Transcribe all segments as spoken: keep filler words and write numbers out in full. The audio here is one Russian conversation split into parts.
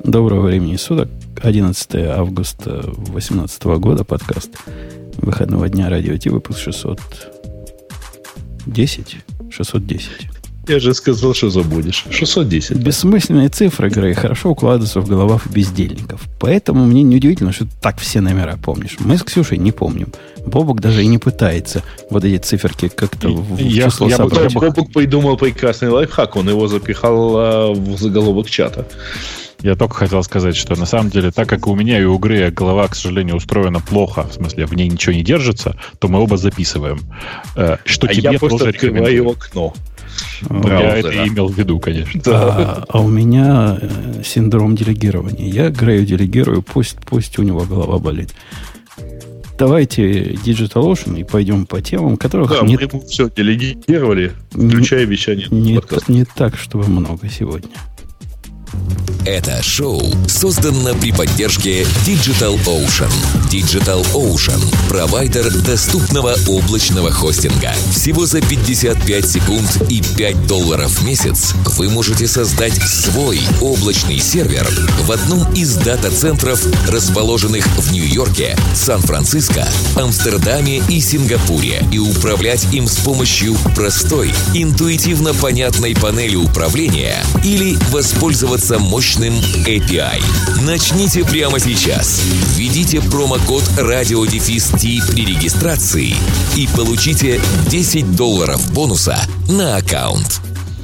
Доброго времени суток. одиннадцатого августа две тысячи восемнадцатого года. Подкаст выходного дня Радио Ти. Выпуск шестьсот десять. шестьсот десять. Я же сказал, что забудешь. шестьсот десять. Бессмысленные цифры, Грей, хорошо укладываются в головах бездельников. Поэтому мне неудивительно, что ты так все номера помнишь. Мы с Ксюшей не помним. Бобок даже и не пытается вот эти циферки как-то в, в я, число я собрать. Бобок, Бобок придумал прекрасный лайфхак. Он его запихал а, в заголовок чата. Я только хотел сказать, что на самом деле, так как у меня и у Грея голова, к сожалению, устроена плохо, в смысле, в ней ничего не держится, то мы оба записываем. Что а тебе я тоже просто открываю окно. Я это имел в виду, конечно. Да. А, а у меня э, синдром делегирования. Я Грею делегирую, пусть, пусть у него голова болит. Давайте DigitalOcean и пойдем по темам, которых да, нет, мы ему все делегировали, включая вещание не, подкаста. Не так, чтобы много сегодня. Это шоу создано при поддержке DigitalOcean. DigitalOcean – провайдер доступного облачного хостинга. Всего за пятьдесят пять секунд и пять долларов в месяц вы можете создать свой облачный сервер в одном из дата-центров, расположенных в Нью-Йорке, Сан-Франциско, Амстердаме и Сингапуре, и управлять им с помощью простой, интуитивно понятной панели управления или воспользоваться мощным эй пи ай. Начните прямо сейчас. Введите промокод радиодефис-ти при регистрации и получите десять долларов бонуса на аккаунт.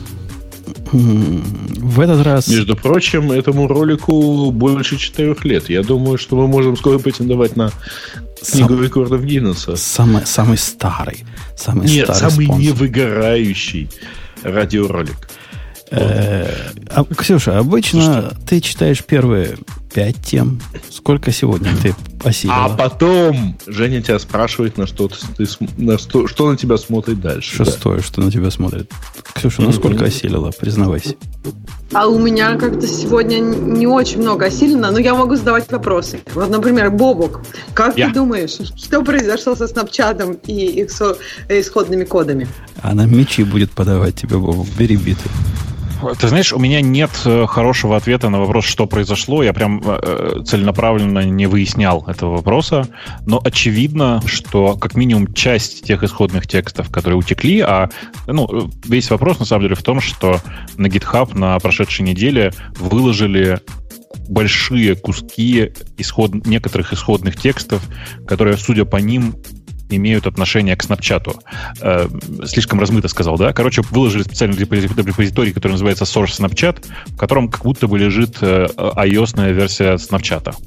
В этот раз... Между прочим, этому ролику больше четырех лет. Я думаю, что мы можем скоро претендовать на книгу Сам... рекордов Гиннесса. Самый, самый старый. Самый Нет, старый самый спонсор. Невыгорающий радиоролик. А, Ксюша, обычно ты читаешь первые пять тем. Сколько сегодня ты осилила? А потом Женя тебя спрашивает, на что ты, на что, что на тебя смотрит дальше. Шестое, да. Что на тебя смотрит. Ксюша, ну сколько осилила? Признавайся. А у меня как-то сегодня не очень много осилено, но я могу задавать вопросы. Вот, например, Бобок, как я. Ты думаешь, что произошло со Снапчатом и исходными кодами? Она мечи будет подавать тебе, Бобок. Бери биты. Ты знаешь, у меня нет хорошего ответа на вопрос, что произошло. Я прям э, целенаправленно не выяснял этого вопроса. Но очевидно, что как минимум часть тех исходных текстов, которые утекли, а ну, весь вопрос на самом деле в том, что на GitHub на прошедшей неделе выложили большие куски исход... некоторых исходных текстов, которые, судя по ним, имеют отношение к Снапчату. Э, слишком размыто сказал, да? Короче, выложили специальный репозиторий, который называется Source Snapchat, в котором как будто бы лежит э, iOS-ная версия Снапчата.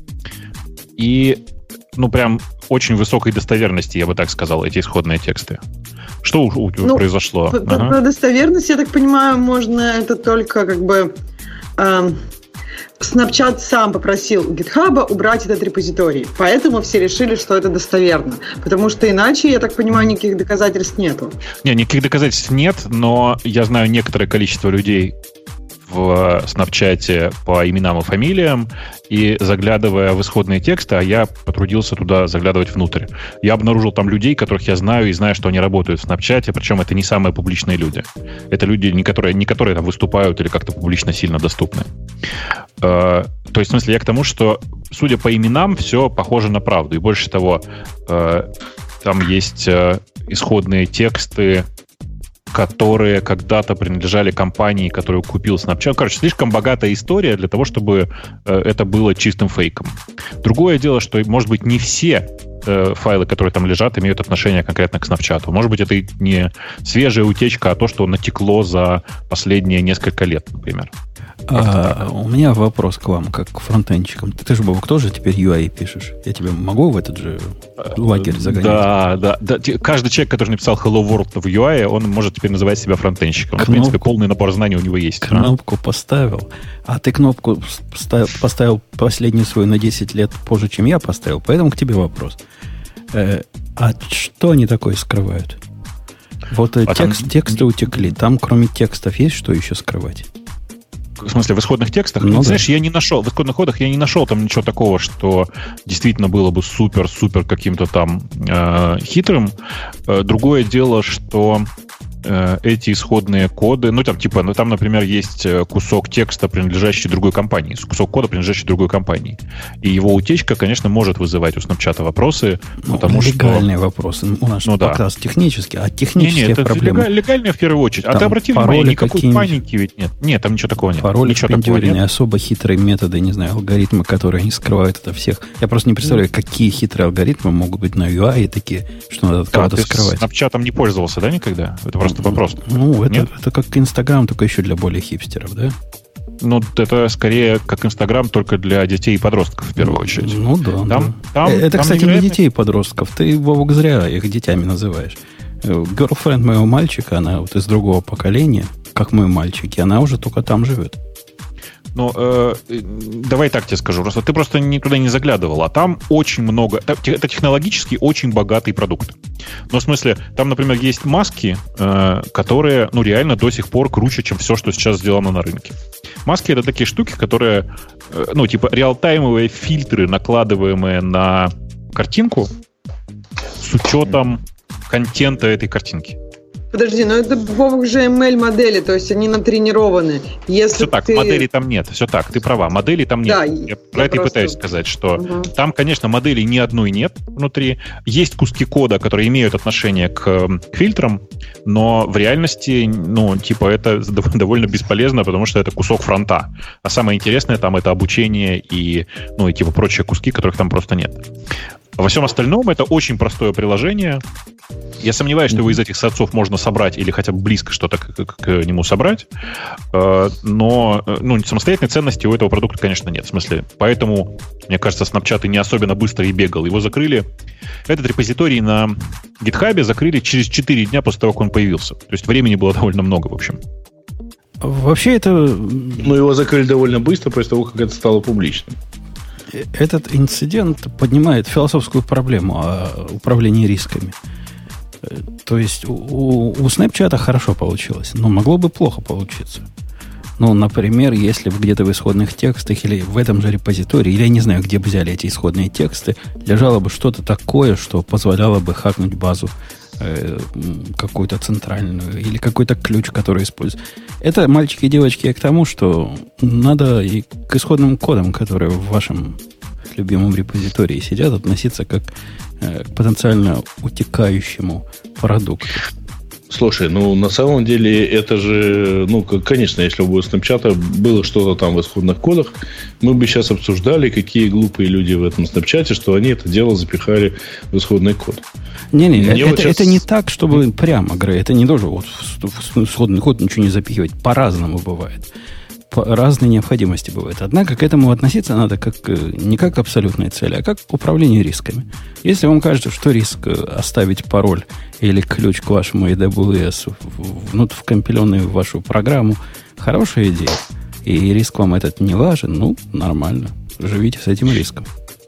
И, ну, прям очень высокой достоверности, я бы так сказал, эти исходные тексты. Что у, у, ну, произошло? Про ага. достоверность, я так понимаю, можно это только как бы... Э, Snapchat сам попросил GitHub убрать этот репозиторий. Поэтому все решили, что это достоверно. Потому что иначе, я так понимаю, никаких доказательств нету. Не, никаких доказательств нет, но я знаю некоторое количество людей в Snapchat по именам и фамилиям, и заглядывая в исходные тексты, а я потрудился туда заглядывать внутрь. Я обнаружил там людей, которых я знаю, и знаю, что они работают в Snapchat, причем это не самые публичные люди. Это люди, не которые, не которые там выступают или как-то публично сильно доступны. То есть, в смысле, я к тому, что, судя по именам, все похоже на правду. И больше того, там есть исходные тексты, которые когда-то принадлежали компании, которую купил Snapchat. Короче, слишком богатая история для того, чтобы э, это было чистым фейком. Другое дело, что, может быть, не все э, файлы, которые там лежат, имеют отношение конкретно к Snapchat. Может быть, это не свежая утечка, а то, что натекло за последние несколько лет, например. А, у меня вопрос к вам, как к фронтенщикам. Ты, ты же, Бобок, тоже теперь ю ай пишешь? Я тебя могу в этот же лагерь загонять? Да, да, да. Каждый человек, который написал Hello World в ю ай, он может теперь называть себя фронтенщиком. Кнопку, в принципе, полный набор знаний у него есть. Кнопку а? поставил. А ты кнопку поставил, поставил последнюю свою на десять лет позже, чем я поставил. Поэтому к тебе вопрос. Э, а что они такое скрывают? Вот а текст, там... тексты утекли. Там, кроме текстов, есть что еще скрывать? В смысле, в исходных текстах? Ну, ну, да. Знаешь, я не нашел, в исходных кодах я не нашел там ничего такого, что действительно было бы супер-супер каким-то там э, хитрым. Э, другое дело, что э, эти исходные коды, ну, там, типа, ну, там, например, есть кусок текста, принадлежащий другой компании, кусок кода, принадлежащий другой компании. И его утечка, конечно, может вызывать у Snapchat вопросы, ну, потому легальные что... Легальные вопросы. У нас ну, да. Как раз технические, а технические не, не, это проблемы... легальные в первую очередь. Там а ты обрати внимание, никакой паники ведь нет. Нет, там ничего такого нет. Пароли впендюренные, особо хитрые методы, не знаю, алгоритмы, которые они скрывают это всех. Я просто не представляю, какие хитрые алгоритмы могут быть на ю ай такие, что надо от кого-то ты скрывать. Ты Snapchat'ом не пользовался, да, никогда? Это просто вопрос. Ну, это, это как Инстаграм, только еще для более хипстеров, да? Ну, это скорее как Инстаграм, только для детей и подростков, в первую очередь. Ну, да. Там, да. Там, это, там кстати, невероятно... не детей и подростков. Ты, Вовок, зря их детьми называешь. Girlfriend моего мальчика, она вот из другого поколения, как мой мальчик, и она уже только там живет. Ну, э, давай так тебе скажу. Просто ты просто никуда не заглядывал, а там очень много... Это технологически очень богатый продукт. Ну, в смысле, там, например, есть маски, э, которые, ну, реально до сих пор круче, чем все, что сейчас сделано на рынке. Маски — это такие штуки, которые, э, ну, типа реалтаймовые фильтры, накладываемые на картинку с учетом контента этой картинки. Подожди, но это, Вовок, же эм эль-модели, то есть они натренированы. Если все так, ты... моделей там нет. Все так, ты права, моделей там нет. Да, я я про это просто... и пытаюсь сказать, что угу. там, конечно, моделей ни одной нет внутри. Есть куски кода, которые имеют отношение к, к фильтрам, но в реальности, ну, типа, это довольно бесполезно, потому что это кусок фронта. А самое интересное там — это обучение и, ну, и типа прочие куски, которых там просто нет. Во всем остальном это очень простое приложение. Я сомневаюсь, что его из этих сорцов можно собрать или хотя бы близко что-то к, к, к нему собрать. Но ну, самостоятельной ценности у этого продукта, конечно, нет. В смысле, поэтому, мне кажется, Snapchat и не особенно быстро и бегал. Его закрыли. Этот репозиторий на GitHub закрыли через четыре дня после того, как он появился. То есть времени было довольно много, в общем. Вообще это... Ну, его закрыли довольно быстро после того, как это стало публичным. Этот инцидент поднимает философскую проблему о управлении рисками. То есть у, у Snapchat хорошо получилось, но могло бы плохо получиться. Ну, например, если бы где-то в исходных текстах или в этом же репозитории, или я не знаю, где бы взяли эти исходные тексты, лежало бы что-то такое, что позволяло бы хакнуть базу э, какую-то центральную или какой-то ключ, который используют. Это, мальчики и девочки, к тому, что надо и к исходным кодам, которые в вашем любимом репозитории сидят, относиться как э, к потенциально утекающему продукту. Слушай, ну на самом деле это же, ну, конечно, если бы у Snapchat было что-то там в исходных кодах, мы бы сейчас обсуждали, какие глупые люди в этом Snapchat, что они это дело запихали в исходный код. Не-не, это, вот сейчас... это не так, чтобы прямо, Грей, это не должен вот в, в исходный код ничего не запихивать. По-разному бывает. По разной необходимости бывает. Однако к этому относиться надо как, не как к абсолютной цели, а как к управлению рисками. Если вам кажется, что риск оставить пароль или ключ к вашему эй дабл ю эс в, в компиленную в вашу программу, хорошая идея, и риск вам этот не важен, ну, нормально. Живите с этим риском.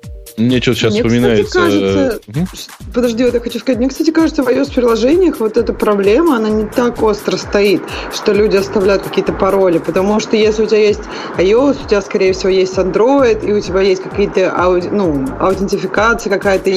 Мне что-то сейчас мне, вспоминается... Кстати, кажется... Угу. Подожди, вот я хочу сказать. Мне, кстати, кажется, в iOS-приложениях вот эта проблема, она не так остро стоит, что люди оставляют какие-то пароли. Потому что если у тебя есть iOS, у тебя, скорее всего, есть Android, и у тебя есть какие-то ауди... ну, аутентификация какая-то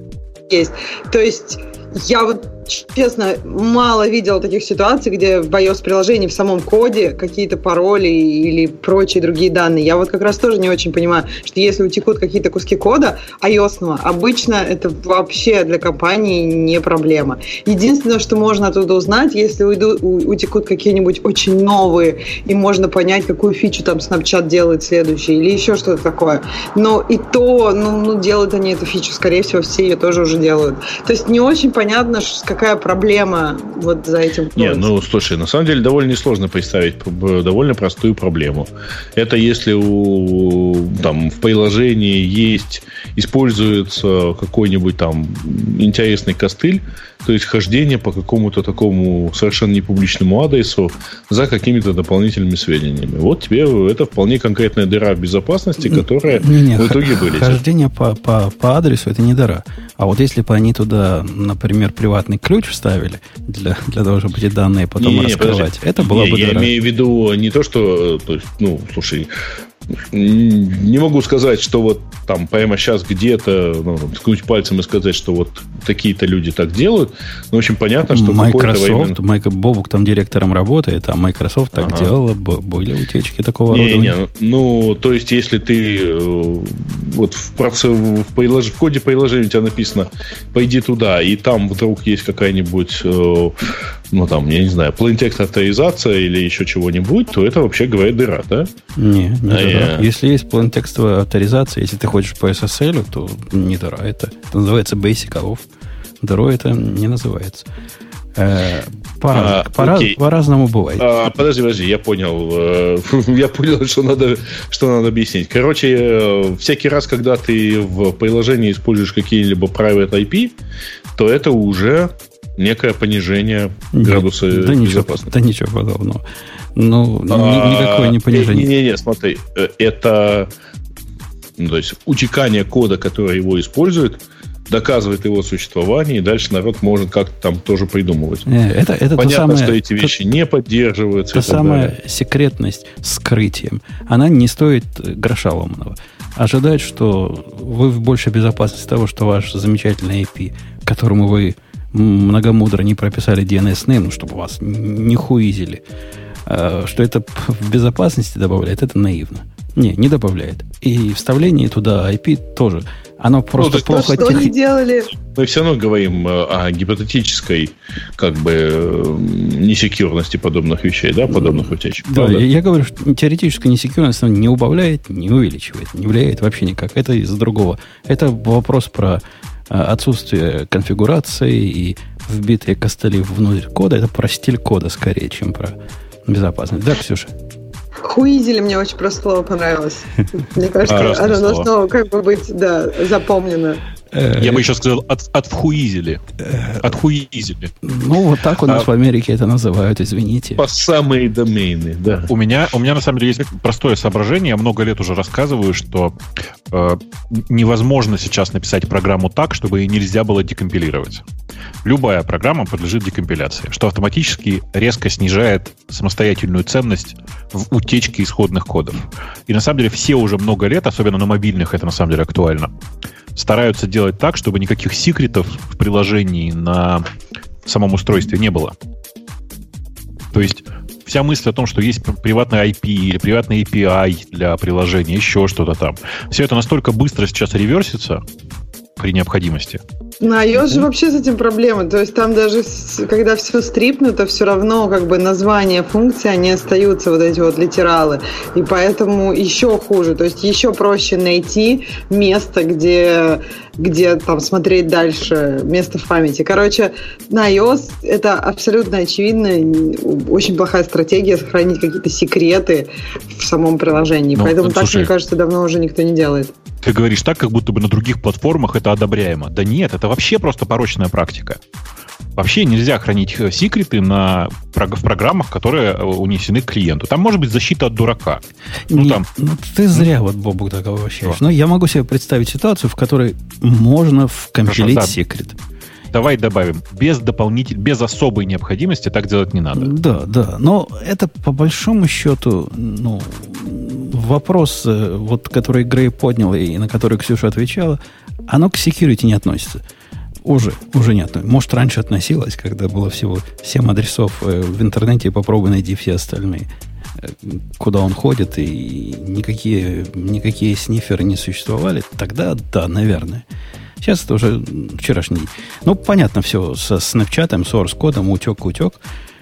есть. То есть я вот, честно, мало видела таких ситуаций, где в iOS-приложении в самом коде какие-то пароли или прочие другие данные. Я вот как раз тоже не очень понимаю, что если утекут какие-то куски кода iOS-ного, обычно это вообще для компании не проблема. Единственное, что можно оттуда узнать, если уйду, утекут какие-нибудь очень новые, и можно понять, какую фичу там Snapchat делает следующий, или еще что-то такое. Но и то, ну, ну делают они эту фичу, скорее всего, все ее тоже уже делают. То есть не очень понятно, какая проблема вот за этим. Не, ну, слушай, на самом деле довольно несложно представить довольно простую проблему. Это если у, там, в приложении есть, используется какой-нибудь там интересный костыль, то есть хождение по какому-то такому совершенно непубличному адресу за какими-то дополнительными сведениями. Вот тебе это вполне конкретная дыра в безопасности, которая не, не, в итоге вылезет. Хождение по, по, по адресу — это не дыра. А вот если бы они туда, например, приватный ключ вставили для, для того, чтобы эти данные потом не, раскрывать, не, это была не, бы я дыра. Я имею в виду не то, что... То есть, ну, слушай... не могу сказать, что вот там прямо сейчас где-то ну, ткнуть пальцем и сказать, что вот такие-то люди так делают. Но очень понятно, что Microsoft, Майк Бобук там директором работает, а Microsoft так ага. делала, были утечки такого не, оборудования. Не, ну, то есть, если ты вот в, в, прилож, в коде приложения у тебя написано «пойди туда», и там вдруг есть какая-нибудь, ну, там, я не знаю, plaintext авторизация или еще чего-нибудь, то это вообще, говоря, дыра, да? Не, не а дыра. Я... Если есть plaintext авторизация, если ты хочешь по эс эс эл, то не дыра. Это, это называется basic off. Дырой это не называется. Э, по, а, по, раз, по-разному бывает. А, подожди, подожди, я понял. Я понял, что надо, что надо объяснить. Короче, всякий раз, когда ты в приложении используешь какие-либо private ай пи, то это уже некое понижение градуса Нет, да безопасности. Ничего, да ничего подобного. Ну, а, никакое не понижение. Не-не-не, смотри, это ну, то есть утекание кода, который его использует, доказывает его существование, и дальше народ может как-то там тоже придумывать. Это, это Понятно, самое, что эти вещи не поддерживаются. Та самая далее. Секретность с скрытием, она не стоит гроша ломаного. Ожидать, что вы в большей безопасности того, что ваш замечательный ай пи, которому вы многомудро не прописали ди эн эс-name, ну, чтобы вас не хуизили, что это в безопасности добавляет, это наивно. Не, не добавляет. И вставление туда ай пи тоже. Оно просто ну, плохо... Что они делали? Мы все равно говорим о гипотетической как бы несекьюрности подобных вещей, да, подобных утечек. Да, правда? Я говорю, что теоретическая несекьюрность не убавляет, не увеличивает, не влияет вообще никак. Это из другого. Это вопрос про отсутствие конфигурации и вбитые костыли внутрь кода. Это про стиль кода скорее, чем про безопасность. Да, Ксюша? Хуизили мне очень просто слово понравилось. Мне кажется, оно должно как бы быть, да, запомнено. Я бы еще сказал, от, отвхуизили. Отхуизили. Ну, вот так у нас а, в Америке это называют, извините. По самые домены, да. У меня, у меня на самом деле есть простое соображение. Я много лет уже рассказываю, что э, невозможно сейчас написать программу так, чтобы ее нельзя было декомпилировать. Любая программа подлежит декомпиляции, что автоматически резко снижает самостоятельную ценность в утечке исходных кодов. И на самом деле все уже много лет, особенно на мобильных это на самом деле актуально, стараются делать так, чтобы никаких секретов в приложении на самом устройстве не было. То есть вся мысль о том, что есть приватный ай пи или приватный эй пи ай для приложения, еще что-то там, все это настолько быстро сейчас реверсится при необходимости. На iOS же вообще с этим проблема. То есть там даже, когда все стрипнуто, все равно как бы названия функций, они остаются, вот эти вот литералы. И поэтому еще хуже. То есть еще проще найти место, где, где там смотреть дальше, место в памяти. Короче, на iOS это абсолютно очевидно. Очень плохая стратегия сохранить какие-то секреты в самом приложении. Ну, поэтому так, слушай, мне кажется, давно уже никто не делает. Ты говоришь так, как будто бы на других платформах это одобряемо. Да нет, это вообще просто порочная практика. Вообще нельзя хранить секреты на, в программах, которые унесены к клиенту. Там может быть защита от дурака. Ну, не, там... ну ты зря, вот, Бобук, так обращаешь. Но я могу себе представить ситуацию, в которой можно вкомпилить Хорошо, да. секрет. Давай добавим. Без дополнительной, без особой необходимости так делать не надо. Да, да. Но это по большому счету, ну, вопрос, вот, который Грей поднял и на который Ксюша отвечала, оно к security не относится. Уже, уже не относится. Может, раньше относилось, когда было всего семь адресов в интернете, и попробуй найти все остальные, куда он ходит, и никакие, никакие сниферы не существовали. Тогда, да, наверное. Сейчас это уже вчерашний день. Ну, понятно все со Snapchat, source-кодом, утек-утек.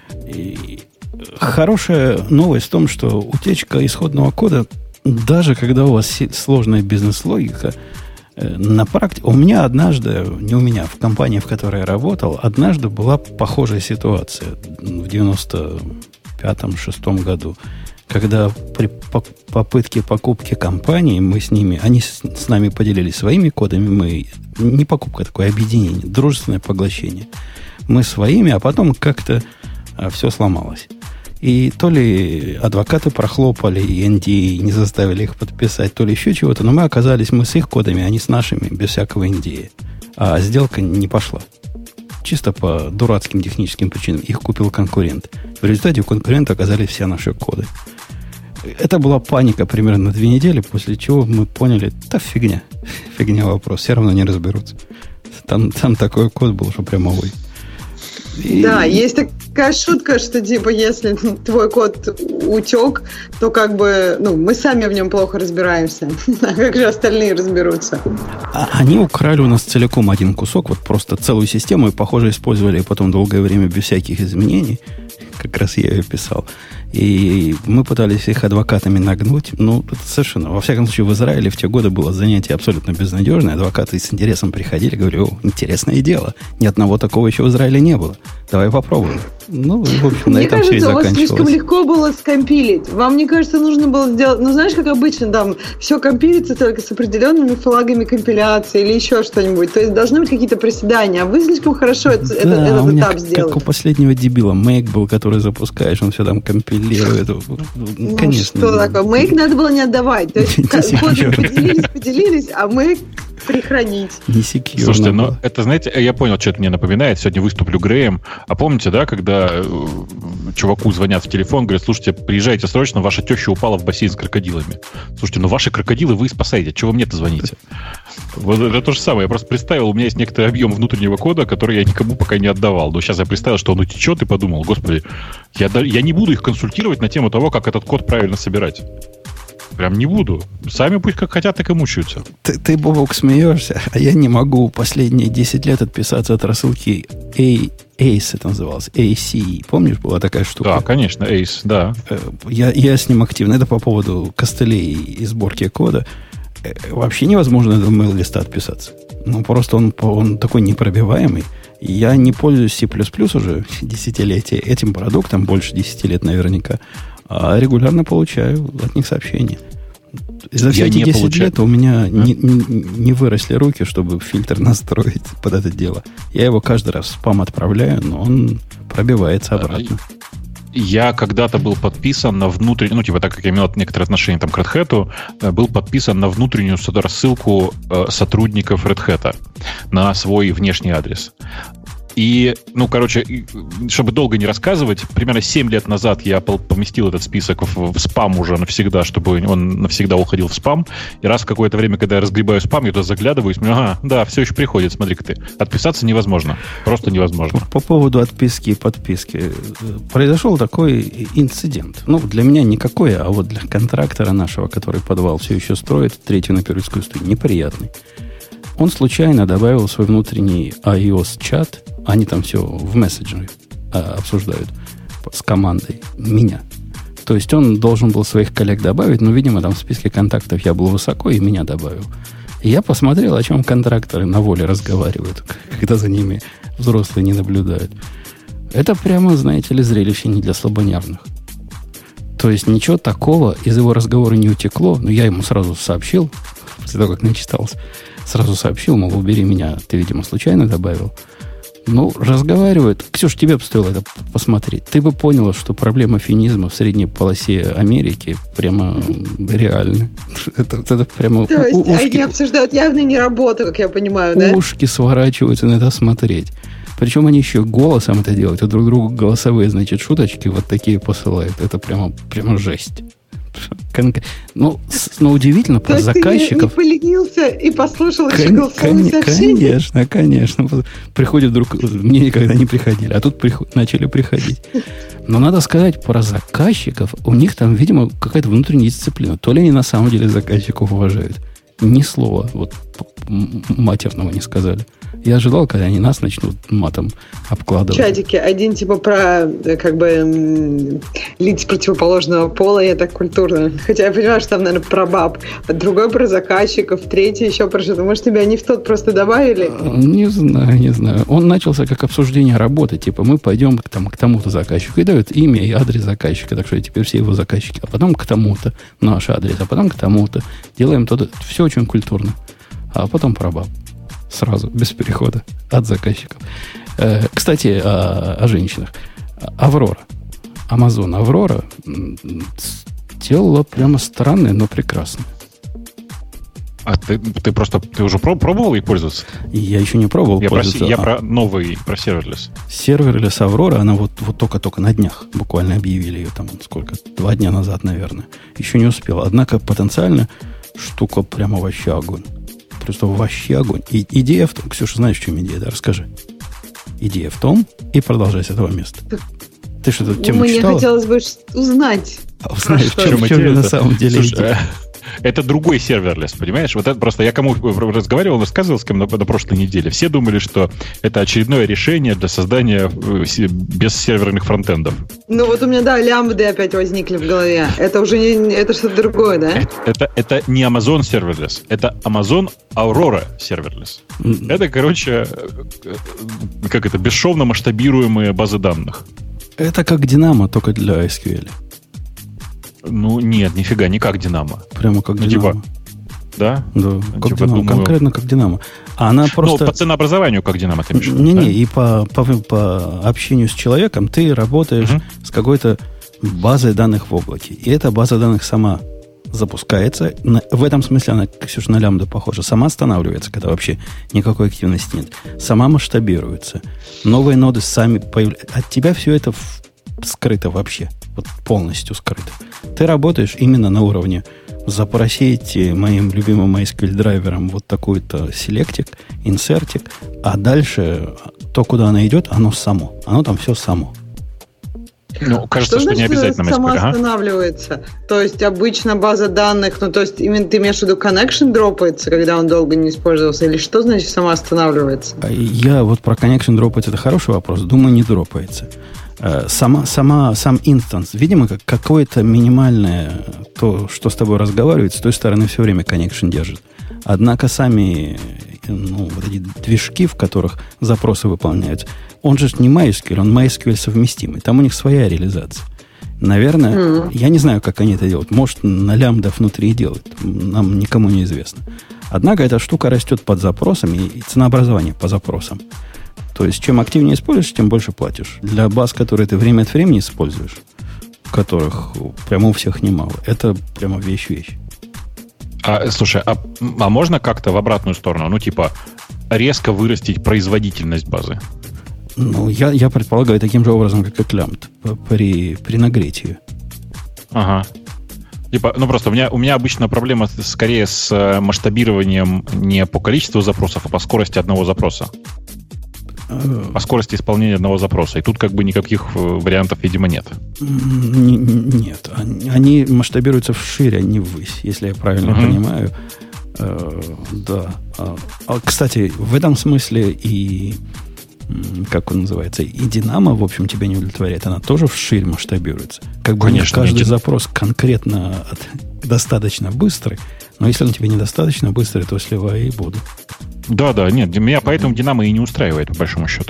И хорошая новость в том, что утечка исходного кода, даже когда у вас сложная бизнес-логика, на практике... У меня однажды, не у меня, в компании, в которой я работал, однажды была похожая ситуация в девяносто пятом шестом году, когда при попытке покупки компании мы с ними, они с, с нами поделились своими кодами, мы, не покупка, такое объединение, дружественное поглощение. Мы своими, а потом как-то а, все сломалось. И то ли адвокаты прохлопали, и эн ди эй не заставили их подписать, то ли еще чего-то, но мы оказались, мы с их кодами, а не с нашими, без всякого эн ди эй. А сделка не пошла. Чисто по дурацким техническим причинам. Их купил конкурент. В результате у конкурента оказались все наши коды. Это была паника примерно на две недели, после чего мы поняли, да фигня, фигня вопрос, все равно не разберутся. Там, там такой код был, что прямо ой. И... Да, есть такая шутка, что типа если твой код утек, то как бы, ну, мы сами в нем плохо разбираемся. А как же остальные разберутся? А они украли у нас целиком один кусок, вот просто целую систему, и, похоже, использовали потом долгое время без всяких изменений. Как раз я ее писал. И мы пытались их адвокатами нагнуть. Ну, это совершенно... Во всяком случае, в Израиле в те годы было занятие абсолютно безнадежное. Адвокаты с интересом приходили, говорю, о, интересное дело. Ни одного такого еще в Израиле не было. Давай попробуем. Ну, в общем, на Мне этом кажется, все и заканчивалось. Мне кажется, слишком легко было скомпилить. Вам, мне кажется, нужно было сделать... Ну, знаешь, как обычно, там, все компилится только с определенными флагами компиляции или еще что-нибудь. То есть, должны быть какие-то приседания. А вы слишком хорошо это, да, это, этот у меня этап как, сделали. как у последнего дебила. Make был, который запускаешь, он все там компилирует. Ну, конечно. Что такое? Make надо было не отдавать. То есть, коды поделились, поделились, а make прихранить. Не секьюрно. Слушайте, ну, это, знаете, я понял, что это мне напоминает. Сегодня выступлю Греем. А помните, да, когда э, чуваку звонят в телефон, говорят, слушайте, приезжайте срочно, ваша теща упала в бассейн с крокодилами. Слушайте, ну ваши крокодилы вы спасаете. Чего вы мне-то звоните? Вот это то же самое. Я просто представил, у меня есть некоторый объем внутреннего кода, который я никому пока не отдавал. Но сейчас я представил, что он утечет, и подумал, господи, я, я не буду их консультировать на тему того, как этот код правильно собирать. Прям не буду. Сами пусть как хотят, так и мучаются. Ты, ты, Бобок, смеешься, а я не могу последние десять лет отписаться от рассылки A, Ace, это называлось, эй си. Помнишь, была такая штука? Да, конечно, Ace, да. Я, я с ним активно. Это по поводу костылей и сборки кода. Вообще невозможно от mail-листа отписаться. Ну, просто он, он такой непробиваемый. Я не пользуюсь C++ уже десятилетия. Этим продуктом больше десяти лет наверняка. А регулярно получаю от них сообщения. И за все эти десять лет у меня а? не, не, не выросли руки, чтобы фильтр настроить под это дело. Я его каждый раз в спам отправляю, но он пробивается обратно. Я когда-то был подписан на внутреннюю, ну, типа, так как я имел некоторые отношения там, к Red Hat, был подписан на внутреннюю рассылку сотрудников Red Hat на свой внешний адрес. И, ну, короче, чтобы долго не рассказывать, примерно семь лет назад я поместил этот список в, в спам уже навсегда, чтобы он навсегда уходил в спам. И раз в какое-то время, когда я разгребаю спам, я туда заглядываю и смотрю, ага, да, все еще приходит, смотри-ка ты. Отписаться невозможно. Просто невозможно. По поводу отписки и подписки. Произошел такой инцидент. Ну, для меня никакой, а вот для контрактора нашего, который подвал все еще строит, третью на Пермскую студию, неприятный. Он случайно добавил свой внутренний iOS-чат, они там все в мессенджере а, обсуждают с командой меня. То есть он должен был своих коллег добавить, но, видимо, там в списке контактов я был высоко, и меня добавил. И я посмотрел, о чем контракторы на воле разговаривают, когда за ними взрослые не наблюдают. Это прямо, знаете ли, зрелище не для слабонервных. То есть ничего такого из его разговора не утекло, но я ему сразу сообщил, после того, как начитался, сразу сообщил, мол, убери меня, ты, видимо, случайно добавил. Ну, разговаривают. Ксюш, тебе бы стоило это посмотреть. Ты бы поняла, что проблема финизма в средней полосе Америки прямо реальна. Это, это прямо... То есть ушки, они обсуждают явно не работу, как я понимаю, да? Ушки сворачиваются на это смотреть. Причем они еще голосом это делают, а друг другу голосовые, значит, шуточки вот такие посылают. Это прямо, прямо жесть. Ну, но удивительно, про заказчиков... ты не, не поленился и послушал еще голосовые сообщения? Конечно, конечно. Приходят вдруг... Мне никогда не приходили, а тут приход, начали приходить. Но надо сказать, про заказчиков, у них там, видимо, какая-то внутренняя дисциплина. То ли они на самом деле заказчиков уважают. Ни слова вот матерного не сказали. Я ожидал, когда они нас начнут матом обкладывать. Чатики. Один типа про как бы лиц противоположного пола, я так культурно. Хотя я понимаю, что там, наверное, про баб. А другой про заказчиков, третий еще про что-то. Может, тебя не в тот просто добавили? Не знаю, не знаю. Он начался как обсуждение работы. Типа, мы пойдем к, там, к тому-то заказчику. И дают имя и адрес заказчика. Так что теперь все его заказчики. А потом к тому-то наш адрес. А потом к тому-то. Делаем то-то. Все очень культурно. А потом про баб. Сразу, без перехода от заказчиков. Э, кстати, о, о женщинах. Аврора. Amazon Аврора сделала прямо странное, но прекрасное. А ты, ты просто ты уже пробовал их пользоваться? Я еще не пробовал я пользоваться. Про, я а... про новый, про серверлес. Серверлес Аврора, она вот, вот только-только на днях буквально объявили ее, там сколько, два дня назад, наверное. Еще не успела. Однако потенциально штука прямо вообще огонь. Просто вообще огонь. И идея в том, Ксюша, знаешь, в чем идея, да? Расскажи. Идея в том, и продолжай с этого места. Ты что, тут тему Мне читала? хотелось бы узнать. А узнаешь, в чем, в чем на самом деле Слушай, идея. Это другой серверлес, понимаешь? Вот это просто я кому разговаривал, рассказывал с кем на, на прошлой неделе. Все думали, что это очередное решение для создания бессерверных фронтендов. Ну вот у меня, да, лямбды опять возникли в голове. Это уже не, это что-то другое, да? Это, это, это не Amazon серверлес, это Amazon Aurora серверлес. Mm-hmm. Это, короче, как это, бесшовно масштабируемые базы данных. Это как Динамо, только для эс кью эль. Ну, нет, нифига, не как Динамо. Прямо как ну, Динамо. Типа, да? Да, как типа, Динамо, думаю... конкретно как Динамо. А она просто... Ну, по ценообразованию как Динамо, ты имеешь в виду, Не-не, да? и по, по, по общению с человеком ты работаешь uh-huh. с какой-то базой данных в облаке. И эта база данных сама запускается. В этом смысле она, Ксюша, на лямбду похожа. Сама останавливается, когда вообще никакой активности нет. Сама масштабируется. Новые ноды сами появляются. От тебя все это в... скрыто вообще. Вот полностью скрыто. Ты работаешь именно на уровне запросите моим любимым MySQL-драйвером вот такой-то селектик, инсертик, а дальше то, куда она идет, оно само. Оно там все само. Ну, кажется, что, что не обязательно MySQL. Сама ага. останавливается. То есть обычно база данных, ну то есть именно ты имеешь в виду connection дропается, когда он долго не использовался, или что значит сама останавливается? Я вот про connection дропается, это хороший вопрос. Думаю, не дропается. Сама, сама, сам инстанс, видимо, как какое-то минимальное то, что с тобой разговаривает, с той стороны все время connection держит. Однако сами ну, вот эти движки, в которых запросы выполняются, он же не MySQL, он MySQL совместимый. Там у них своя реализация. Наверное, mm. я не знаю, как они это делают. Может, на лямбда внутри делают. Нам никому не известно. Однако эта штука растет под запросами и ценообразование по запросам. То есть, чем активнее используешь, тем больше платишь. Для баз, которые ты время от времени используешь, которых прямо у всех немало, это прямо вещь-вещь. А, слушай, а, а можно как-то в обратную сторону? Ну, типа, резко вырастить производительность базы? Ну, я, я предполагаю, таким же образом, как и клямт, при, при нагретии. Ага. Типа, ну просто у меня, у меня обычно проблема скорее с масштабированием не по количеству запросов, а по скорости одного запроса. По скорости исполнения одного запроса. И тут как бы никаких вариантов, видимо, нет. Нет. Они масштабируются вширь, а не ввысь, если я правильно uh-huh. понимаю. Да. Кстати, в этом смысле и как он называется, и Динамо, в общем, тебя не удовлетворяет. Она тоже вширь масштабируется. Как бы Конечно, каждый не... запрос конкретно от... достаточно быстрый, но если он тебе недостаточно быстрый, то сливай и буду. Да, да, нет, меня поэтому Динамо и не устраивает, по большому счету.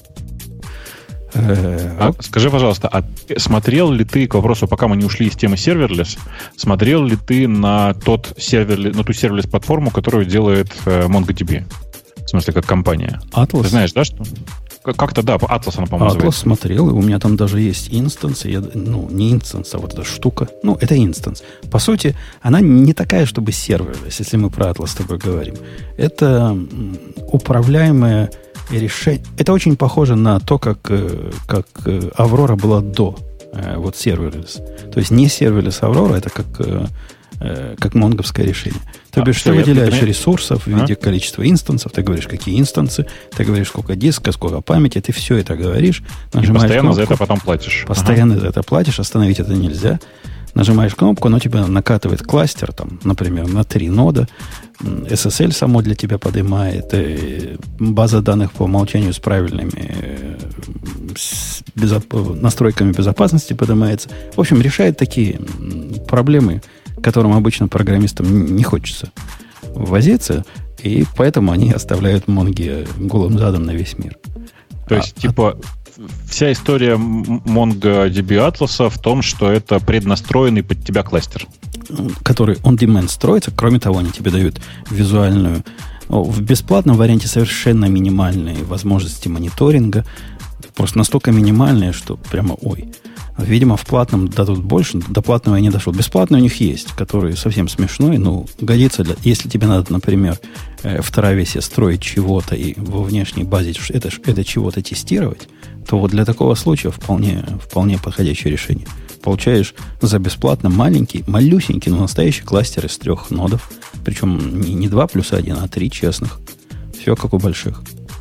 А, скажи, пожалуйста, а смотрел ли ты, к вопросу, пока мы не ушли из темы серверлес, смотрел ли ты на, тот серверлес, на ту серверлес-платформу, которую делает MongoDB? В смысле, как компания. Atlas? Ты знаешь, да, что? Как-то, да, Atlas она, по-моему, Atlas называется. смотрел, и у меня там даже есть инстанс, я, ну, не инстанс, а вот эта штука. Ну, это инстанс. По сути, она не такая, чтобы серверлес, если мы про Atlas с тобой говорим. Это управляемое решение. Это очень похоже на то, как, как Аврора была до вот серверлес. То есть не серверлес Аврора, это как... как монговское решение. То бишь, а, ты выделяешь я... ресурсов в виде а? количества инстансов, ты говоришь, какие инстансы, ты говоришь, сколько диска, сколько памяти, ты все это говоришь, нажимаешь и постоянно кнопку, за это потом платишь. Постоянно ага. за это платишь, остановить это нельзя. Нажимаешь кнопку, оно тебя накатывает кластер, там, например, на три нода, эс эс эль само для тебя поднимает, база данных по умолчанию с правильными с безоп... настройками безопасности поднимается. В общем, решает такие проблемы, которым обычно программистам не хочется возиться, и поэтому они оставляют Монги голым задом на весь мир. То есть, а, типа, а... вся история MongoDB Atlas в том, что это преднастроенный под тебя кластер. Который on-demand строится. Кроме того, они тебе дают визуальную... В бесплатном варианте совершенно минимальные возможности мониторинга. Просто настолько минимальные, что прямо ой. Видимо, в платном дадут больше. До платного я не дошел. Бесплатный у них есть, который совсем смешной. Ну, годится для... Если тебе надо, например, в Трависе строить чего-то и во внешней базе это, это чего-то тестировать, то вот для такого случая вполне, вполне подходящее решение. Получаешь за бесплатно маленький, малюсенький, но настоящий кластер из трех нодов. Причем не, не два плюс один, а три честных. Все как у больших.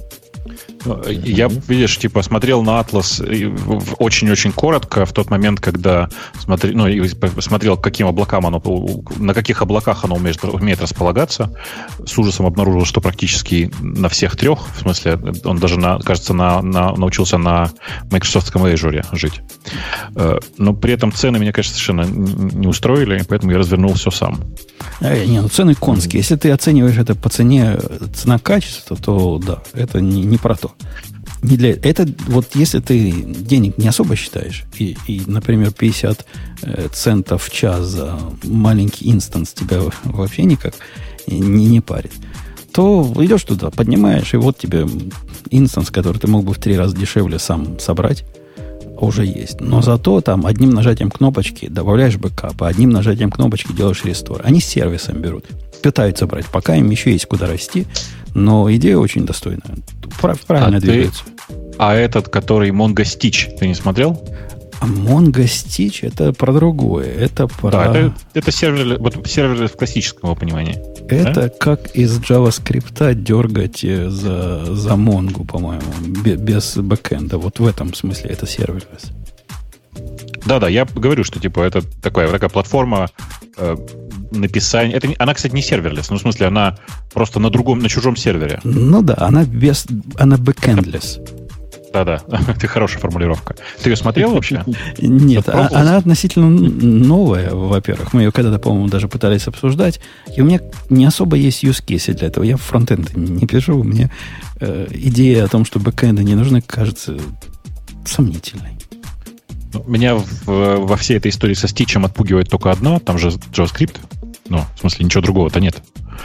Я, видишь, типа смотрел на Atlas очень-очень коротко в тот момент, когда смотри, ну, смотрел, каким облакам оно, на каких облаках оно умеет, умеет располагаться. С ужасом обнаружил, что практически на всех трех, в смысле, он даже, на, кажется, на, на, научился на Microsoft Azure жить. Но при этом цены меня, конечно, совершенно не устроили, поэтому я развернул все сам. А, не, ну цены конские. Если ты оцениваешь это по цене цена-качество, то да, это не, не про то. Не для... Это вот если ты денег не особо считаешь, и, и например, пятьдесят центов в час за маленький инстанс тебя вообще никак не, не парит, то идешь туда, поднимаешь, и вот тебе инстанс, который ты мог бы в три раза дешевле сам собрать, уже есть. Но зато там одним нажатием кнопочки добавляешь бэкап, а одним нажатием кнопочки делаешь рестор. Они с сервисом берут. Пытаются брать. Пока им еще есть куда расти. Но идея очень достойная. Правильно а двигается. Ты, а этот, который Mongo Stitch, ты не смотрел? А Mongo Stitch это про другое. Это про... Да, это, это сервер, вот сервер в классическом понимании. Это да? как из JavaScript дергать за, за Mongo, по-моему, без бэкэнда. Вот в этом смысле это серверлесс. Да-да, я говорю, что типа это такая, такая платформа э, написания. Это, она, кстати, не серверлесс, ну, в смысле, она просто на другом, на чужом сервере. Ну да, она без, она бэкэндлесс. Да-да, это хорошая формулировка. Ты ее смотрел вообще? Нет, а, она относительно новая, во-первых. Мы ее когда-то, по-моему, даже пытались обсуждать. И у меня не особо есть use case для этого. Я в фронтенд не пишу. Мне э, идея о том, что бэкэнды не нужны, кажется сомнительной. Меня в, во всей этой истории со Стичем отпугивает только одно. Там же JavaScript. Ну, в смысле, ничего другого-то нет.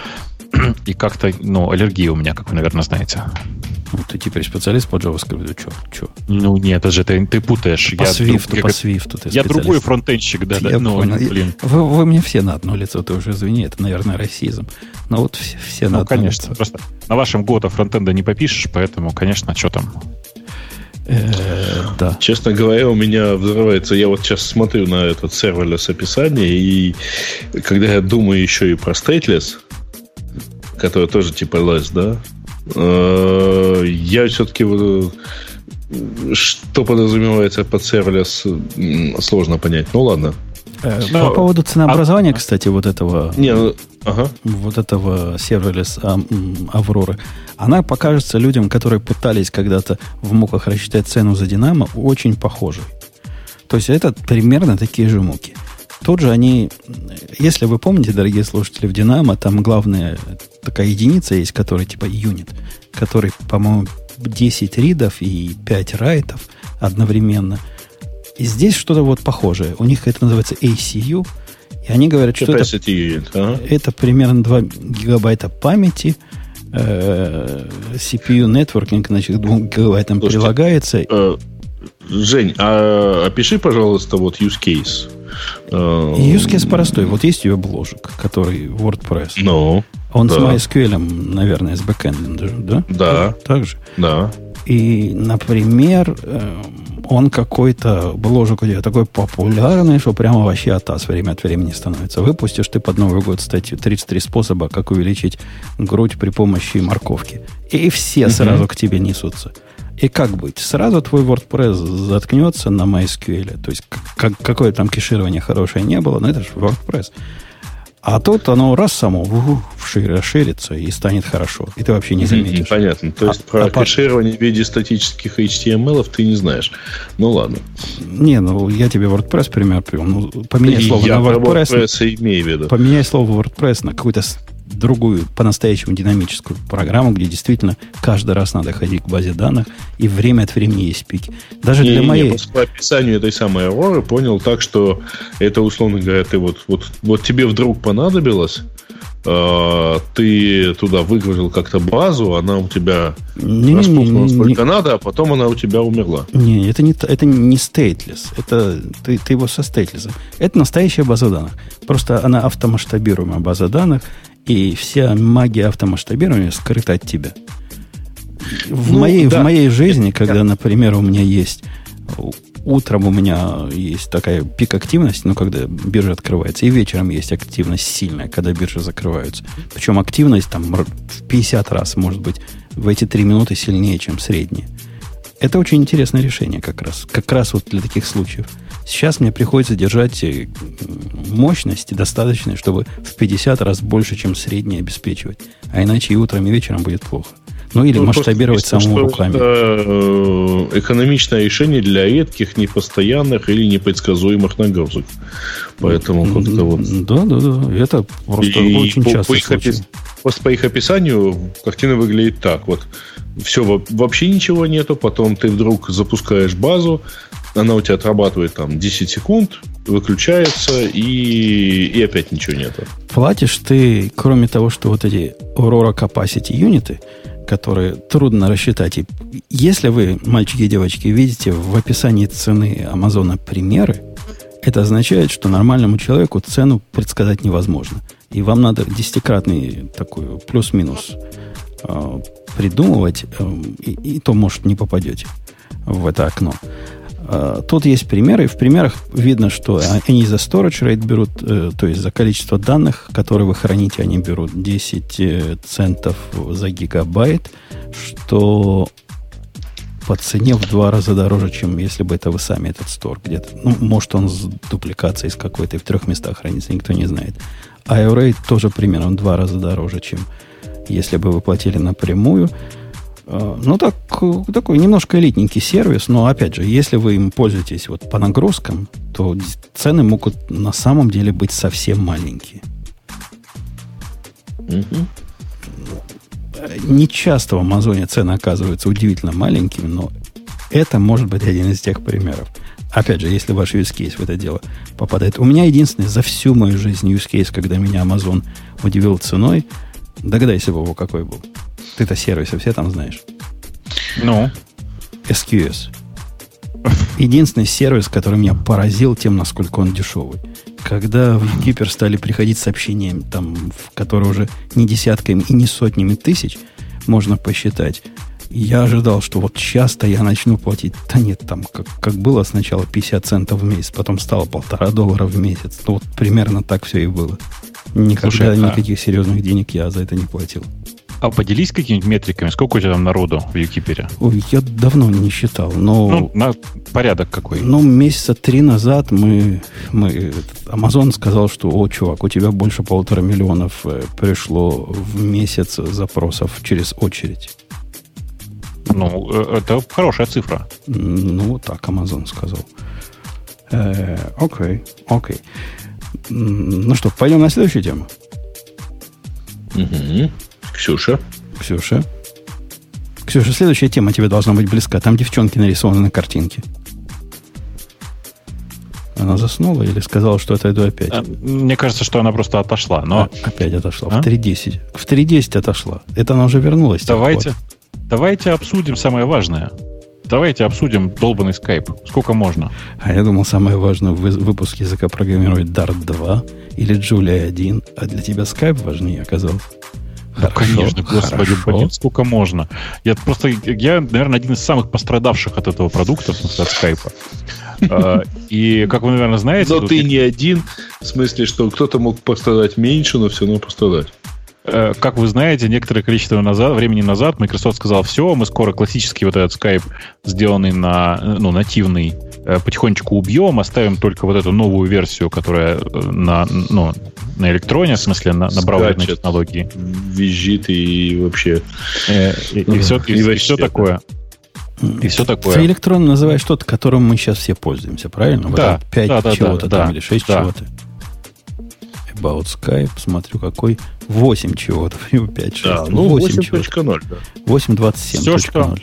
И как-то, ну, аллергия у меня, как вы, наверное, знаете. Ну, ты теперь специалист по JavaScript. Че? Че? Ну, нет, это же ты, ты путаешь. По я, Swift, я, по Swift ты Я другой фронтенщик, да. да ну, блин. Вы, вы мне все на одно лицо, ты уже извини, это, наверное, расизм. Но вот все, все на ну, одно конечно, лицо. Просто на вашем года фронтенда не попишешь, поэтому, конечно, что там... Да. Честно говоря, у меня взрывается. Я вот сейчас смотрю на этот серверлесс описание, и когда я думаю еще и про stateless, который тоже типа less, да, я все-таки что подразумевается под серверлесс, сложно понять. Ну ладно. По Но... поводу ценообразования, а... кстати, вот этого, Не, ну... ага. вот этого серверлесс Авроры, она покажется людям, которые пытались когда-то в муках рассчитать цену за Динамо, очень похожей. То есть это примерно такие же муки. Тут же они, если вы помните, дорогие слушатели, в Динамо там главная такая единица есть, которая типа юнит, который, по-моему, десять ридов и пять райтов одновременно. И здесь что-то вот похожее. У них это называется эй си ю. И они говорят, что это, unit, ага. это примерно два гигабайта памяти. Э, си пи ю нетворкинг, значит, к двум гигабайтам Слушайте, прилагается. Э, Жень, а опиши, пожалуйста, вот use case. Use case простой. Вот есть у тебя бложек, который WordPress. Ну, Он да. с MySQL, наверное, с бэкэндом, да? Да. Так же? Да. И, например, он какой-то, бложек у тебя такой популярный, что прямо вообще атас время от времени становится. Выпустишь ты под Новый год статью тридцать три способа, как увеличить грудь при помощи морковки. И все угу. сразу к тебе несутся. И как быть? Сразу твой WordPress заткнется на MySQL. То есть, как, какое там кеширование хорошее не было, но это же WordPress. А тут оно раз само угу, вшире расширится и станет хорошо. И ты вообще не заметишь. Понятно. То есть, а, про а кэширование по... в виде статических эйч ти эм эл ты не знаешь. Ну, ладно. Не, ну, я тебе WordPress пример привел. Ну, поменяй слово я на WordPress. WordPress имею в виду. Поменяй слово WordPress на какую-то другую, по-настоящему динамическую программу, где действительно каждый раз надо ходить к базе данных, и время от времени есть пики. Даже не, для моей... Не, по описанию этой самой Aurora понял так, что это, условно говоря, ты вот, вот, вот тебе вдруг понадобилось, э, ты туда выгрузил как-то базу, она у тебя не, распухнула не, сколько не, надо, а потом она у тебя умерла. Не, это не, это не stateless. Это ты, ты его со stateless. Это настоящая база данных. Просто она автомасштабируемая база данных, и вся магия автомасштабирования скрыта от тебя. В, ну, моей, да. в моей жизни, когда, например, у меня есть... Утром у меня есть такая пик активности, ну, когда биржа открывается, и вечером есть активность сильная, когда биржи закрываются. Причем активность там в пятьдесят раз, может быть, в эти три минуты сильнее, чем средняя. Это очень интересное решение как раз. Как раз вот для таких случаев. Сейчас мне приходится держать мощности достаточные, чтобы в пятьдесят раз больше, чем средняя обеспечивать. А иначе и утром, и вечером будет плохо. Ну, или ну, масштабировать самому руками. Это экономичное решение для редких, непостоянных или непредсказуемых нагрузок. Поэтому как-то вот... Да, да, да. Это просто и очень по, часто по их, опис... по их описанию картина выглядит так. Вот все, вообще ничего нету. Потом ты вдруг запускаешь базу, она у тебя отрабатывает там десять секунд, выключается, и, и опять ничего нету. Платишь ты, кроме того, что вот эти Aurora Capacity юниты, которые трудно рассчитать. И если вы, мальчики и девочки, видите в описании цены Амазона примеры, это означает, что нормальному человеку цену предсказать невозможно. И вам надо десятикратный такой плюс-минус э, придумывать, э, и, и то, может, не попадете в это окно. Э, тут есть примеры, и в примерах видно, что они за storage rate берут, э, то есть за количество данных, которые вы храните, они берут десять центов за гигабайт, что по цене в два раза дороже, чем если бы это вы сами этот стор где-то. Ну, может, он с дупликацией с какой-то и в трех местах хранится, никто не знает. А iRate тоже примерно в два раза дороже, чем если бы вы платили напрямую. Ну, так, такой немножко элитненький сервис, но, опять же, если вы им пользуетесь вот по нагрузкам, то цены могут на самом деле быть совсем маленькие. Mm-hmm. Не часто в Амазоне цены оказываются удивительно маленькими, но это может быть один из тех примеров. Опять же, если ваш use case в это дело попадает. У меня единственный за всю мою жизнь use case, когда меня Amazon удивил ценой, догадайся, Бобу, какой был. Ты-то сервисы все там знаешь. Ну? эс кью эс. Единственный сервис, который меня поразил тем, насколько он дешевый. Когда в Юкипер стали приходить сообщения, там, в которые уже не десятками и не сотнями тысяч можно посчитать, я ожидал, что вот сейчас-то я начну платить. Да нет, там, как, как было сначала пятьдесят центов в месяц, потом стало полтора доллара в месяц. Ну, вот примерно так все и было. Никогда Слушай, никаких а... серьезных денег я за это не платил. А поделись какими-нибудь метриками. Сколько у тебя там народу в Юкипере? Ой, я давно не считал. Но, ну, на порядок какой? Ну, месяца три назад мы, мы... Amazon сказал, что, о, чувак, у тебя больше полутора миллионов пришло в месяц запросов через очередь. Ну, это хорошая цифра. Ну, так Amazon сказал. Э, окей, окей. Ну что, пойдем на следующую тему? Угу. Ксюша. Ксюша. Ксюша, следующая тема тебе должна быть близка. Там девчонки нарисованы на картинке. Она заснула или сказала, что отойду опять? А, мне кажется, что она просто отошла. Но... А, опять отошла. А? В три десять. В три десять отошла. Это она уже вернулась. Давайте, давайте обсудим самое важное. Давайте обсудим долбанный скайп. Сколько можно? А я думал, самое важное в выпуске языка программировать дарт два или Джулия один. А для тебя скайп важнее оказался. Ну, конечно, господи, блин, сколько можно. Я просто, я, наверное, один из самых пострадавших от этого продукта, в смысле, от скайпа. И, как вы, наверное, знаете... Но ты не один, в смысле, что кто-то мог пострадать меньше, но все равно пострадать. Как вы знаете, некоторое количество назад, времени назад Microsoft сказал, все, мы скоро классический вот этот Skype, сделанный на, ну, нативный, потихонечку убьем, оставим только вот эту новую версию, которая на, ну, на электроне, в смысле, на, на браузерной технологии. Визжит и вообще... И, и, и, все, и, и, и все такое. И все такое. Ты электрон называешь тот, которым мы сейчас все пользуемся, правильно? Да. Вот пять да, да, чего-то да, там да, или шесть да. чего-то. About Skype, смотрю, какой восемь чего-то, пять шесть. Да, ну восемь точка ноль, да. восемь двадцать семь точка ноль. Все, что,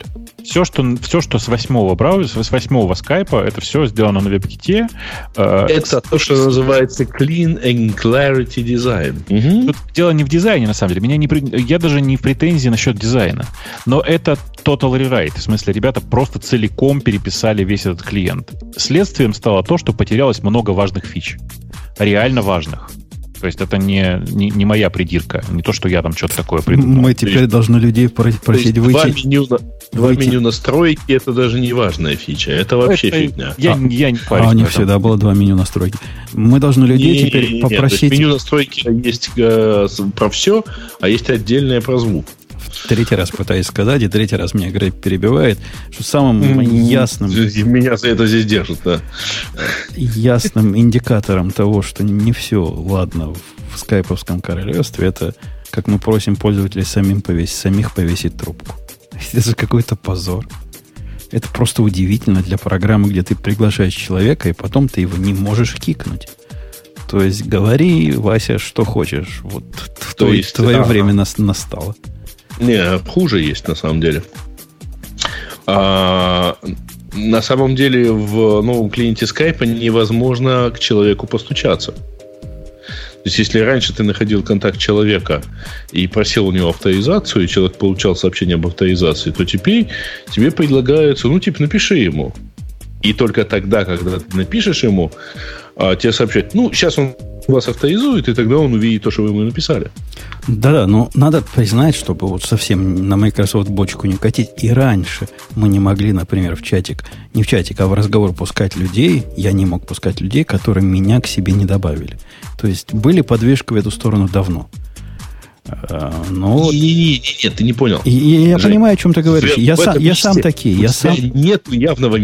все, что, все, что с восьмого браузера, с восьмого скайпа, это все сделано на WebKit. Это то, что называется Clean and Clarity Design. Угу. Тут дело не в дизайне, на самом деле. Меня не, я даже не в претензии насчет дизайна. Но это total rewrite. В смысле, ребята просто целиком переписали весь этот клиент. Следствием стало то, что потерялось много важных фич. Реально важных. То есть это не, не, не моя придирка, не то, что я там что-то такое придумал. Мы теперь есть, должны людей просить выйти. Два меню, два меню настройки — это даже не важная фича, это вообще это, фигня. Я, а, я не парюсь. А у них всегда было два меню настройки. Мы должны людей не, теперь не, не, попросить... Нет, меню настройки есть э, про все, а есть отдельное про звук. Третий раз пытаюсь сказать, и третий раз меня Грей перебивает, что самым mm-hmm. ясным... Меня за это здесь держат, да. Ясным индикатором того, что не все ладно в скайповском королевстве, это как мы просим пользователей самим повесить, самих повесить трубку. Это же какой-то позор. Это просто удивительно для программы, где ты приглашаешь человека, и потом ты его не можешь кикнуть. То есть говори, Вася, что хочешь. Вот То есть, твое ага. время нас, настало. Не, хуже есть на самом деле. А, на самом деле в новом клиенте скайпа невозможно к человеку постучаться. То есть, если раньше ты находил контакт человека и просил у него авторизацию, и человек получал сообщение об авторизации, то теперь тебе предлагается, ну, типа, напиши ему. И только тогда, когда ты напишешь ему, тебе сообщают, ну, сейчас он вас авторизует, и тогда он увидит то, что вы ему написали. Да-да, но надо признать, чтобы вот совсем на Microsoft бочку не катить. И раньше мы не могли, например, в чатик, не в чатик, а в разговор пускать людей. Я не мог пускать людей, которые меня к себе не добавили. То есть были подвижки в эту сторону давно. Но... Не, не, не, нет, ты не понял. И, и я Жень, понимаю, о чем ты говоришь. В, я, в сам, я сам такие. Я сам... Нет явного,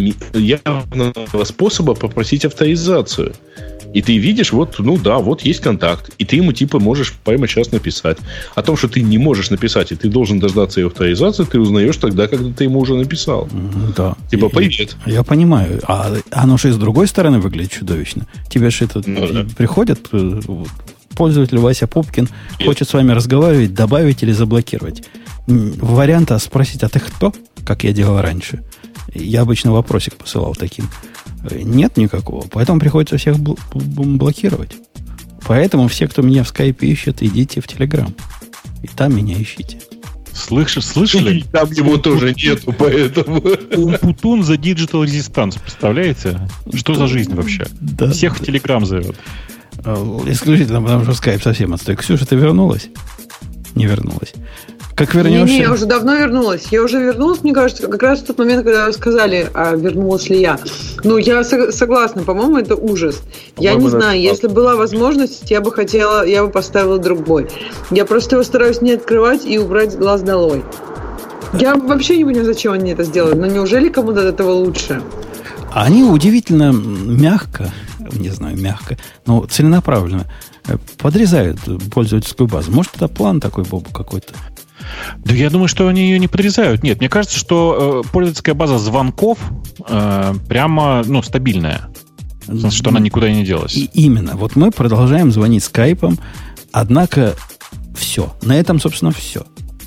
явного способа попросить авторизацию. И ты видишь, вот, ну да, вот есть контакт. И ты ему типа можешь прямо сейчас написать. О том, что ты не можешь написать, и ты должен дождаться ее авторизации, ты узнаешь тогда, когда ты ему уже написал. Да. Типа, привет. Я, я понимаю. А оно же и с другой стороны выглядит чудовищно. Тебе же это ну, да. приходят... Пользователь Вася Пупкин Нет. хочет с вами разговаривать, добавить или заблокировать. Варианта спросить, а ты кто? Как я делал раньше. Я обычно вопросик посылал таким. Нет никакого. Поэтому приходится всех бл- блокировать. Поэтому все, кто меня в скайпе ищет, идите в Телеграм. И там меня ищите. Слышишь, слышали? Там его тоже нету, поэтому... Умпутун за Digital Resistance, представляете? Что за жизнь вообще? Всех в Телеграм зовет. Исключительно, потому что скайп совсем отстой. Ксюша, ты вернулась? Не вернулась. Как вернешься? Не, не, я уже давно вернулась. Я уже вернулась, мне кажется, как раз в тот момент, когда вы сказали, а вернулась ли я. Ну, я согласна, по-моему, это ужас. Я не знаю, если была возможность, я бы хотела, я бы поставила другой. Я просто его стараюсь не открывать и убрать глаз долой. Я вообще не понимаю, зачем они это сделали, но неужели кому-то от этого лучше? Они удивительно мягко, не знаю, мягко, но целенаправленно подрезают пользовательскую базу. Может, это план такой, Бобу, какой-то? Да я думаю, что они ее не подрезают. Нет, мне кажется, что э, пользовательская база звонков э, прямо, ну, стабильная. В смысле, что она никуда не делась. И именно. Вот мы продолжаем звонить скайпом, однако все. На этом, собственно, все.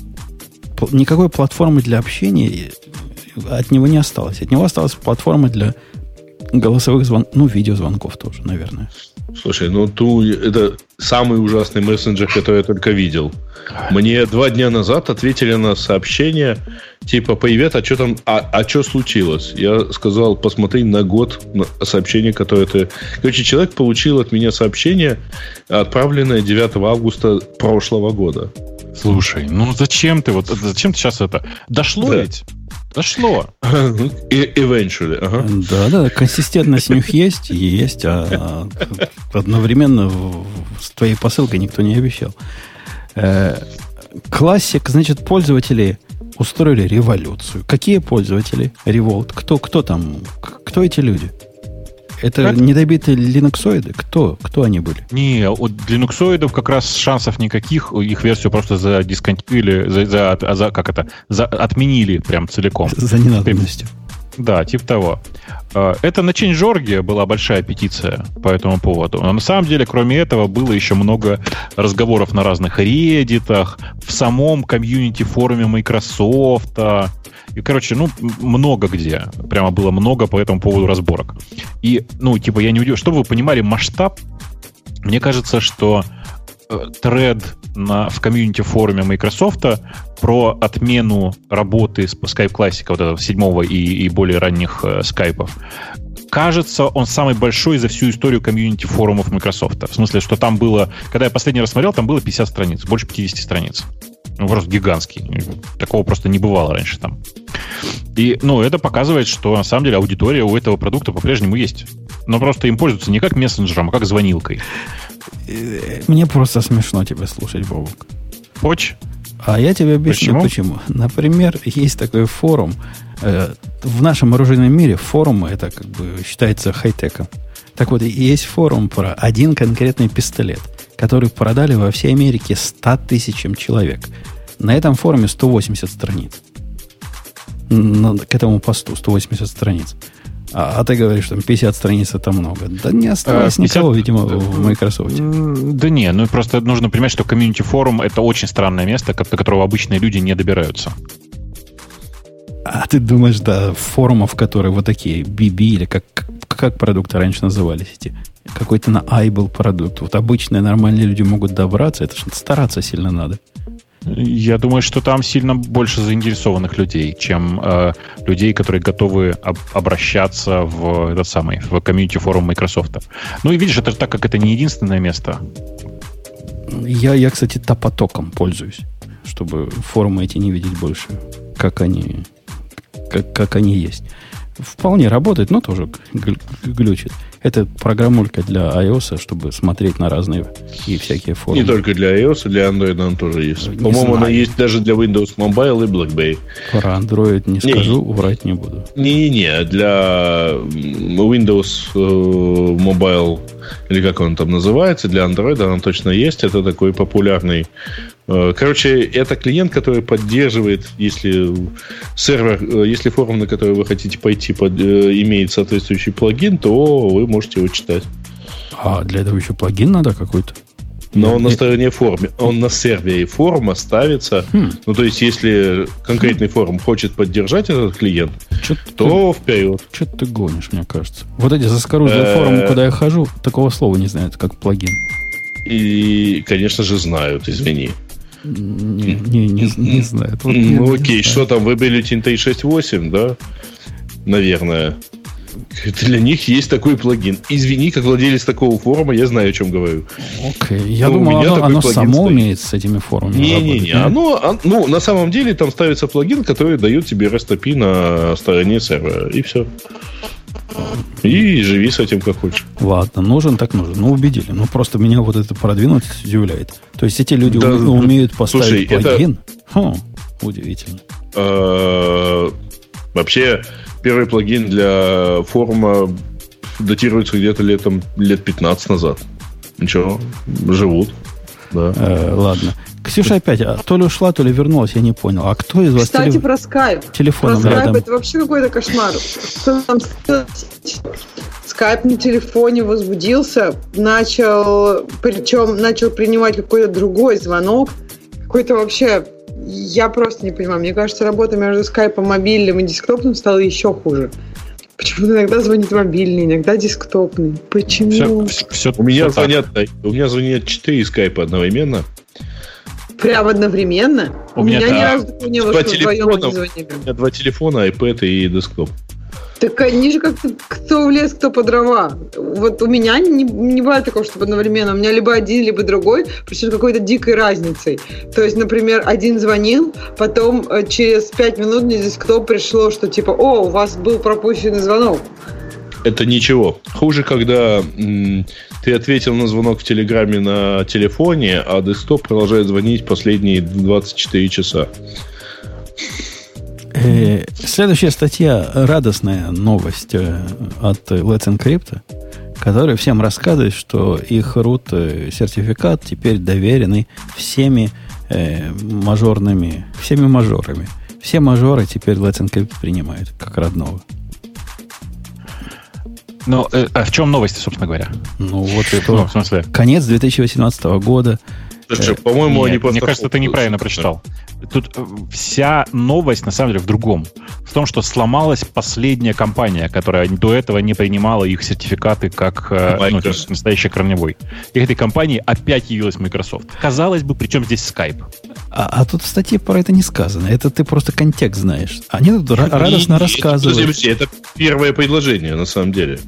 Никакой платформы для общения от него не осталось. От него осталась платформа для голосовых звонков, ну, видеозвонков тоже, наверное. Слушай, ну ту, это самый ужасный мессенджер, который я только видел. Мне два дня назад ответили на сообщение, типа, привет, а что там, а, а что случилось? Я сказал, посмотри на год на сообщение, которое ты... Короче, человек получил от меня сообщение, отправленное девятого августа прошлого года. Слушай, ну зачем ты вот, зачем ты сейчас это... Дошло да. ведь? Дошло. Eventually. Ага. Да, да, консистентность у них есть, есть, а, а одновременно в, с твоей посылкой никто не обещал. Э, классик, значит, пользователи устроили революцию. Какие пользователи? Револт. Кто, кто там? Кто эти люди? Это как? Недобитые линуксоиды? Кто? Кто они были? Не, у линуксоидов как раз шансов никаких. Их версию просто задисконтинуили, за, за, за, как это, за, отменили прям целиком. За ненадобностью. Да, типа того. Это на Change.org была большая петиция по этому поводу. Но на самом деле, кроме этого, было еще много разговоров на разных реддитах, в самом комьюнити-форуме Microsoft. И, короче, ну, много где. Прямо было много по этому поводу разборок. И, ну, типа, я не удивлен. Чтобы вы понимали масштаб, мне кажется, что тред на, в комьюнити-форуме Microsoft про отмену работы с Skype Classic, вот этого седьмого и, и более ранних э, скайпов, кажется, он самый большой за всю историю комьюнити-форумов Microsoft. В смысле, что там было... Когда я последний раз смотрел, там было пятьдесят страниц, больше пятьдесят страниц. Ну, просто гигантский. Такого просто не бывало раньше там. И, ну, это показывает, что, на самом деле, аудитория у этого продукта по-прежнему есть. Но просто им пользуются не как мессенджером, а как звонилкой. Мне просто смешно тебя слушать, Бобук. Поч? А я тебе объясню, почему. почему. Например, есть такой форум. Э, в нашем оружейном мире форумы, это как бы считается хай-теком. Так вот, есть форум про один конкретный пистолет, который продали во всей Америке ста тысячам человек. На этом форуме сто восемьдесят страниц. На, к этому посту сто восемьдесят страниц. А, а ты говоришь, что пятьдесят страниц это много. Да не осталось пятьдесят... никого, видимо, в Microsoft. Да не, ну просто нужно понимать, что комьюнити-форум это очень странное место, до которого обычные люди не добираются. А ты думаешь, да, форумов, которые вот такие, би би или как, как продукты раньше назывались эти, какой-то на ай был продукт. Вот обычные нормальные люди могут добраться, это же стараться сильно надо. Я думаю, что там сильно больше заинтересованных людей, чем э, людей, которые готовы об- обращаться в этот самый, в комьюнити-форум Microsoft. Ну и видишь, это же так, как это не единственное место. Я, я кстати, топотоком пользуюсь, чтобы форумы эти не видеть больше, как они, как, как они есть. Вполне работает, но тоже глючит. Это программулька для iOS, чтобы смотреть на разные и всякие форумы. Не только для iOS, для Android она тоже есть. Не По-моему, знаю. Она есть даже для Windows Mobile и BlackBerry. Про Android не, не скажу, врать не буду. Не-не-не, для Windows Mobile, или как он там называется, для Android она точно есть. Это такой популярный... Короче, это клиент, который поддерживает, если сервер, если форум, на который вы хотите пойти, под, имеет соответствующий плагин, то вы можете его читать. А для этого еще плагин надо какой-то? Но он на стороне форума, он на сервере форума ставится. Хм. Ну, то есть, если конкретный форум хочет поддержать этот клиент, Чё то ты, вперед. Что-то ты гонишь, мне кажется. Вот эти заскорузлые форумы, куда я хожу, такого слова не знают, как плагин. И, конечно же, знают, извини. Не, не, не, не знаю. Вот ну, окей, что там, вы бюллетень три шесть восемь, да? Наверное. Для них есть такой плагин. Извини, как владелец такого форума, я знаю, о чем говорю. Окей, я ну, думал, оно, оно само стоит. Умеет с этими форумами Не-не-не, оно, ну, на самом деле там ставится плагин, который дает тебе REST эй пи ай на стороне сервера, и все. И живи с этим как хочешь. Ладно, нужен так нужен. Ну, убедили. Ну, просто меня вот это продвинутость удивляет. То есть эти люди да, у- умеют поставить слушай, плагин? Это... Хм, удивительно. Вообще, первый плагин для форума датируется где-то летом, лет пятнадцать назад. Ничего, живут. Да. Э, ладно. Ксюша опять, а то ли ушла, то ли вернулась, я не понял. А кто из вас... Кстати, телеф... про скайп. Телефоном про рядом. Скайп это вообще какой-то кошмар. Скайп на телефоне возбудился, начал, причем начал принимать какой-то другой звонок. Какой-то вообще... Я просто не понимаю. Мне кажется, работа между скайпом мобильным и десктопным стала еще хуже. Почему иногда звонит мобильный, иногда десктопный? Почему? Все, все, у, меня звонят, у меня звонят четыре скайпа одновременно. Прям одновременно? У, у меня, меня да. ни разу такого не было, что вдвоем они звонили. У меня два телефона, iPad и десктоп. Так они же как-то кто в лес, кто по дрова. Вот у меня не, не бывает такого, чтобы одновременно. У меня либо один, либо другой, причем с какой-то дикой разницей. То есть, например, один звонил, потом через пять минут мне десктоп пришло, что типа, о, у вас был пропущенный звонок. Это ничего. Хуже, когда м, ты ответил на звонок в Телеграме на телефоне, а десктоп продолжает звонить последние двадцать четыре часа. Э, следующая статья, радостная новость от Let's Encrypt, которая всем рассказывает, что их root сертификат теперь доверенный всеми э, мажорными, всеми мажорами. Все мажоры теперь Let's Encrypt принимают как родного. Ну, э, а в чем новость, собственно говоря? Ну, вот это ну, в смысле? Конец две тысячи восемнадцатого года. Слушай, по-моему, Нет, они просто... Мне кажется, ты неправильно прочитал. Тут вся новость, на самом деле, в другом. В том, что сломалась последняя компания, которая до этого не принимала их сертификаты как ну, настоящий корневой. И этой компанией опять явилась Microsoft. Казалось бы, при чем здесь Skype? А, а тут в статье про это не сказано. Это ты просто контекст знаешь. Они тут р- радостно не, рассказывают. Подожди, это первое предложение, на самом деле.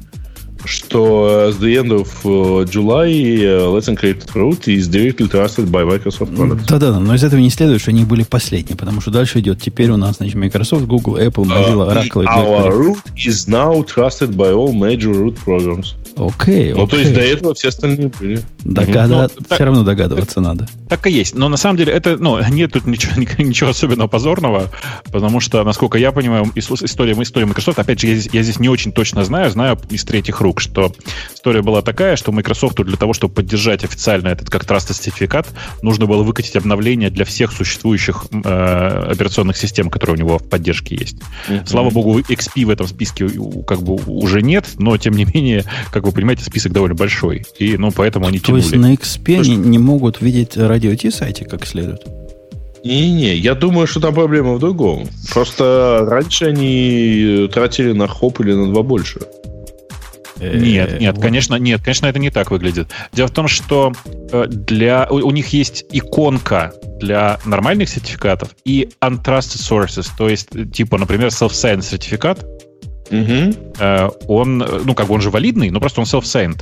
Что at the end of July Let's Encrypt Root is directly trusted by Microsoft products. Да-да-да, но из этого не следует, что они были последние, потому что дальше идет, теперь у нас, значит, Microsoft, Google, Apple, Mozilla, Oracle. Uh, our root is now trusted by all major root programs. Окей, okay, Ну, okay. то есть до этого все остальные были. Догадываться, ну, все так, равно догадываться надо. Так и есть. Но на самом деле это, ну, нет тут ничего, ничего особенного позорного, потому что, насколько я понимаю, история, история Microsoft, опять же, я здесь, я здесь не очень точно знаю, знаю из третьих рук, что история была такая, что Microsoft для того, чтобы поддержать официально этот как Trusted сертификат, нужно было выкатить обновление для всех существующих э, операционных систем, которые у него в поддержке есть. Mm-hmm. Слава богу, икс пи в этом списке как бы уже нет, но тем не менее, как вы понимаете, список довольно большой. И, ну, поэтому они То тянули. есть на икс пи они не могут видеть радио Ти сайте как следует? Не-не, я думаю, что там проблема в другом. Просто раньше они тратили на хоп или на два больше. Нет, нет, конечно, нет, конечно, это не так выглядит. Дело в том, что для, у, у них есть иконка для нормальных сертификатов и untrusted sources, то есть, типа, например, self-signed сертификат. Uh-huh. Он, ну, как бы он же валидный, но просто он self-signed.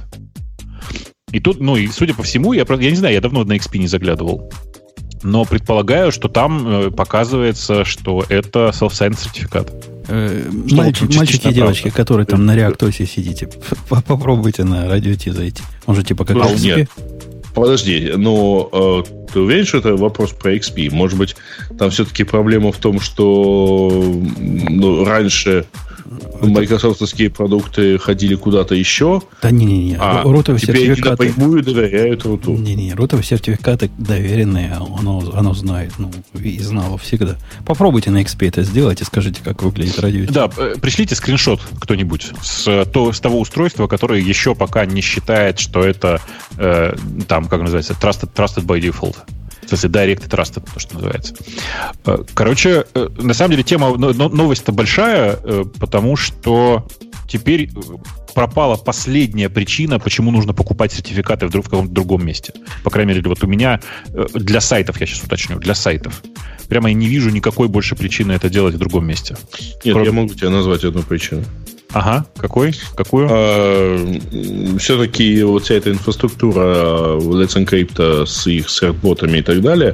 И тут, ну, и судя по всему, я, я не знаю, я давно на икс пи не заглядывал, но предполагаю, что там показывается, что это self-signed сертификат. Э, мальчик, мальчики и девочки, правда, которые там на реактосе сидите, попробуйте на радио Ти зайти. Он же типа как икс пи. Нет. Подожди, но э, ты уверен, что это вопрос про икс пи? Может быть, там все-таки проблема в том, что ну, раньше майкрософтовские продукты ходили куда-то еще. Да не-не-не. А рутовые теперь сертификаты... они напрямую доверяют руту. Не-не, рутовые сертификаты доверенные, оно, оно знает, ну, и знало всегда. Попробуйте на икс пи это сделать и скажите, как выглядит радио Ти. Да, пришлите скриншот кто-нибудь с, то, с того устройства, которое еще пока не считает, что это э, там, как называется, trusted, trusted by default. В смысле, Direct Trusted, то, что называется. Короче, на самом деле тема, новость-то большая, потому что теперь пропала последняя причина, почему нужно покупать сертификаты вдруг в каком-то другом месте. По крайней мере, вот у меня для сайтов, я сейчас уточню, для сайтов. Прямо я не вижу никакой больше причины это делать в другом месте. Нет, Кроме... я могу тебе назвать одну причину. Ага, какой? Какую? А, все-таки вот вся эта инфраструктура Let's Encrypt с их сертботами и так далее,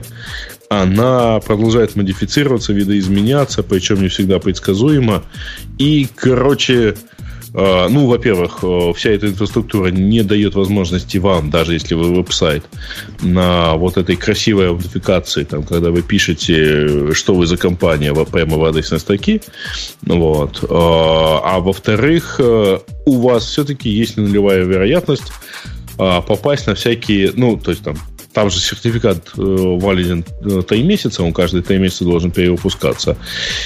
она продолжает модифицироваться, видоизменяться, причем не всегда предсказуемо. И, короче, ну, во-первых, вся эта инфраструктура не дает возможности вам, даже если вы веб-сайт, на вот этой красивой аутентификации, там, когда вы пишете, что вы за компания, прямо в адресной строке. Вот. А во-вторых, у вас все-таки есть нулевая вероятность попасть на всякие, ну, то есть там, там же сертификат валиден три месяца, он каждые три месяца должен перевыпускаться.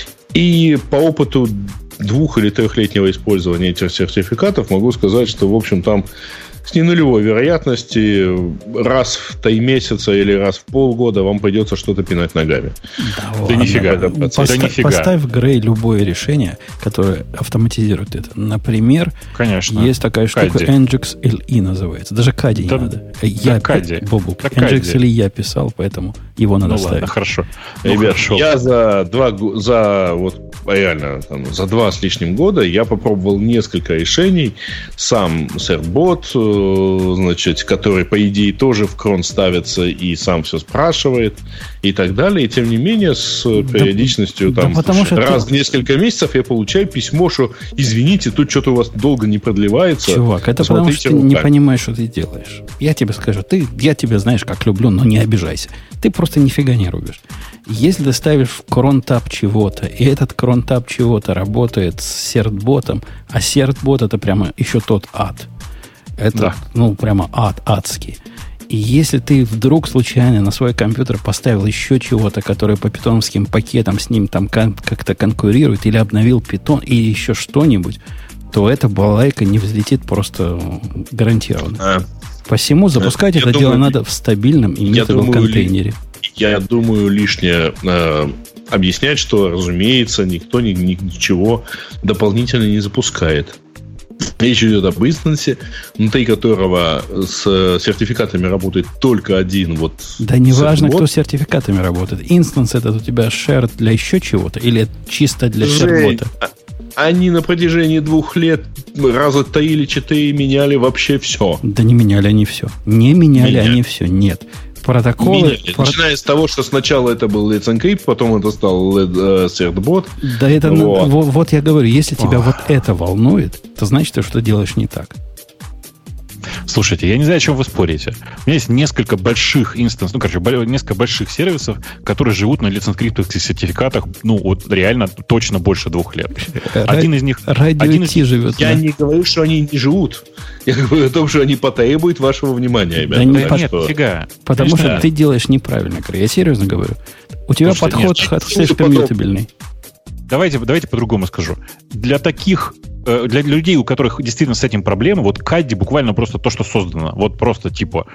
И по опыту двух- или трехлетнего использования этих сертификатов могу сказать, что, в общем, там с ненулевой вероятностью раз в три месяца или раз в полгода вам придется что-то пинать ногами. Да, да нифига. Поставь, да нифига. Поставь в Грей любое решение, которое автоматизирует это. Например, Конечно. Есть такая штука Кади. Nginx эл и называется. Даже Кади да, не надо. Я, да Кади. Бобук. Да Nginx эл и я писал, поэтому его надо ну, ставить. Ладно, хорошо. Ну, Ребят, хорошо. Я за два, за вот реально там, за два с лишним года я попробовал несколько решений. Сам сертбот, значит, который, по идее, тоже в крон ставится и сам все спрашивает и так далее. И тем не менее, с периодичностью да, там, да потому что раз ты... в несколько месяцев я получаю письмо, что извините, тут что-то у вас долго не продлевается. Чувак, это потому что ты руками. Не понимаешь, что ты делаешь. Я тебе скажу, ты, я тебя знаешь, как люблю, но не обижайся. Ты просто нифига не рубишь. Если ты ставишь в кронтаб чего-то, и этот кронтаб чего-то работает с сертботом, а сертбот это прямо еще тот ад. Это, да. ну, прямо ад, адский. И если ты вдруг случайно на свой компьютер поставил еще чего-то, которое по питоновским пакетам с ним там как-то конкурирует, или обновил питон, или еще что-нибудь, то эта балалайка не взлетит просто гарантированно. А, Посему запускать я это думаю, дело надо в стабильном и иммутабл контейнере. Я думаю, лишнее э, объяснять, что, разумеется, никто ни, ни, ничего дополнительно не запускает. Речь идет об инстансе, внутри которого с сертификатами работает только один. Вот да не важно, кто с сертификатами работает. Инстанс это у тебя шер для еще чего-то или чисто для сербота? Они на протяжении двух лет раза три или четыре меняли вообще все. Да не меняли они все. Не меняли, меняли. они все. Нет. Протоколы... Пар... Начиная с того, что сначала это был Let's Encrypt, потом это стал CertBot. Да это... Вот, вот, вот я говорю, если тебя Ох. вот это волнует, то значит, ты что делаешь не так. Слушайте, я не знаю, о чем вы спорите. У меня есть несколько больших инстанс, ну, короче, несколько больших сервисов, которые живут на лицензкриптовских сертификатах, ну, вот реально точно больше двух лет. Один из них... Радио Ти живет. Я да? не говорю, что они не живут. Я говорю о том, что они потребуют вашего внимания, ребята. Да не, да нет, фига. Потому Конечно, что да. ты делаешь неправильно, я серьезно говорю. У тебя Слушайте, подход нет, слишком мьютабельный. Давайте, давайте по-другому скажу. Для таких, для людей, у которых действительно с этим проблемы, вот Кадди буквально просто то, что создано. Вот просто типа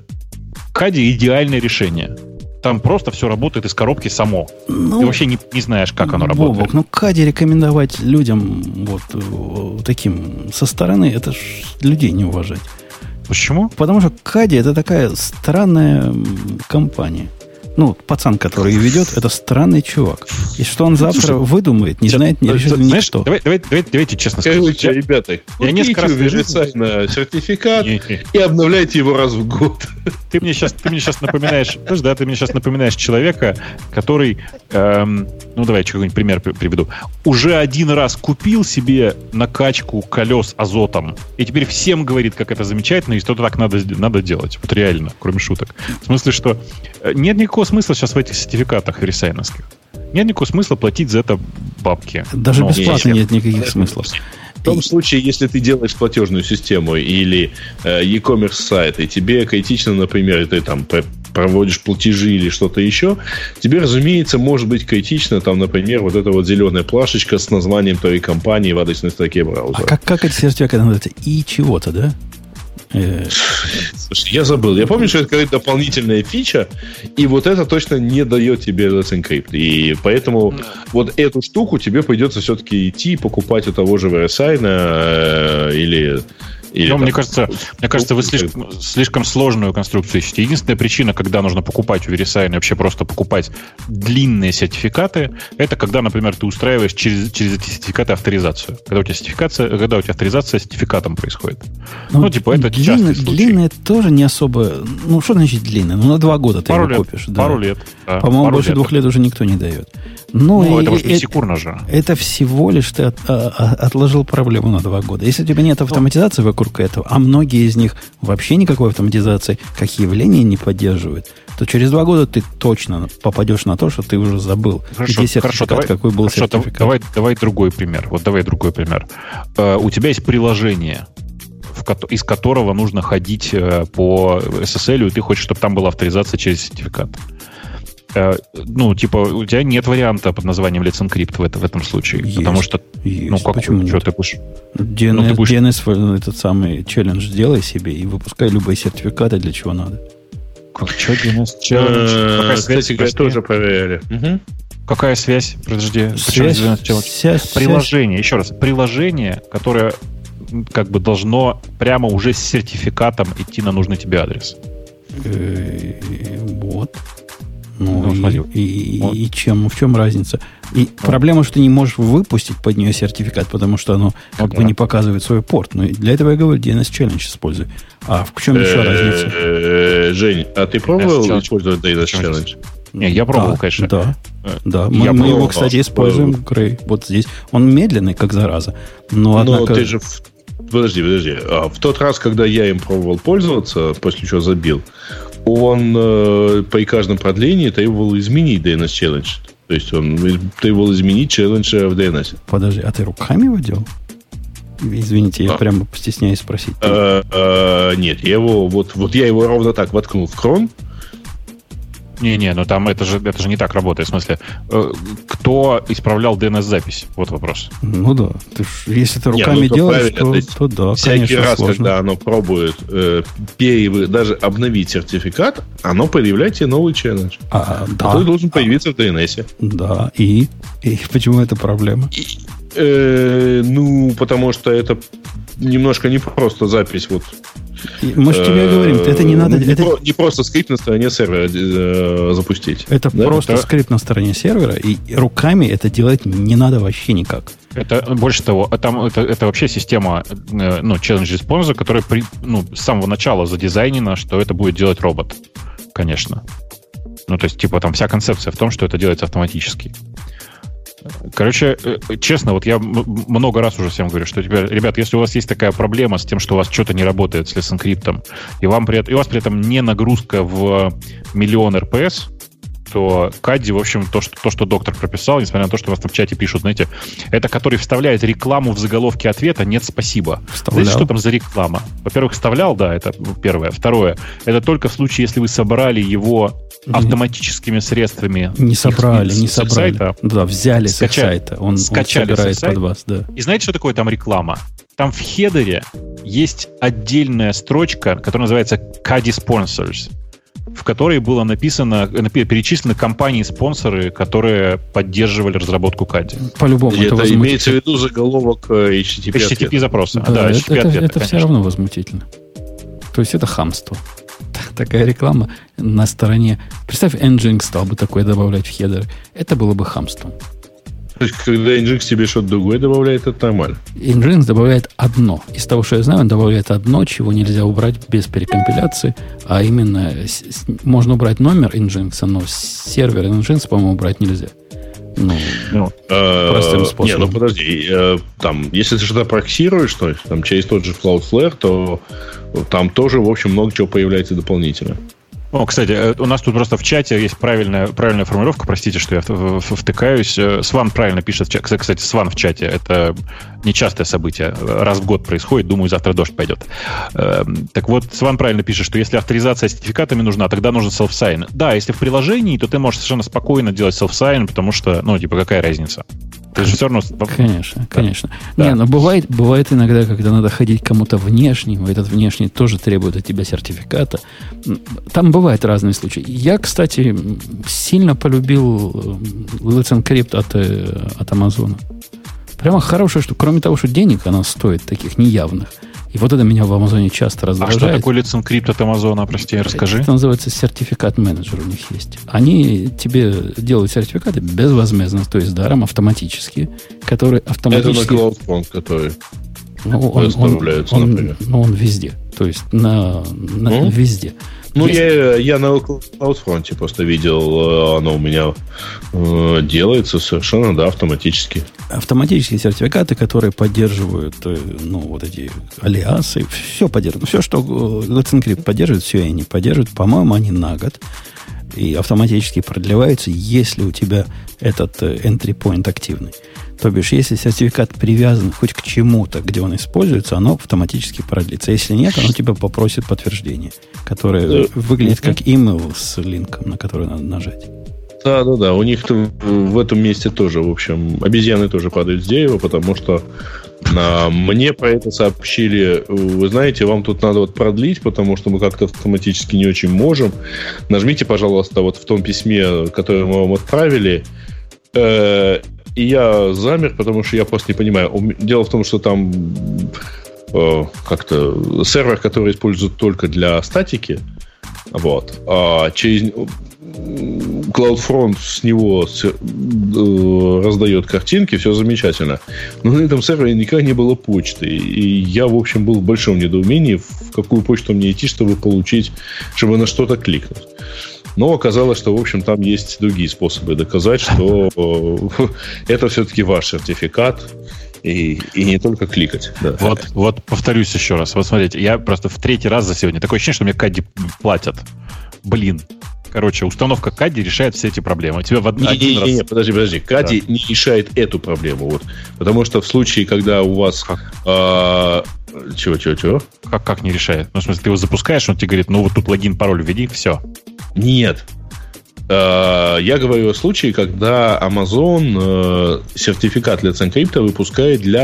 Кадди идеальное решение. Там просто все работает из коробки само. Ну, ты вообще не, не знаешь, как оно Бобок, работает. Ну, Кадди рекомендовать людям вот таким со стороны, это ж людей не уважать. Почему? Потому что Кадди это такая странная компания. Ну, пацан, который ее ведет, это странный чувак. И что он завтра Слушай, выдумает, не знает, не решит знаешь, никто. Давай, давай, давайте, давайте честно скажем. Короче, ребята, я несколько раз верифицировать на сертификат не, не. и обновляйте его раз в год. Ты мне сейчас, ты мне сейчас напоминаешь, да, ты мне сейчас напоминаешь человека, который, эм, ну давай какой-нибудь пример приведу. Уже один раз купил себе накачку колес азотом, и теперь всем говорит, как это замечательно, и что так надо, надо делать. Вот реально, кроме шуток. В смысле, что нет никакого смысла сейчас в этих сертификатах верисайновских. Нет никакого смысла платить за это бабки. Даже Но бесплатно нет, нет никаких смыслов. В том случае, если ты делаешь платежную систему или э, e-commerce сайт, и тебе критично, например, ты там проводишь платежи или что-то еще, тебе, разумеется, может быть критично, там, например, вот эта вот зеленая плашечка с названием твоей компании в адресной строке браузера. А как, как эти сертификаты называются? И чего-то, да? Слушай, я забыл. Я помню, что это какая-то дополнительная фича, и вот это точно не дает тебе Let's Encrypt. И поэтому mm. вот эту штуку тебе придется все-таки идти покупать у того же Verisign э, или... Или Но там, мне кажется, мне кажется, вы слишком, слишком сложную конструкцию ищете. Единственная причина, когда нужно покупать у Verisign, вообще просто покупать длинные сертификаты, это когда, например, ты устраиваешь через, через эти сертификаты авторизацию. Когда у тебя сертификация, когда у тебя авторизация сертификатом происходит. Ну, ну типа, это длинный, частый случай. Длинные тоже не особо... Ну, что значит длинные? Ну, на два года ты пару его лет, купишь. Да. Пару лет. Да, По-моему, пару больше лет. двух лет уже никто не дает. Но ну, это и, уж не это, секундно же. Это всего лишь ты от, а, отложил проблему на два года. Если у тебя нет автоматизации вокруг этого, а многие из них вообще никакой автоматизации как явление не поддерживают, то через два года ты точно попадешь на то, что ты уже забыл, хорошо, где сертификат, хорошо, давай, какой был хорошо, сертификат. Давай, давай другой пример. Вот давай другой пример. Uh, у тебя есть приложение, в ко- из которого нужно ходить uh, по эс эс эл, и ты хочешь, чтобы там была авторизация через сертификат. Ну, типа, у тебя нет варианта под названием Let's Encrypt в, это, в этом случае. Есть, потому что, есть. ну, как, Почему что нет? ты будешь... ди эн эс, ну, ты будешь... ди эн эс, этот самый челлендж сделай себе и выпускай любые сертификаты, для чего надо. Как, что ди эн эс челлендж? Кстати, говоря, тоже проверяли. Какая связь? Подожди. Связь, связь, приложение. Еще раз. Приложение, которое как бы должно прямо уже с сертификатом идти на нужный тебе адрес. Вот. Ну, ну и, смотри. И, вот. и чем, в чем разница? И вот. Проблема, что ты не можешь выпустить под нее сертификат, потому что оно как ну, бы да. не показывает свой порт. Но для этого я говорю, ди эн эс Challenge используй. А в чем еще разница? Жень, а ты пробовал использовать ди эн эс Challenge? Не, я пробовал, да, конечно. Да, да. Мы, мы его, кстати, используем, Грей. Вот здесь. Он медленный, как зараза. Но, однако... Но ты же... Подожди, подожди. А в тот раз, когда я им пробовал пользоваться, после чего забил, он э, при каждом продлении требовал изменить ди эн эс Challenge. То есть он требовал изменить челлендж в ди эн эс. Подожди, а ты руками его делал? Извините, я а. прямо постесняюсь спросить. А, а, нет, я его вот, вот я его ровно так воткнул в крон. Не-не, ну там это же, это же не так работает. В смысле, кто исправлял ди эн эс-запись? Вот вопрос. Ну да. Ты ж, если ты руками Не, ну, делаешь, то, то, то да, всякий конечно, раз, сложно. когда оно пробует э, пере, даже обновить сертификат, оно появляет тебе новый челлендж. А, да. Который должен появиться в ди эн эс. Да, и, и почему это проблема? И, э, ну, потому что это немножко не просто запись вот. Мы же тебе говорим, это не надо... Не, это... про, не просто скрипт на стороне сервера э, запустить. Это да? просто это... скрипт на стороне сервера, и руками это делать не надо вообще никак. Это, больше того, там, это, это вообще система э, ну, Challenge Response, которая при, ну, с самого начала задизайнена, что это будет делать робот, конечно. Ну, то есть, типа, там вся концепция в том, что это делается автоматически. Короче, честно, вот я много раз уже всем говорю, что, ребят, если у вас есть такая проблема с тем, что у вас что-то не работает с Listen Crypt, и, вам при, и у вас при этом не нагрузка в миллион эр пи эс, то Кадди, в общем, то что, то, что доктор прописал, несмотря на то, что у вас там в чате пишут, знаете, это который вставляет рекламу в заголовке ответа, нет, спасибо. Вставлял. Знаете, что там за реклама? Во-первых, вставлял, да, это первое. Второе, это только в случае, если вы собрали его автоматическими средствами. Не собрали, из, не из собрали. сайта, да, взяли с их скачали, сайта. Он, скачали он собирает с сайта. под вас, да. И знаете, что такое там реклама? Там в хедере есть отдельная строчка, которая называется Kadi Sponsors, в которой было написано, перечислены компании-спонсоры, которые поддерживали разработку Кадди. По-любому. Это, это имеется в виду заголовок эйч ти ти пи. эйч ти ти пи запроса. Да, да, это, эйч ти ти пи это, ответа, это все равно возмутительно. То есть это хамство. Такая реклама на стороне... Представь, Nginx стал бы такое добавлять в хедер. Это было бы хамством. То есть, когда Nginx тебе что-то другое добавляет, это нормально. Nginx добавляет одно. Из того, что я знаю, он добавляет одно, чего нельзя убрать без перекомпиляции, а именно с, с, можно убрать номер Nginx, но сервер Nginx, по-моему, убрать нельзя. Ну, ну простым способом. Не, ну подожди, там, если ты что-то проксируешь, что там через тот же Cloudflare, то там тоже, в общем, много чего появляется дополнительно. О, кстати, у нас тут просто в чате есть правильная, правильная формулировка, простите, что я втыкаюсь. Сван правильно пишет, кстати, Сван в чате, это нечастое событие, раз в год происходит, думаю, завтра дождь пойдет. Так вот, Сван правильно пишет, что если авторизация сертификатами нужна, тогда нужен self-sign. Да, если в приложении, то ты можешь совершенно спокойно делать self-sign, потому что, ну, типа, какая разница? Ты же все равно... Конечно, да. конечно. Да. Не, но бывает, бывает иногда, когда надо ходить к кому-то внешнему, этот внешний тоже требует от тебя сертификата. Там бывают разные случаи. Я, кстати, сильно полюбил Let's Encrypt от, от Амазона. Прямо хорошая штука. Кроме того, что денег она стоит, таких неявных. И вот это меня в Амазоне часто раздражает. А что такое Let's Encrypt от Амазона, прости, расскажи. Это называется сертификат-менеджер у них есть. Они тебе делают сертификаты безвозмездно, то есть даром, автоматически, которые автоматически... Это на CloudFront, который ну, он, он, он, например. Ну, он везде. То есть на, на ну? везде. Ну, есть... я, я на CloudFront просто видел, оно у меня э, делается совершенно, да, автоматически. Автоматические сертификаты, которые поддерживают, ну, вот эти алиасы, все поддерживают. Все, что Let's Encrypt поддерживает, все и они поддерживают. По-моему, они на год. И автоматически продлеваются, если у тебя этот entry point активный. То бишь, если сертификат привязан хоть к чему-то, где он используется, оно автоматически продлится. Если нет, оно тебя попросит подтверждение, которое выглядит как email с линком, на который надо нажать. Да, да, да. У них в этом месте тоже, в общем, обезьяны тоже падают с дерева, потому что а, мне про это сообщили. Вы знаете, вам тут надо вот продлить, потому что мы как-то автоматически не очень можем. Нажмите, пожалуйста, вот в том письме, которое мы вам отправили. Э, и я замер, потому что я просто не понимаю. Дело в том, что там э, как-то сервер, который используют только для статики, вот, а через CloudFront с него с, э, раздает картинки, все замечательно. Но на этом сервере никогда не было почты. И я, в общем, был в большом недоумении, в какую почту мне идти, чтобы получить, чтобы на что-то кликнуть. Но оказалось, что, в общем, там есть другие способы доказать, что э, это все-таки ваш сертификат. И, и не только кликать. Да. Вот, вот повторюсь еще раз. Вот смотрите, я просто в третий раз за сегодня. Такое ощущение, что мне Кадди платят. Блин. Короче, установка Кадди решает все эти проблемы. У тебя в один не, не, раз... не, подожди, подожди. Кадди да. не решает эту проблему. Вот. Потому что в случае, когда у вас... А, чего, чего, чего? Как, как не решает? Ну, в смысле, ты его запускаешь, он тебе говорит, ну, вот тут логин, пароль введи, все. Нет. Я говорю о случае, когда Amazon сертификат Let's Encrypt выпускает для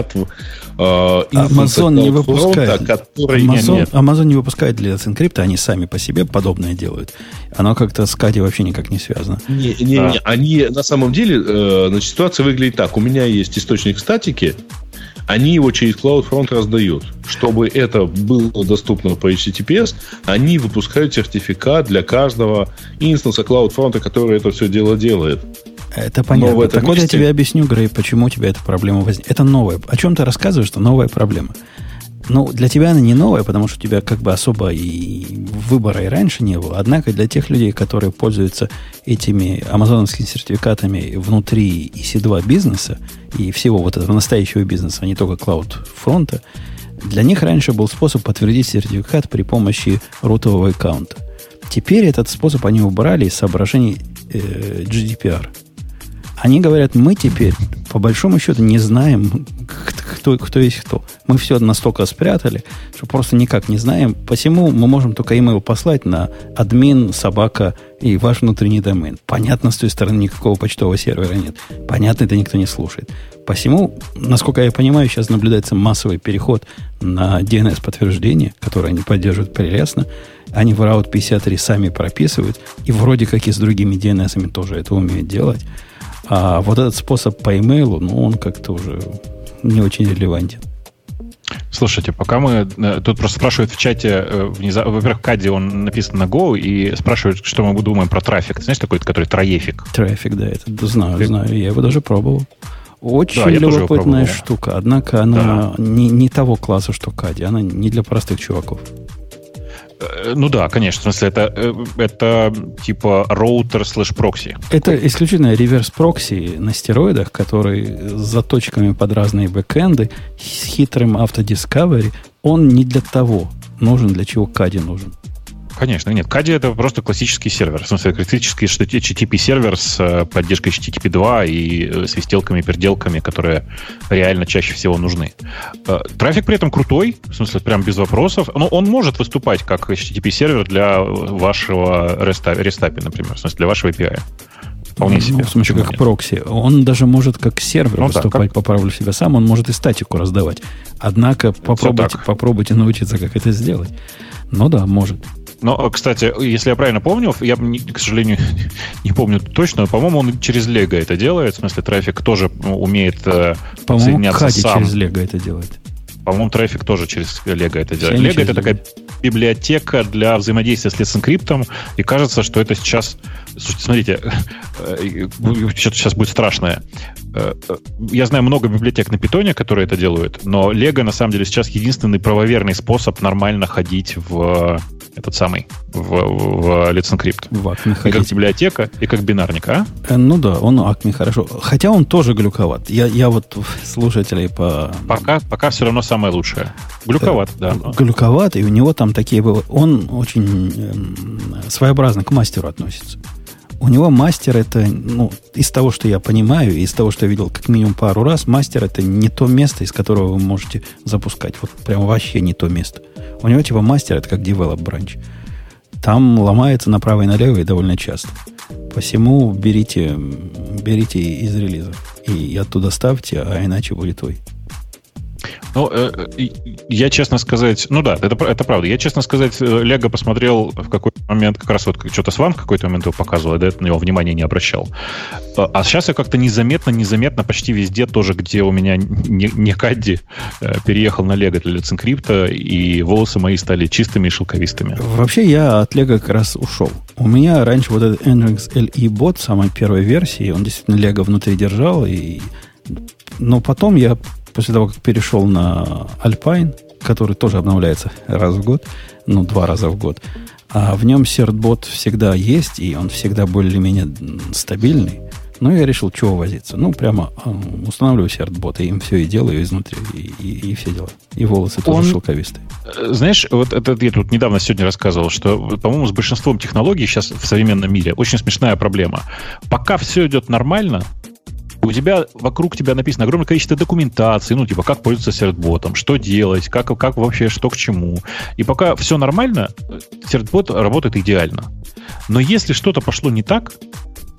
Amazon не выпускает. Который... Amazon, нет. Amazon не выпускает для Let's Encrypt, они сами по себе подобное делают. Оно как-то с Кади вообще никак не связано. Не, не, да. не, они на самом деле, значит, ситуация выглядит так. У меня есть источник статики, они его через CloudFront раздают. Чтобы это было доступно по эйч ти ти пи эс, они выпускают сертификат для каждого инстанса CloudFront, который это все дело делает. Это понятно. Так вот месте... я тебе объясню, Грей, почему у тебя эта проблема возникла. Это новая. О чем ты рассказываешь, что новая проблема? Ну, для тебя она не новая, потому что у тебя как бы особо и выбора и раньше не было. Однако для тех людей, которые пользуются этими амазоновскими сертификатами внутри и си два бизнеса и всего вот этого настоящего бизнеса, а не только CloudFront, для них раньше был способ подтвердить сертификат при помощи рутового аккаунта. Теперь этот способ они убрали из соображений э, джи ди пи ар. Они говорят, мы теперь, по большому счету, не знаем, кто, кто есть кто. Мы все настолько спрятали, что просто никак не знаем. Посему мы можем только email послать на админ, собака и ваш внутренний домен. Понятно, с той стороны никакого почтового сервера нет. Понятно, это никто не слушает. Посему, насколько я понимаю, сейчас наблюдается массовый переход на ди эн эс-подтверждение, которое они поддерживают прелестно. Они в Route пятьдесят три сами прописывают. И вроде как и с другими ди эн эсами тоже это умеют делать. А вот этот способ по имейлу, ну, он как-то уже не очень релевантен. Слушайте, пока мы... Тут просто спрашивают в чате, внезапно, во-первых, Кади, он написан на Go, и спрашивают, что мы думаем про трафик. Ты знаешь, такой, который трафик? Трафик, да, это знаю, Ты... знаю. Я его даже пробовал. Очень да, любопытная штука. Однако она да. не, не того класса, что Кади. Она не для простых чуваков. Ну да, конечно. В смысле, это, это типа роутер слэш-прокси. Это исключительно реверс-прокси на стероидах, который с заточками под разные бэкэнды, с хитрым автодискавери. Он не для того нужен, для чего Кади нужен. Конечно, нет. Кади это просто классический сервер. В смысле, классический эйч ти ти пи сервер с поддержкой эйч ти ти пи два и свистелками, переделками, которые реально чаще всего нужны. Трафик при этом крутой, в смысле, прям без вопросов. Но он может выступать как эйч ти ти пи сервер для вашего REST эй пи ай, например, в смысле, для вашего эй пи ай. Вполне себе. Ну, в смысле, как нет? Прокси. Он даже может как сервер ну, выступать, да, как... поправлю себя сам, он может и статику раздавать. Однако попробуйте, попробуйте научиться, как это сделать. Ну да, может. Но, кстати, если я правильно помню, я, к сожалению, не помню точно, по-моему, он через Lego это делает. В смысле, трафик тоже умеет по-моему, соединяться Кади сам. По-моему, через Lego это делает. По-моему, трафик тоже через Lego это делает. Lego — это такая библиотека для взаимодействия с Let's Encrypt, и кажется, что это сейчас... Слушайте, смотрите, что-то сейчас будет страшное. Я знаю много библиотек на Python, которые это делают, но Lego, на самом деле, сейчас единственный правоверный способ нормально ходить в этот самый, в, в Let's Encrypt. В Acme ходить. Как библиотека и как бинарник, а? Ну да, он Acme хорошо. Хотя он тоже глюковат. Я, я вот слушателей по... Пока, пока все равно самое лучшее. Глюковат, да. да. Глюковат, и у него там такие были... Он очень э, своеобразно к мастеру относится. У него мастер это, ну, из того, что я понимаю, из того, что я видел как минимум пару раз, мастер это не то место, из которого вы можете запускать. Вот прям вообще не то место. У него типа мастер это как develop branch. Там ломается направо и налево и довольно часто. Посему берите, берите из релиза и оттуда ставьте, а иначе будет ой. Ну, э, я, честно сказать... Ну да, это, это правда. Я, честно сказать, Лего посмотрел в какой-то момент, как раз вот что-то Сван в какой-то момент его показывал, я до этого на него внимания не обращал. А сейчас я как-то незаметно, незаметно почти везде тоже, где у меня не, не Кадди, переехал на Лего для Let's Encrypt, и волосы мои стали чистыми и шелковистыми. Вообще я от Лего как раз ушел. У меня раньше вот этот Nginx эл и бот самой первой версии, он действительно Лего внутри держал, и... но потом я... После того, как перешел на Alpine, который тоже обновляется раз в год, ну, два раза в год, а в нем CertBot всегда есть, и он всегда более-менее стабильный, но я решил, чего возиться. Ну, прямо устанавливаю CertBot, и им все и делаю изнутри, и, и, и все дела. И волосы тоже он, шелковистые. Знаешь, вот это я тут недавно сегодня рассказывал, что, по-моему, с большинством технологий сейчас в современном мире очень смешная проблема. Пока все идет нормально, у тебя, вокруг тебя написано огромное количество документации, ну, типа, как пользоваться CertBot, что делать, как, как вообще, что к чему. И пока все нормально, CertBot работает идеально. Но если что-то пошло не так,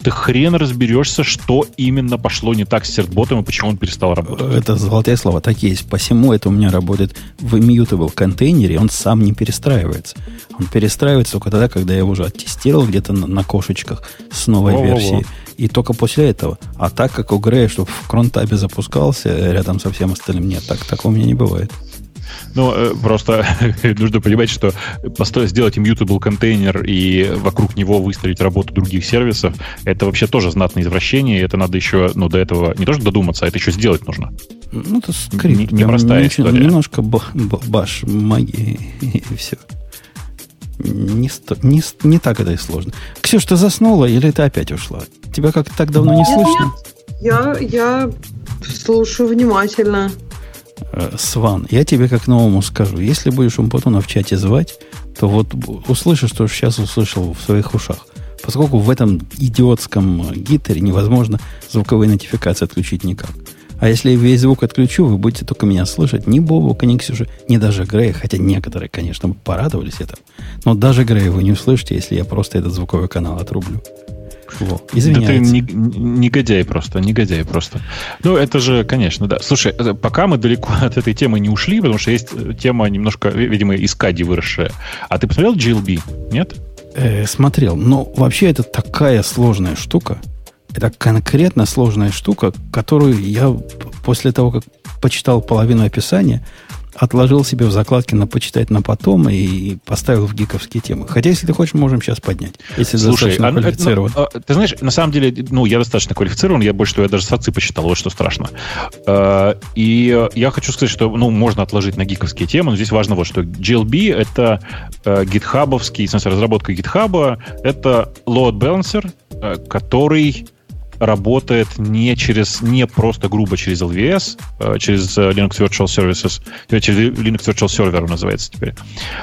ты хрен разберешься, что именно пошло не так с сертботом и почему он перестал работать. Это золотые слова, так и есть. Посему это у меня работает в immutable контейнере, он сам не перестраивается. Он перестраивается только тогда, когда я его уже оттестировал где-то на, на кошечках с новой Во-во-во. версией. И только после этого. А так, как у Грея, чтобы в кронтабе запускался рядом со всем остальным, нет, так, такого у меня не бывает. Ну, просто нужно понимать, что построить, сделать immutable контейнер и вокруг него выстроить работу других сервисов, это вообще тоже знатное извращение, и это надо еще, ну, до этого не то что додуматься, а это еще сделать нужно. Ну, это скрипт. Непростая история. Немножко баш магии, и все. Не, не, не так это и сложно. Ксюш, ты заснула или ты опять ушла? Тебя как-то так давно не слышно? Я, я слушаю внимательно. Сван, я тебе как новому скажу. Если будешь Умпутуна в чате звать, то вот услышишь, что сейчас услышал в своих ушах. Поскольку в этом идиотском гитаре невозможно звуковые нотификации отключить никак. А если я весь звук отключу, вы будете только меня слышать. Ни Бобука, ни Ксюши, ни даже Грея. Хотя некоторые, конечно, порадовались этому. Но даже Грея вы не услышите, если я просто этот звуковой канал отрублю. Во, извиняйте. Да ты негодяй просто, негодяй просто. Ну, это же, конечно, да. Слушай, пока мы далеко от этой темы не ушли, потому что есть тема немножко, видимо, из Кади выросшая. А ты посмотрел джи эл би? Нет? Э, смотрел. Но вообще это такая сложная штука. Это конкретно сложная штука, которую я после того, как почитал половину описания, отложил себе в закладке на почитать на потом и поставил в гиковские темы. Хотя, если ты хочешь, можем сейчас поднять. Если Слушай, достаточно а, квалифицирован. Ну, а, ты знаешь, на самом деле, ну, я достаточно квалифицирован, я больше того, я даже соцы почитал, вот что страшно. А, и я хочу сказать, что, ну, можно отложить на гиковские темы, но здесь важно вот, что джи эл би — это а, гитхабовский, в смысле, разработка гитхаба, это load balancer, а, который работает не через, не просто грубо через эл ви эс, через Linux Virtual Services, через Linux Virtual Server называется теперь.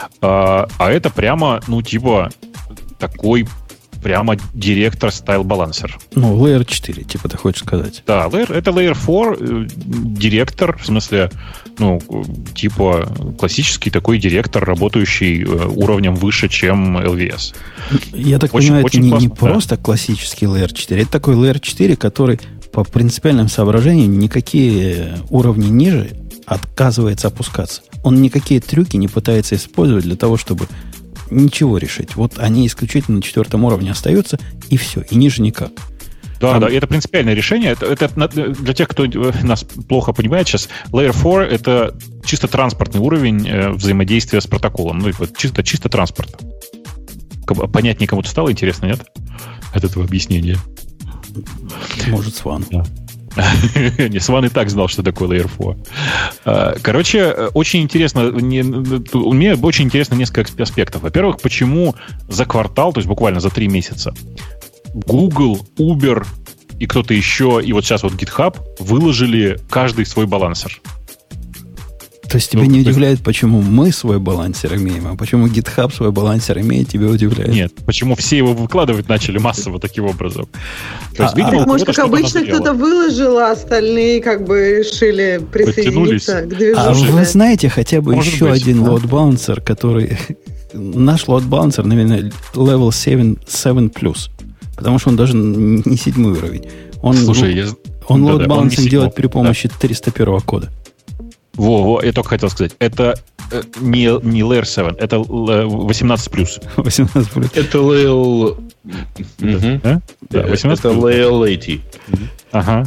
А это прямо, ну, типа, такой прямо директор стайл балансер. Ну, Layer четыре, типа, ты хочешь сказать. Да, layer, это Layer четыре, директор, в смысле, ну, типа, классический такой директор, работающий уровнем выше, чем эл ви эс. Я так очень, понимаю, очень это не, не просто да. классический Layer четыре, это такой Layer четыре, который по принципиальным соображениям никакие уровни ниже отказывается опускаться. Он никакие трюки не пытается использовать для того, чтобы ничего решить. Вот они исключительно на четвертом уровне остаются, и все, и ниже никак. Да, Там... да, это принципиальное решение. Это, это для тех, кто нас плохо понимает сейчас, Layer четыре — это чисто транспортный уровень взаимодействия с протоколом. Ну, чисто, чисто транспорт. Понятнее кому-то стало интересно, нет? От этого объяснения. Может, Сван. Да. Не, Сван и так знал, что такое Layer четыре. Короче, очень интересно, у меня очень интересно несколько аспектов. Во-первых, почему за квартал, то есть буквально за три месяца, Google, Uber и кто-то еще, и вот сейчас вот GitHub выложили каждый свой балансер. То есть тебя ну, не удивляет, есть... почему мы свой балансер имеем, а почему GitHub свой балансер имеет, тебя удивляет? Нет, почему все его выкладывать начали массово таким образом. То есть, а, видимо, а, может, как обычно, кто-то выложил, а остальные как бы решили присоединиться к движухе. А вы знаете хотя бы может еще быть, один да? лоуд-балансер, который... Наш лоуд-балансер, наверное, level семь, семь плюс. Потому что он даже не седьмой уровень. Он, Слушай, я... он да, лоуд-балансинг да, делает при помощи да. триста первого кода. Во, во, я только хотел сказать, это э, не, не Layer семь, это восемнадцать плюс. восемнадцать плюс. Это Layer... Угу. А? Да, восемнадцать это Layer восемьдесят. Ага.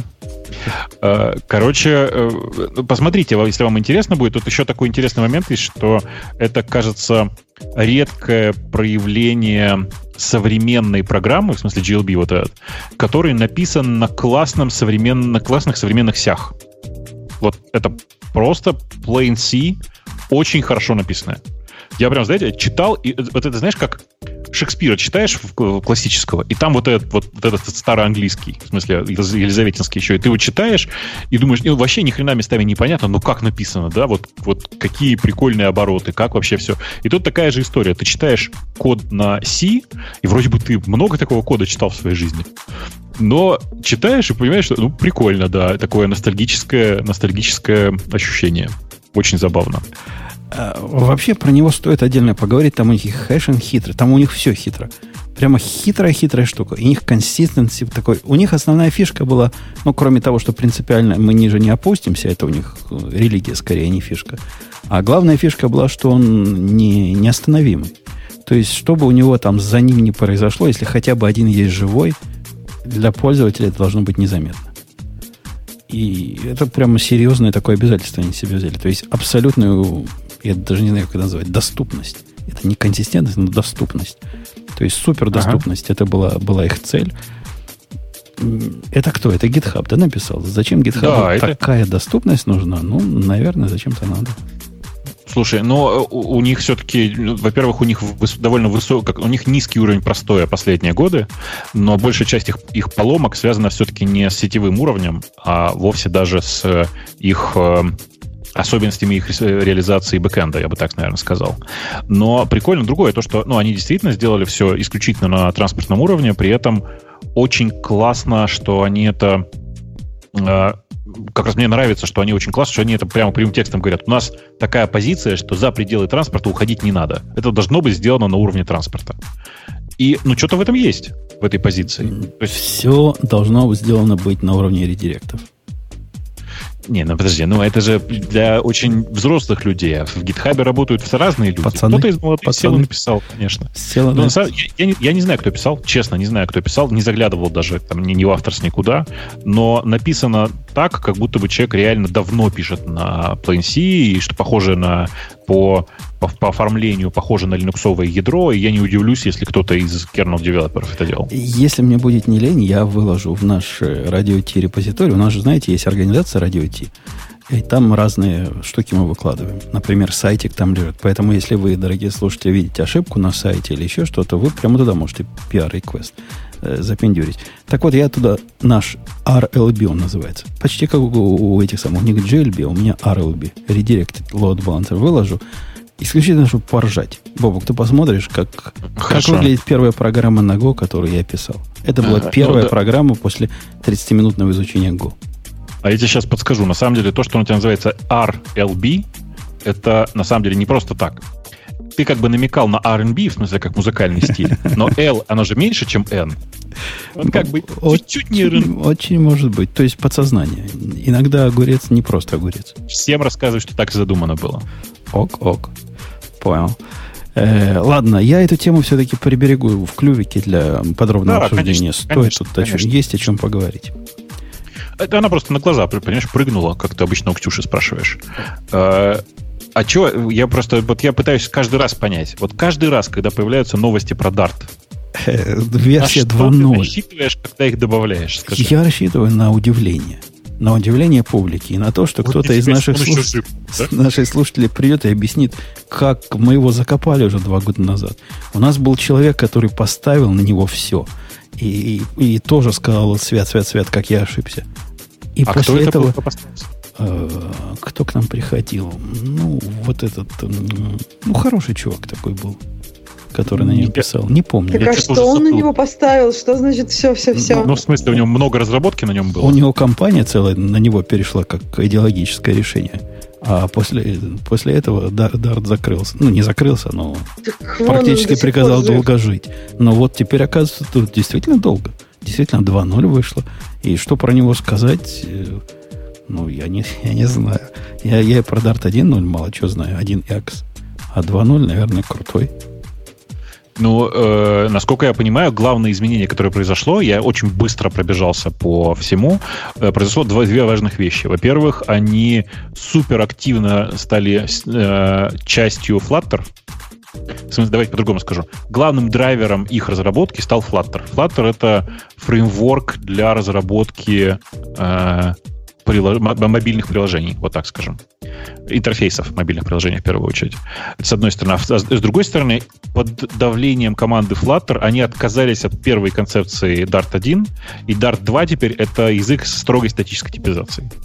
Короче, посмотрите, если вам интересно будет. Тут еще такой интересный момент есть, что это, кажется, редкое проявление современной программы, в смысле джи эл би вот этот, который написан на классном современ... на классных современных сях. Вот это просто plain C, очень хорошо написанное. Я прям, знаете, читал, и вот это, знаешь, как Шекспира читаешь классического, и там вот этот, вот, вот этот староанглийский, в смысле елизаветинский еще, и ты его читаешь, и думаешь, ну, вообще ни хрена местами непонятно, но как написано, да, вот, вот какие прикольные обороты, как вообще все. И тут такая же история. Ты читаешь код на C, и вроде бы ты много такого кода читал в своей жизни, но читаешь и понимаешь, что, ну, прикольно, да, такое ностальгическое, ностальгическое ощущение. Очень забавно. Вообще про него стоит отдельно поговорить. Там у них и хэшинг хитрый, там у них все хитро. Прямо хитрая-хитрая штука. И у них консистенси такой. У них основная фишка была, ну, кроме того, что принципиально мы ниже не опустимся, это у них религия скорее, не фишка. А главная фишка была, что он не, неостановимый. То есть, что бы у него там за ним не произошло, если хотя бы один есть живой, для пользователя это должно быть незаметно. И это прямо серьезное такое обязательство они себе взяли. То есть, абсолютную, я даже не знаю, как это назвать, доступность. Это не консистентность, но доступность. То есть супердоступность. Ага. Это была, была их цель. Это кто? Это GitHub, да, написал? Зачем GitHub да, такая это... доступность нужна? Ну, наверное, зачем-то надо. Слушай, но у, у них все-таки, во-первых, у них выс, довольно высокий, у них низкий уровень простоя последние годы, но большая часть их, их поломок связана все-таки не с сетевым уровнем, а вовсе даже с их... особенностями их реализации бэкэнда, я бы так, наверное, сказал. Но прикольно другое, то, что ну, они действительно сделали все исключительно на транспортном уровне, при этом очень классно, что они это... Э, как раз мне нравится, что они очень классно, что они это прямо прямым текстом говорят. У нас такая позиция, что за пределы транспорта уходить не надо. Это должно быть сделано на уровне транспорта. И, ну, что-то в этом есть, в этой позиции. То есть... Все должно сделано быть на уровне редиректов. Не, ну подожди, ну это же для очень взрослых людей. А в GitHub работают разные люди. Пацаны, кто-то из молодых сел и написал, конечно. Сел, Но, я, я, не, я не знаю, кто писал, честно, не знаю, кто писал, не заглядывал даже там, ни, ни в авторс, никуда. Но написано так, как будто бы человек реально давно пишет на Plain C, и что похоже на по, по, по оформлению похоже на линуксовое ядро, и я не удивлюсь, если кто-то из kernel-девелоперов это делал. Если мне будет не лень, я выложу в наш Radio T репозиторий. У нас же, знаете, есть организация Radio T, и там разные штуки мы выкладываем. Например, сайтик там лежит. Поэтому, если вы, дорогие слушатели, видите ошибку на сайте или еще что-то, вы прямо туда можете пи ар-реквест э, запендюрить. Так вот, я туда наш ар эл би он называется. Почти как у, у этих самых, у них джей эл би, а у меня ар эл би. Redirected Load Balancer выложу. Исключительно, чтобы поржать. Бобок, ты посмотришь, как, как выглядит первая программа на Go, которую я писал. Это была а, первая ну, да. программа после тридцатиминутного изучения Go. А я тебе сейчас подскажу. На самом деле, то, что у тебя называется ар эл би, это на самом деле не просто так. Ты как бы намекал на ар энд би, в смысле, как музыкальный стиль. Но L, оно же меньше, чем N. Он как бы чуть-чуть не... Очень может быть. То есть подсознание. Иногда огурец не просто огурец. Всем рассказываю, что так и задумано было. Ок, ок. Понял. Э, ладно, я эту тему все-таки приберегу в клювике для подробного да, обсуждения. Конечно, Стоит конечно, тут конечно. Есть о чем поговорить. Это она просто на глаза, понимаешь, прыгнула, как ты обычно у Ксюши спрашиваешь. А, а что, я просто, вот я пытаюсь каждый раз понять. Вот каждый раз, когда появляются новости про Dart, версия а два ноль. Ты рассчитываешь, когда их добавляешь? Скажи. Я рассчитываю на удивление. На удивление публики. И на то, что вот кто-то из наших, слуш... жив, да? наших слушателей придет и объяснит, как мы его закопали уже два года назад. У нас был человек, который поставил на него все. И, и, и тоже сказал: свят, свят, свят, как я ошибся. И а после кто этого... Это э, кто к нам приходил? Ну, вот этот... Ну, хороший чувак такой был, который на него писал. Не помню. Так я а что он на него поставил? Что значит все-все-все? Ну, в смысле, у него много разработки на нем было? У него компания целая на него перешла как идеологическое решение. А после, после этого Dart закрылся. Ну, не закрылся, но так практически приказал долго жить. Но вот теперь, оказывается, тут действительно долго. Действительно, два ноль вышло. И что про него сказать, ну, я не, я не знаю. Я, я про Dart один ноль мало чего знаю, один икс. А два ноль, наверное, крутой. Ну, э, насколько я понимаю, главное изменение, которое произошло, я очень быстро пробежался по всему, э, произошло два, две важных вещи. Во-первых, они суперактивно стали э, частью Flutter. В смысле, давайте по-другому скажу. Главным драйвером их разработки стал Flutter. Flutter — это фреймворк для разработки э, прилож... мобильных приложений, вот так скажем. Интерфейсов мобильных приложений, в первую очередь. Это с одной стороны. А с другой стороны, под давлением команды Flutter они отказались от первой концепции Dart один, и Dart два теперь — это язык с строгой статической типизацией.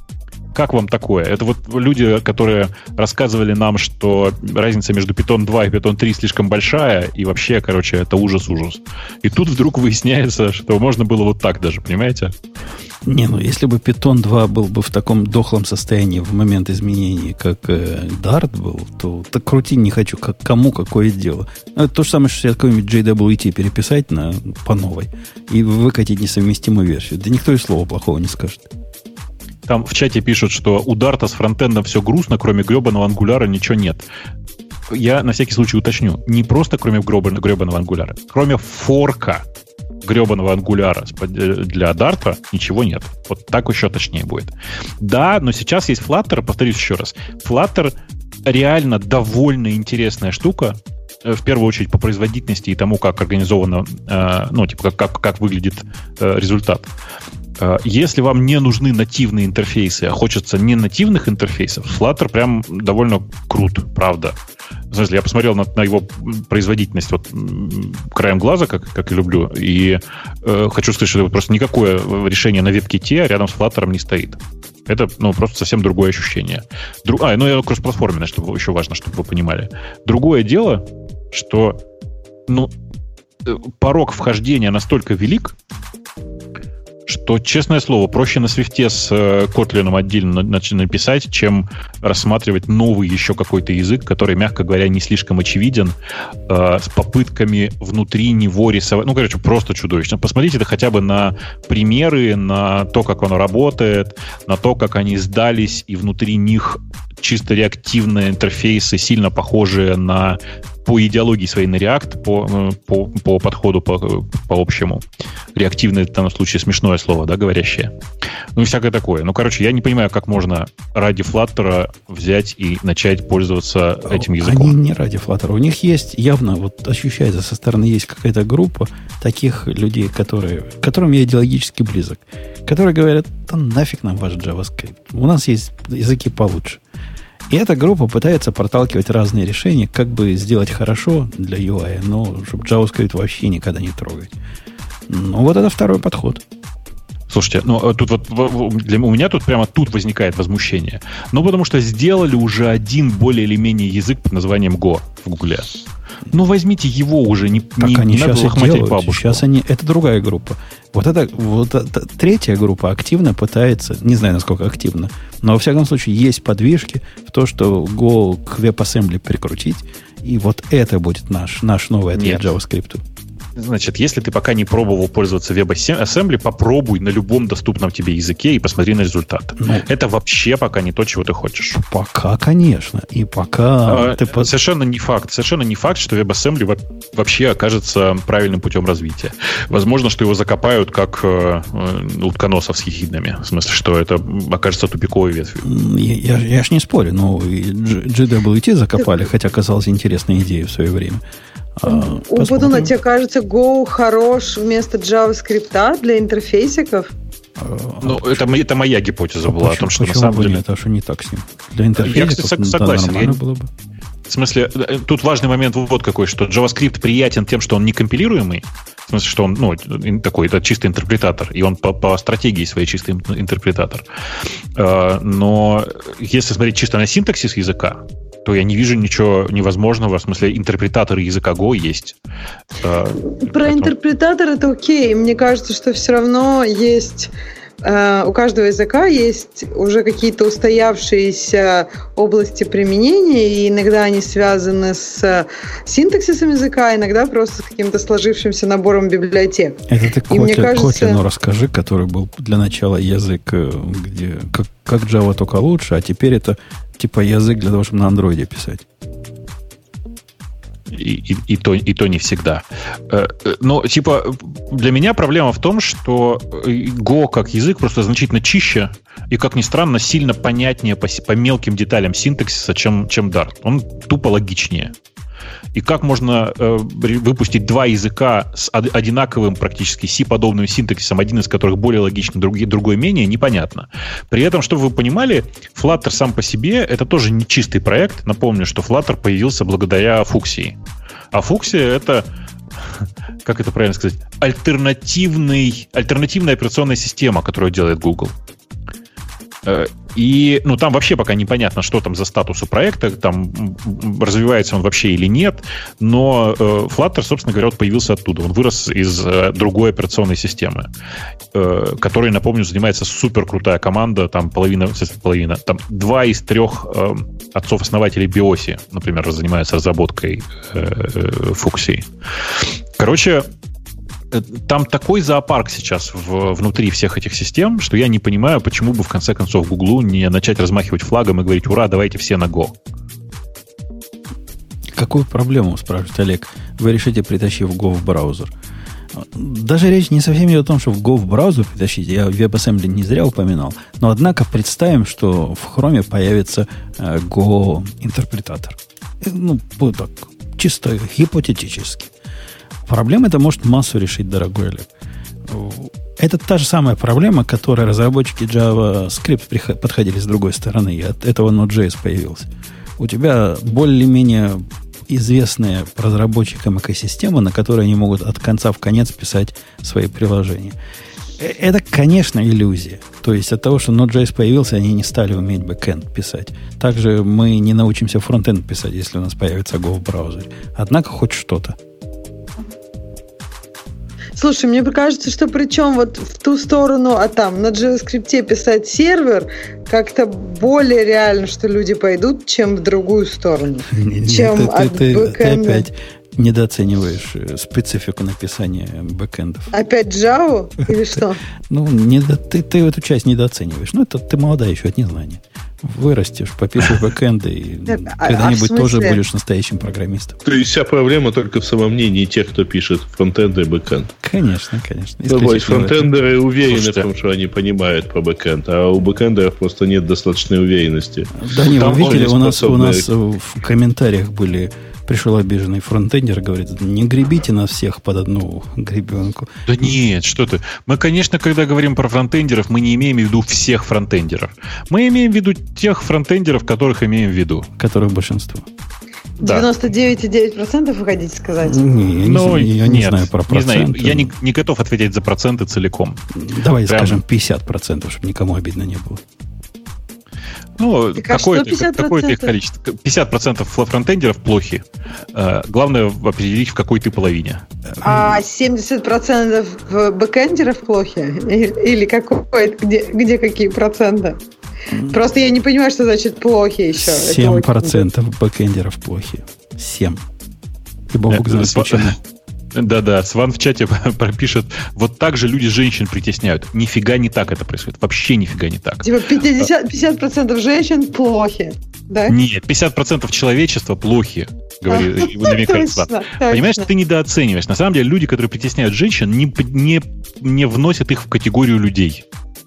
Как вам такое? Это вот люди, которые рассказывали нам, что разница между Python два и Python три слишком большая, и вообще, короче, это ужас-ужас. И тут вдруг выясняется, что можно было вот так даже, понимаете? Не, ну если бы Python два был бы в таком дохлом состоянии в момент изменений, как э, Dart был, то так крути не хочу, как, кому какое дело. Это то же самое, что какой-нибудь джей дабл ю ти переписать на, по новой и выкатить несовместимую версию. Да никто и слова плохого не скажет. Там в чате пишут, что у Дарта с фронтендом все грустно, кроме гребаного ангуляра ничего нет. Я на всякий случай уточню. Не просто кроме гребаного ангуляра. Кроме форка гребаного ангуляра для Дарта ничего нет. Вот так еще точнее будет. Да, но сейчас есть Flutter, повторюсь еще раз. Flutter реально довольно интересная штука, в первую очередь по производительности и тому, как организовано, ну, типа, как, как, как выглядит результат. Если вам не нужны нативные интерфейсы, а хочется не нативных интерфейсов, Flutter прям довольно крут, правда. В смысле, я посмотрел на, на его производительность вот краем глаза, как, как и люблю, и э, хочу сказать, что просто никакое решение на WebKit рядом с Flutter не стоит. Это, ну, просто совсем другое ощущение. Дру... А, ну, и кроссплатформенное, чтобы еще важно, чтобы вы понимали. Другое дело, что, ну, порог вхождения настолько велик, что, честное слово, проще на Свифте с Kotlin отдельно написать, чем рассматривать новый еще какой-то язык, который, мягко говоря, не слишком очевиден, э, с попытками внутри него рисовать. Ну, короче, просто чудовищно. Посмотрите это хотя бы на примеры, на то, как оно работает, на то, как они сдались, и внутри них чисто реактивные интерфейсы, сильно похожие на по идеологии своей на React, по, по, по подходу по, по общему. Реактивное в данном случае смешное слово, да, говорящее. Ну и всякое такое. Ну, короче, я не понимаю, как можно ради Flutter взять и начать пользоваться этим языком. Они не ради Flutter. У них есть явно, вот ощущается со стороны, есть какая-то группа таких людей, которые, к которым я идеологически близок, которые говорят, да нафиг нам ваш JavaScript. У нас есть языки получше. И эта группа пытается проталкивать разные решения, как бы сделать хорошо для ю ай, но чтобы JavaScript вообще никогда не трогать. Ну, вот это второй подход. Слушайте, ну тут вот для, у меня тут прямо тут возникает возмущение. Ну, потому что сделали уже один более или менее язык под названием Go в Гугле. Ну, возьмите его уже, не, так не, они не надо лохматить бабушку. Сейчас они, это другая группа. Вот это, вот это третья группа активно пытается, не знаю, насколько активно, но во всяком случае есть подвижки в то, что Go к WebAssembly прикрутить, и вот это будет наш, наш новый ответ JavaScript. Значит, если ты пока не пробовал пользоваться WebAssembly, попробуй на любом доступном тебе языке и посмотри на результат. Ну, это вообще пока не то, чего ты хочешь. Пока, конечно. И пока... А, ты... Совершенно не факт. Совершенно не факт, что WebAssembly вообще окажется правильным путем развития. Возможно, что его закопают как э, утконосов с хихиднами. В смысле, что это окажется тупиковой ветвью. Я, я, я ж не спорю, но джей дабл ю ти закопали, хотя казалась интересной идеей в свое время. А, У Будуна, тебе кажется, Go хорош вместо JavaScript для интерфейсиков? Ну, это, это моя гипотеза а была почему, о том, что почему на самом деле... Нет, а что не так с ним? Для интерфейсиков я, кстати, согласен. Да, я... было бы. В смысле, тут важный момент вот какой, что JavaScript приятен тем, что он не компилируемый. В смысле, что он, ну, такой, это чистый интерпретатор, и он по, по стратегии своей чистый интерпретатор. Но если смотреть чисто на синтаксис языка, то я не вижу ничего невозможного. В смысле, интерпретаторы языка Go есть. Про Поэтому... интерпретатор это окей. Мне кажется, что все равно есть... У каждого языка есть уже какие-то устоявшиеся области применения, и иногда они связаны с синтаксисом языка, иногда просто с каким-то сложившимся набором библиотек. Это ты Kotlin, кажется... Kotlin, ну, расскажи, который был для начала язык, где как, как Java только лучше, а теперь это типа язык для того, чтобы на андроиде писать. И, и, и, то, и то не всегда. Но, типа, для меня проблема в том, что Go как язык просто значительно чище и, как ни странно, сильно понятнее по, по мелким деталям синтаксиса, чем, чем Dart. Он тупо логичнее. И как можно э, выпустить два языка с одинаковым практически C-подобным синтаксисом, один из которых более логичный, другой, другой менее, непонятно. При этом, чтобы вы понимали, Flutter сам по себе это тоже не чистый проект. Напомню, что Flutter появился благодаря Fuchsia. А Fuchsia это, как это правильно сказать, альтернативный, альтернативная операционная система, которую делает Google. И, ну, там вообще пока непонятно, что там за статус у проекта, там развивается он вообще или нет, но Flutter, собственно говоря, вот появился оттуда. Он вырос из другой операционной системы, которой, напомню, занимается суперкрутая команда, там половина, половина, там два из трех отцов-основателей Биоси, например, занимаются разработкой Фуксии. Короче, там такой зоопарк сейчас в, внутри всех этих систем, что я не понимаю, почему бы в конце концов Гуглу не начать размахивать флагом и говорить: ура, давайте все на Go. Какую проблему, спрашивает Олег, вы решите, притащив Go в браузер? Даже речь не совсем идет о том, что в Go в браузер притащить. Я WebAssembly не зря упоминал. Но, однако, представим, что в Chrome появится Go-интерпретатор. Ну, вот так, чисто гипотетически. Проблема это может массу решить, дорогой Олег. Это та же самая проблема, к которой разработчики JavaScript подходили с другой стороны. И от этого Node.js появился. У тебя более-менее известная разработчикам экосистема, на которой они могут от конца в конец писать свои приложения. Это, конечно, иллюзия. То есть от того, что Node.js появился, они не стали уметь бэкэнд писать. Также мы не научимся фронтенд писать, если у нас появится Go в браузере. Однако хоть что-то. Слушай, мне кажется, что причем вот в ту сторону, а там на JavaScript писать сервер как-то более реально, что люди пойдут, чем в другую сторону. Нет, чем ты, от ты, бэкэнда. Ты опять недооцениваешь специфику написания бэкэндов. Опять Java или что? Ну, не, ты, ты эту часть недооцениваешь. Ну, это ты молодая еще от незнания. Вырастешь, попишешь бэкэнды, и так, когда-нибудь а тоже будешь настоящим программистом. То есть вся проблема только в самомнении тех, кто пишет фронтенды и бэкэнд. Конечно, конечно. То есть фронтендеры уверены Слушайте. в том, что они понимают про бэкэнд, а у бэкэндеров просто нет достаточной уверенности. Да не, вы видели, у нас, у нас в комментариях были... Пришел обиженный фронтендер, говорит: не гребите нас всех под одну гребенку. Да нет, что ты. Мы, конечно, когда говорим про фронтендеров, мы не имеем в виду всех фронтендеров. Мы имеем в виду тех фронтендеров, которых имеем в виду. Которых большинство. девяносто девять целых девять десятых процента вы хотите сказать? Не, я, Но, не, я нет, не знаю про проценты. Не знаю, я не, не готов ответить за проценты целиком. Давай Прям... скажем пятьдесят процентов, чтобы никому обидно не было. Ну, так, какое-то, а какое-то их количество. пятьдесят процентов фронтендеров плохи. Э, главное определить, в какой ты половине. А семьдесят процентов бэкэндеров плохи? Или какой, где, где какие проценты? Просто я не понимаю, что значит плохи еще. семь процентов бэкэндеров плохи. семь. И Бобук знает почему. Да-да, Сван в чате пропишет: вот так же люди женщин притесняют. Нифига не так это происходит. Вообще нифига не так. Типа пятьдесят процентов женщин плохи, да? Нет, пятьдесят процентов человечества плохи, говорит, намекает Сван. Понимаешь, ты недооцениваешь. На самом деле люди, которые притесняют женщин, не, не, не вносят их в категорию людей.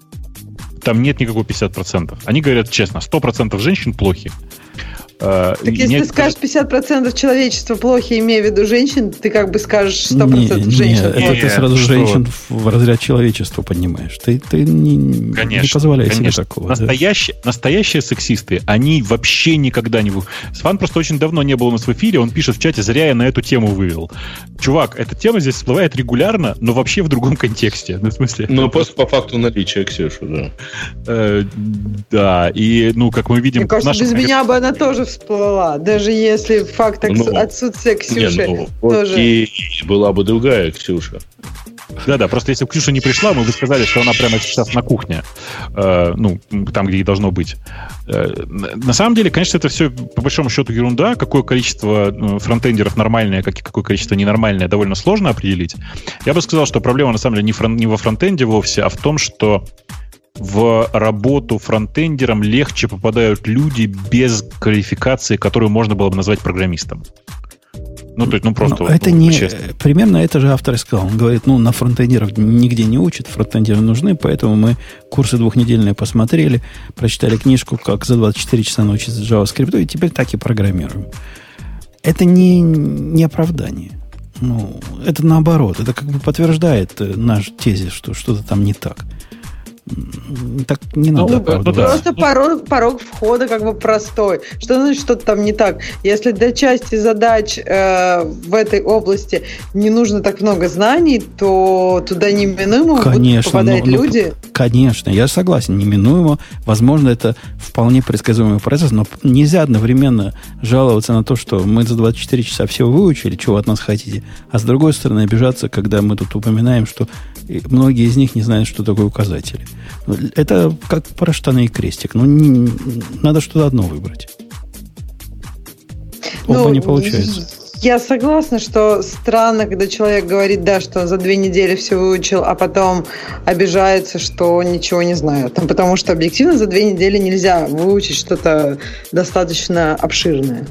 Там нет никакого пятьдесят процентов. Они говорят честно: сто процентов женщин плохи. Так если Нет, ты скажешь пятьдесят процентов человечества плохи, имея в виду женщин, ты как бы скажешь сто процентов не, женщин. Нет, это ты сразу что? женщин в разряд человечества поднимаешь. Ты, ты не, конечно, не позволяешь конечно. себе такого. Настоящие, да? настоящие сексисты, они вообще никогда не... Сван просто очень давно не был у нас в эфире, он пишет в чате: зря я на эту тему вывел. Чувак, эта тема здесь всплывает регулярно, но вообще в другом контексте. Ну, в смысле... Ну, просто по факту наличия Ксюши, да. Э, да, и, ну, как мы видим... Мне кажется, нашем... без меня бы она тоже всплыла. Даже если факт ну, отсутствия Ксюши не, ну, тоже... И была бы другая Ксюша. Да-да, просто если бы Ксюша не пришла, мы бы сказали, что она прямо сейчас на кухне. Э, ну, там, где ей должно быть. Э, на самом деле, конечно, это все по большому счету ерунда. Какое количество фронтендеров нормальное, как, какое количество ненормальное, довольно сложно определить. Я бы сказал, что проблема, на самом деле, не, фрон, не во фронтенде вовсе, а в том, что в работу фронтендером легче попадают люди без квалификации, которую можно было бы назвать программистом. Ну, то есть, ну, просто... Это ну, не... Примерно это же автор и сказал. Он говорит: ну, на фронтендеров нигде не учат, фронтендеры нужны, поэтому мы курсы двухнедельные посмотрели, прочитали книжку, как за двадцать четыре часа научиться JavaScript, и теперь так и программируем. Это не, не оправдание. Ну, это наоборот. Это как бы подтверждает наш тезис, что что-то там не так. Так не надо. Ну, ну, просто порог, порог входа как бы простой. Что значит что-то там не так? Если для части задач э, в этой области не нужно так много знаний, то туда неминуемо будут попадать ну, люди. Ну, Конечно, я согласен, неминуемо. Возможно, это вполне предсказуемый процесс, но нельзя одновременно жаловаться на то, что мы за двадцать четыре часа все выучили, чего от нас хотите, а с другой стороны обижаться, когда мы тут упоминаем, что многие из них не знают, что такое указатели. Это как про штаны и крестик. Ну, не, надо что-то одно выбрать. Оба ну, не получается. Я согласна, что странно, когда человек говорит, да, что он за две недели все выучил, а потом обижается, что ничего не знает. Потому что объективно за две недели нельзя выучить что-то достаточно обширное.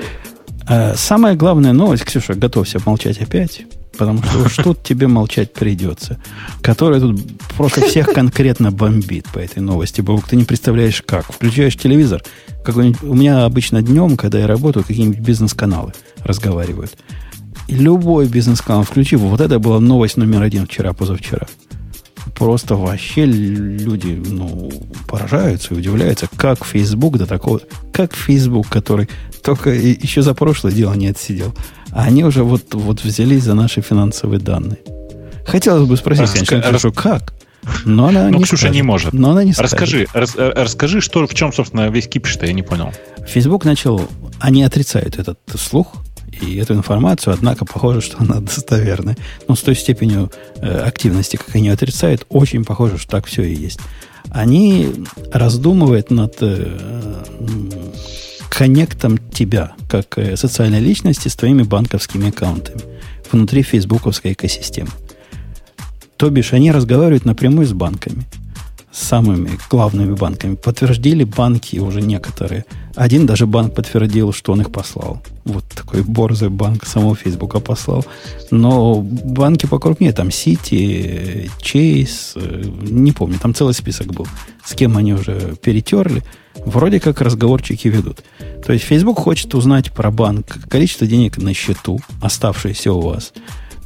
Самая главная новость, Ксюша, готовься молчать опять, потому что уж тут тебе молчать придется, которая тут просто всех конкретно бомбит по этой новости. Бог, ты не представляешь как. Включаешь телевизор, какой-нибудь, у меня обычно днем, когда я работаю, какие-нибудь бизнес-каналы разговаривают. И любой бизнес-канал включи, вот это была новость номер один вчера, позавчера. Просто вообще люди, ну, поражаются и удивляются, как Facebook до такого, как Facebook, который только еще за прошлое дело не отсидел, а они уже вот, вот взялись за наши финансовые данные. Хотелось бы спросить, Раска... конечно, Ксюшу, как? Но она ну, не Ксюша скажет. не может. Но она не расскажи, рас, расскажи, что, в чем, собственно, весь кипиш-то, я не понял. Facebook начал, они отрицают этот слух и эту информацию, однако похоже, что она достоверная. Но с той степенью э, активности, как они отрицают, очень похоже, что так все и есть. Они раздумывают над э, коннектом тебя, как э, социальной личности, с твоими банковскими аккаунтами внутри фейсбуковской экосистемы. То бишь, они разговаривают напрямую с банками, с самыми главными банками. Подтвердили банки уже некоторые. Один даже банк подтвердил, что он их послал. Вот такой борзый банк самого Фейсбука послал. Но банки покрупнее, там Сити, Чейз, не помню, там целый список был, с кем они уже перетерли. Вроде как разговорчики ведут. То есть Facebook хочет узнать про банк, количество денег на счету, оставшееся у вас,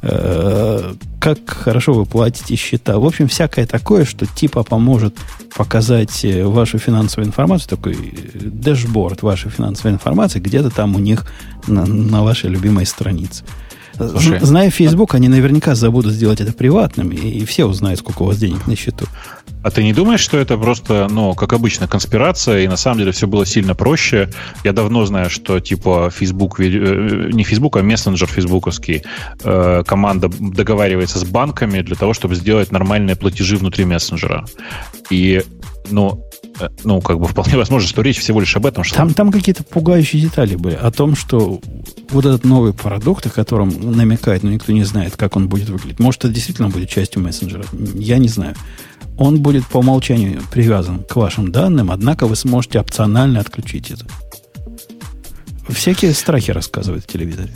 как хорошо вы платите счета. В общем, всякое такое, что типа поможет показать вашу финансовую информацию, такой дэшборд вашей финансовой информации где-то там у них на, на вашей любимой странице. Слушай, зная Facebook, они наверняка забудут сделать это приватным, и, и все узнают, сколько у вас денег на счету. А ты не думаешь, что это просто, ну, как обычно, конспирация, и на самом деле все было сильно проще? Я давно знаю, что типа Facebook, не Facebook, а мессенджер фейсбуковский, э, команда договаривается с банками для того, чтобы сделать нормальные платежи внутри мессенджера. И, ну, ну, как бы вполне возможно, что речь всего лишь об этом. Что... Там, там какие-то пугающие детали были о том, что вот этот новый продукт, о котором намекает, но никто не знает, как он будет выглядеть. Может, это действительно будет частью мессенджера. Я не знаю. Он будет по умолчанию привязан к вашим данным, однако вы сможете опционально отключить это. Всякие страхи рассказывают в телевизоре.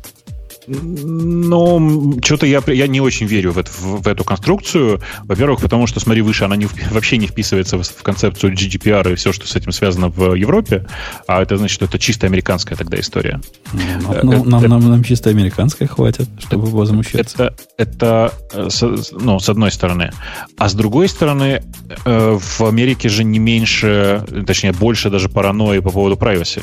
Ну, что-то я, я не очень верю в, это, в, в эту конструкцию. Во-первых, потому что, смотри, выше она не, вообще не вписывается в, в концепцию джи ди пи ар и все, что с этим связано в Европе. А это значит, что это чисто американская тогда история. Ну, ну, это, нам, нам, нам чисто американская хватит, чтобы это, возмущаться. Это, это ну, с одной стороны. А с другой стороны, в Америке же не меньше, точнее, больше даже паранойи по поводу privacy.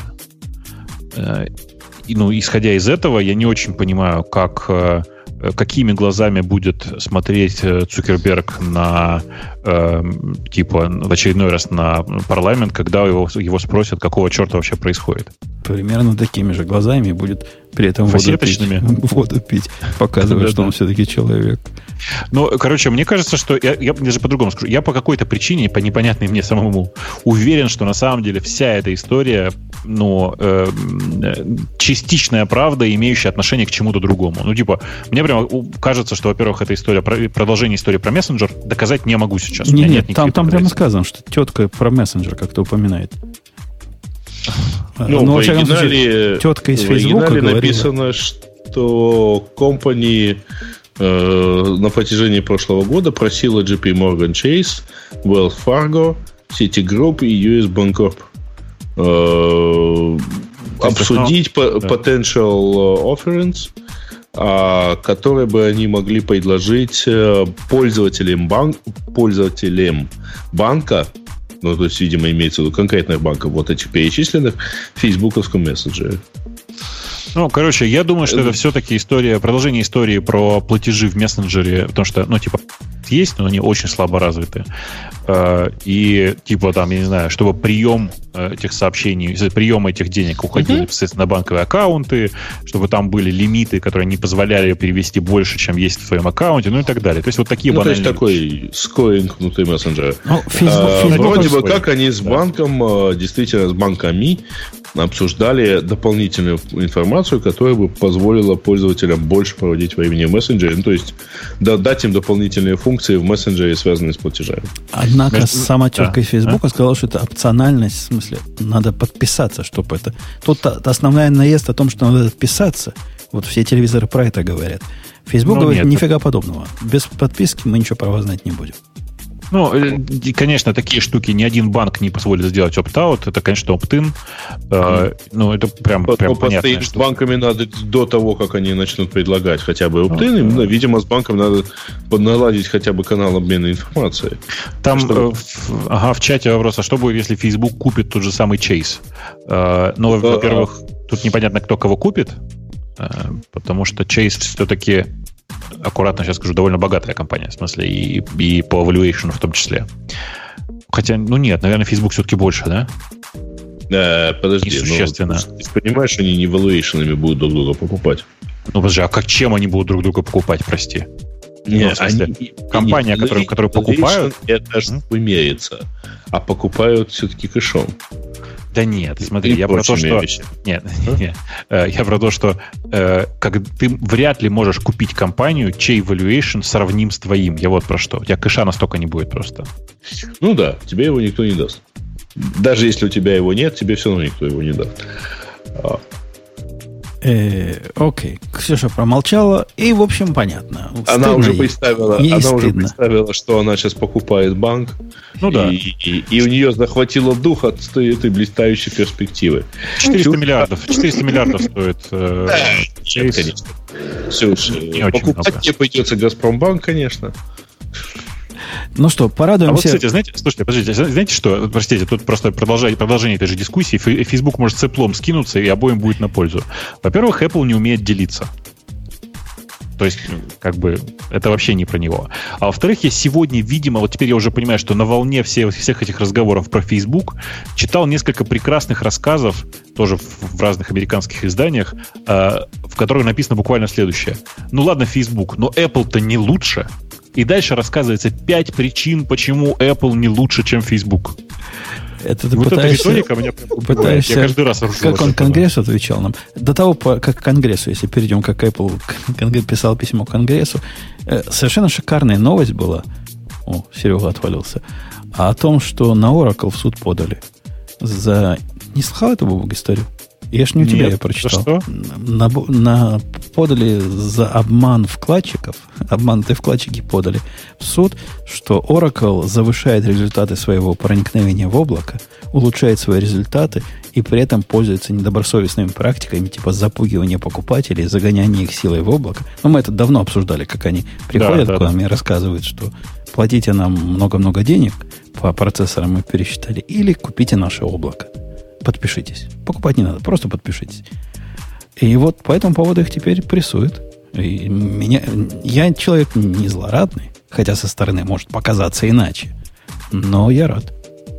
И, ну, исходя из этого, я не очень понимаю, как, какими глазами будет смотреть Цукерберг на, э, типа, в очередной раз на парламент, когда его, его спросят, какого черта вообще происходит. Примерно такими же глазами будет при этом воду пить, воду пить, показывая, что он все-таки человек. Ну, короче, мне кажется, что я, я даже по-другому скажу. Я по какой-то причине, по непонятной мне самому, уверен, что на самом деле вся эта история, ну, э, частичная правда, имеющая отношение к чему-то другому. Ну, типа, мне прямо кажется, что, во-первых, эта история, продолжение истории про мессенджер доказать не могу сейчас. Не, нет, нет там, там прямо сказано, что тетка про мессенджер как-то упоминает. Ну, ну в оригинале, тетка из Фейсбука написано, что компания э, на протяжении прошлого года просила джей пи Morgan Chase, Wells Fargo, Citigroup и ю эс Bancorp э, обсудить по, да. potential offerings, а, которые бы они могли предложить пользователям, бан, пользователям банка. Ну, то есть, видимо, имеется в виду конкретных банков, вот этих перечисленных, в фейсбуковском мессенджере. Ну, короче, я думаю, что это все-таки история, продолжение истории про платежи в мессенджере, потому что, ну, типа, текст есть, но они очень слабо развиты. И типа там, я не знаю, чтобы прием этих сообщений, прием этих денег уходил uh-huh. непосредственно на банковые аккаунты, чтобы там были лимиты, которые не позволяли перевести больше, чем есть в твоем аккаунте, ну и так далее. То есть вот такие ну, банальные... то есть такой скоринг внутри мессенджера. Ну, Facebook, а, Facebook вроде бы свой. как они с банком, действительно с банками обсуждали дополнительную информацию, которая бы позволила пользователям больше проводить времени в мессенджере, ну то есть дать им дополнительные функции в мессенджере, связанные с платежами. Однако Между... сама тетка да. из Фейсбука а? сказала, что это опциональность, в смысле, надо подписаться, чтобы это... Тут основная наезд о том, что надо подписаться. Вот все телевизоры про это говорят. Фейсбук ну, говорит, нет, нифига это... подобного. Без подписки мы ничего права знать не будем. Ну, конечно, такие штуки ни один банк не позволит сделать опт-аут. Это, конечно, опт-ин. Mm. Ну, это прям, прям понятно. С банками надо до того, как они начнут предлагать хотя бы опт-ин, ну, видимо, с банком надо наладить хотя бы канал обмена информацией. Там чтобы... в, ага, в чате вопрос, а что будет, если Facebook купит тот же самый Chase? Ну, uh, во-первых, uh, тут непонятно, кто кого купит, потому что Chase все-таки... аккуратно сейчас скажу, довольно богатая компания, в смысле, и, и по valuation в том числе. Хотя, ну нет, наверное, Facebook все-таки больше, да? Да, подожди. Несущественно. Ну, ты понимаешь, они не valuation'ами будут друг друга покупать. Ну, подожди, а как, чем они будут друг друга покупать, прости? Нет, ну, они, компания, они, которую, которую покупают... Это же имеется. А покупают все-таки кэшом. Да нет, смотри, я про то, что... Вещи. Нет, нет, я про то, что э, как ты вряд ли можешь купить компанию, чей valuation сравним с твоим. Я вот про что. У тебя кэша настолько не будет просто. Ну да, тебе его никто не даст. Даже если у тебя его нет, тебе все равно никто его не даст. Э, окей, Ксюша промолчала, и, в общем, понятно. Она уже, представила, она уже представила, что она сейчас покупает банк, ну, да. и, и, и у нее захватило дух от этой блистающей перспективы. четыреста миллиардов. четыреста миллиардов стоит. Э, да, нет, конечно. Слушай, покупать тебе придется Газпромбанк, конечно. Ну что, порадуемся. А вот, кстати, знаете, слушайте, подождите, знаете что? Простите, тут просто продолжение, продолжение этой же дискуссии. Facebook может цеплом скинуться, и обоим будет на пользу. Во-первых, Apple не умеет делиться. То есть, как бы, это вообще не про него. А во-вторых, я сегодня, видимо, вот теперь я уже понимаю, что на волне всех, всех этих разговоров про Facebook читал несколько прекрасных рассказов, тоже в, в разных американских изданиях, э, в которых написано буквально следующее. Ну ладно, Facebook, но Apple-то не лучше. И дальше рассказывается пять причин, почему Apple не лучше, чем Facebook. Это ты вот пытаешься, эта меня пытаешься, я каждый раз ржу. Как он Конгрессу отвечал нам. До того, как к Конгрессу, если перейдем, как Apple писал письмо к Конгрессу, совершенно шикарная новость была. О, Серега отвалился. А о том, что на Oracle в суд подали. За... Не слыхал эту Бобук историю? Я ж не у Нет, тебя я прочитал. Что? На, на, подали за обман вкладчиков, обманутые вкладчики подали в суд, что Oracle завышает результаты своего проникновения в облако, улучшает свои результаты и при этом пользуется недобросовестными практиками, типа запугивания покупателей, загоняния их силой в облако. Но мы это давно обсуждали, как они приходят да, да, к нам да. и рассказывают, что платите нам много-много денег по процессорам мы пересчитали, или купите наше облако. Подпишитесь. Покупать не надо, просто подпишитесь. И вот по этому поводу их теперь прессуют. И меня, я человек не злорадный, хотя со стороны может показаться иначе. Но я рад.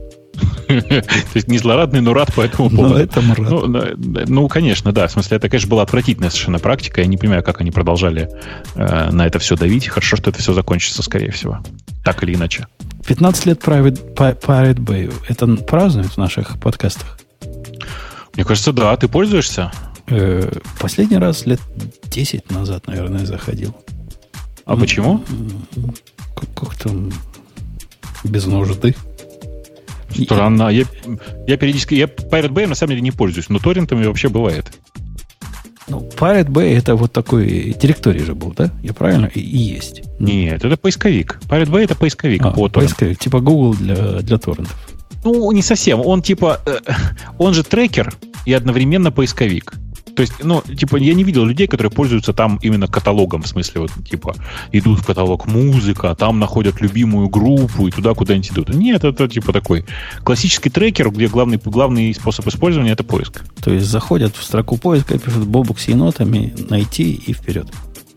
То есть не злорадный, но рад по этому поводу. Но этому рад. Ну, ну, конечно, да. В смысле, это, конечно, была отвратительная совершенно практика. Я не понимаю, как они продолжали э, на это все давить. Хорошо, что это все закончится, скорее всего. Так или иначе. пятнадцать лет Pirate, Pirate Bay. Это празднуют в наших подкастах? Мне кажется, да. Ты пользуешься? Э, последний раз лет десять назад, наверное, заходил. А ну, почему? Как-то без нужды. Странно. Я, я периодически... Я Pirate Bay на самом деле не пользуюсь, но торрентами вообще бывает. Ну, Pirate Bay это вот такой директорий же был, да? Я правильно? И, и есть. Нет, это поисковик. Pirate Bay это поисковик. А, по поисковик. Типа Google для, для торрентов. Ну, не совсем. Он типа... Э, он же трекер и одновременно поисковик. То есть, ну, типа, я не видел людей, которые пользуются там именно каталогом. В смысле, вот, типа, идут в каталог музыка, там находят любимую группу и туда куда-нибудь идут. Нет, это типа такой классический трекер, где главный, главный способ использования — это поиск. То есть заходят в строку поиска и пишут «Бобук с енотами», «найти» и вперед.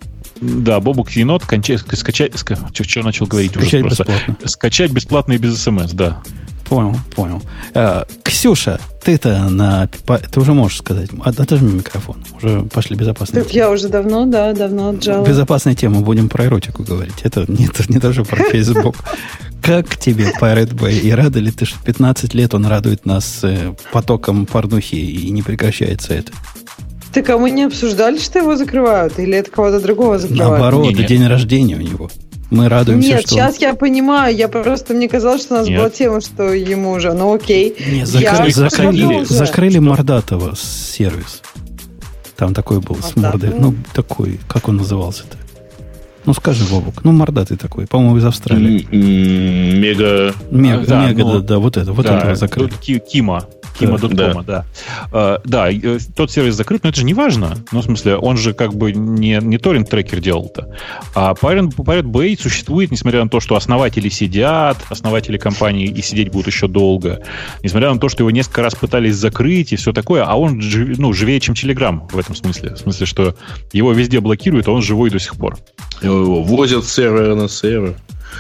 Да, Бобук енот, кончай, скачать, ска, что, что начал говорить скачать уже просто. Бесплатно. Скачать бесплатно и без СМС, да. Понял, понял. А, Ксюша, ты-то на... Ты уже можешь сказать. Отожми микрофон. Уже пошли безопасные темы. Я уже давно, да, давно отжала. Безопасные темы. Будем про эротику говорить. Это не, не даже про Facebook. Как тебе Pirate Bay? И рада ли ты, что пятнадцать лет он радует нас потоком порнухи и не прекращается это? Так а мы не обсуждали, что его закрывают? Или это кого-то другого закрывают? Наоборот, не, день рождения у него. Мы радуемся, Нет, что... сейчас я понимаю. Я просто, мне казалось, что у нас Нет. была тема, что ему уже. Ну окей. Нет, закрыли, я закрыли, закрыли Что? Мордатова сервис. Там такой был с мордой. Ну, такой, как он назывался-то? Ну, скажи, Бобук. Ну, мордатый такой, по-моему, из Австралии. Мега... Мега, да, мега, ну, да, да, вот это, вот да, этого закрыли. Ки- Кима. Кима точка ком, да. Да. Uh, да, э, тот сервис закрыт, но это же не важно. Ну, в смысле, он же как бы не, не торрент-трекер делал-то. А Pirate, Pirate Bay существует, несмотря на то, что основатели сидят, основатели компании и сидеть будут еще долго. Несмотря на то, что его несколько раз пытались закрыть и все такое, а он жив, ну, живее, чем Telegram в этом смысле. В смысле, что его везде блокируют, а он живой до сих пор. Его возят с сервера на сервер.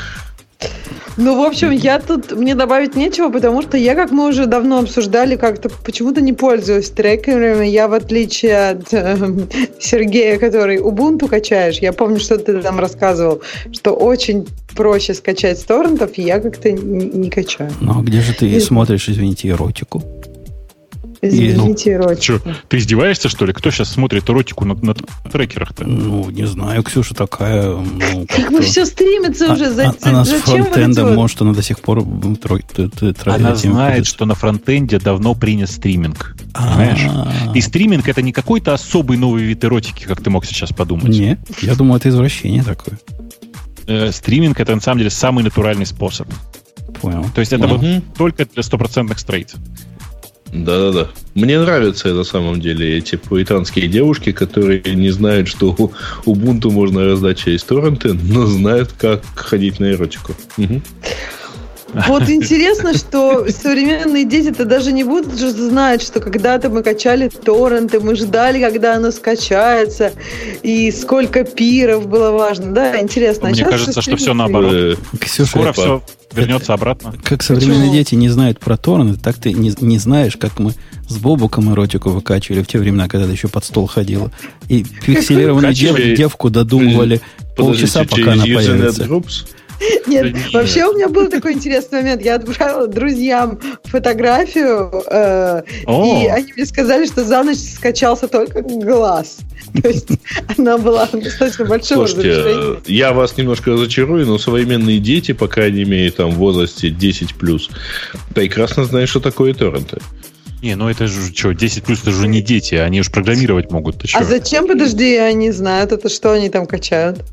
Ну, в общем, я тут, мне добавить нечего, потому что я, как мы уже давно обсуждали, как-то почему-то не пользуюсь трекерами. Я, в отличие от э, Сергея, который Ubuntu качаешь, я помню, что ты там рассказывал, что очень проще скачать с торрентов, и я как-то не, не качаю. Ну, а где же ты И... смотришь, извините, эротику? Извините, эротику. Что, ты издеваешься, что ли? Кто сейчас смотрит эротику на, на трекерах-то? Ну, не знаю, Ксюша такая... Ну, Как бы все стримится уже. А, За, а, она с зачем фронтендом, вот может, она до сих пор... Трой, т, т, т, Она этим знает, ходит. что на фронтенде давно принят стриминг. А-а-а. Понимаешь? И стриминг — это не какой-то особый новый вид эротики, как ты мог сейчас подумать. Не, я думаю, это извращение такое. Э, стриминг — это на самом деле самый натуральный способ. Понял. То есть это Угу. вот только для стопроцентных стрейт. Да-да-да. Мне нравятся на самом деле эти пуританские девушки, которые не знают, что Ubuntu можно раздать через торренты, но знают, как ходить на эротику. Угу. Вот интересно, что современные дети-то даже не будут же знать, что когда-то мы качали торренты, мы ждали, когда оно скачается, и сколько пиров было важно. Да, интересно. Мне а кажется, что все стриминг- наоборот. Э, Ксюша, Скоро это- все вернется обратно. как современные Почему? дети не знают про торренты, так ты не, не знаешь, как мы с Бобуком эротику выкачивали в те времена, когда ты еще под стол ходила. И пикселированную дев, Выкачивали- девку додумывали полчаса, Подождите, пока она через Usenet появится. Groups? Нет, Да нет. вообще у меня был такой интересный момент. Я отправила друзьям фотографию, э, О. и они мне сказали, что за ночь скачался только глаз. То есть она была достаточно большого Слушайте, разрешения. я вас немножко разочарую, но современные дети, по крайней мере, там в возрасте десять плюс, прекрасно знают, что такое торренты. Не, ну это же что, десять плюс это же не дети, они уж программировать могут. Ты А чё? зачем, подожди, они знают, это что они там качают?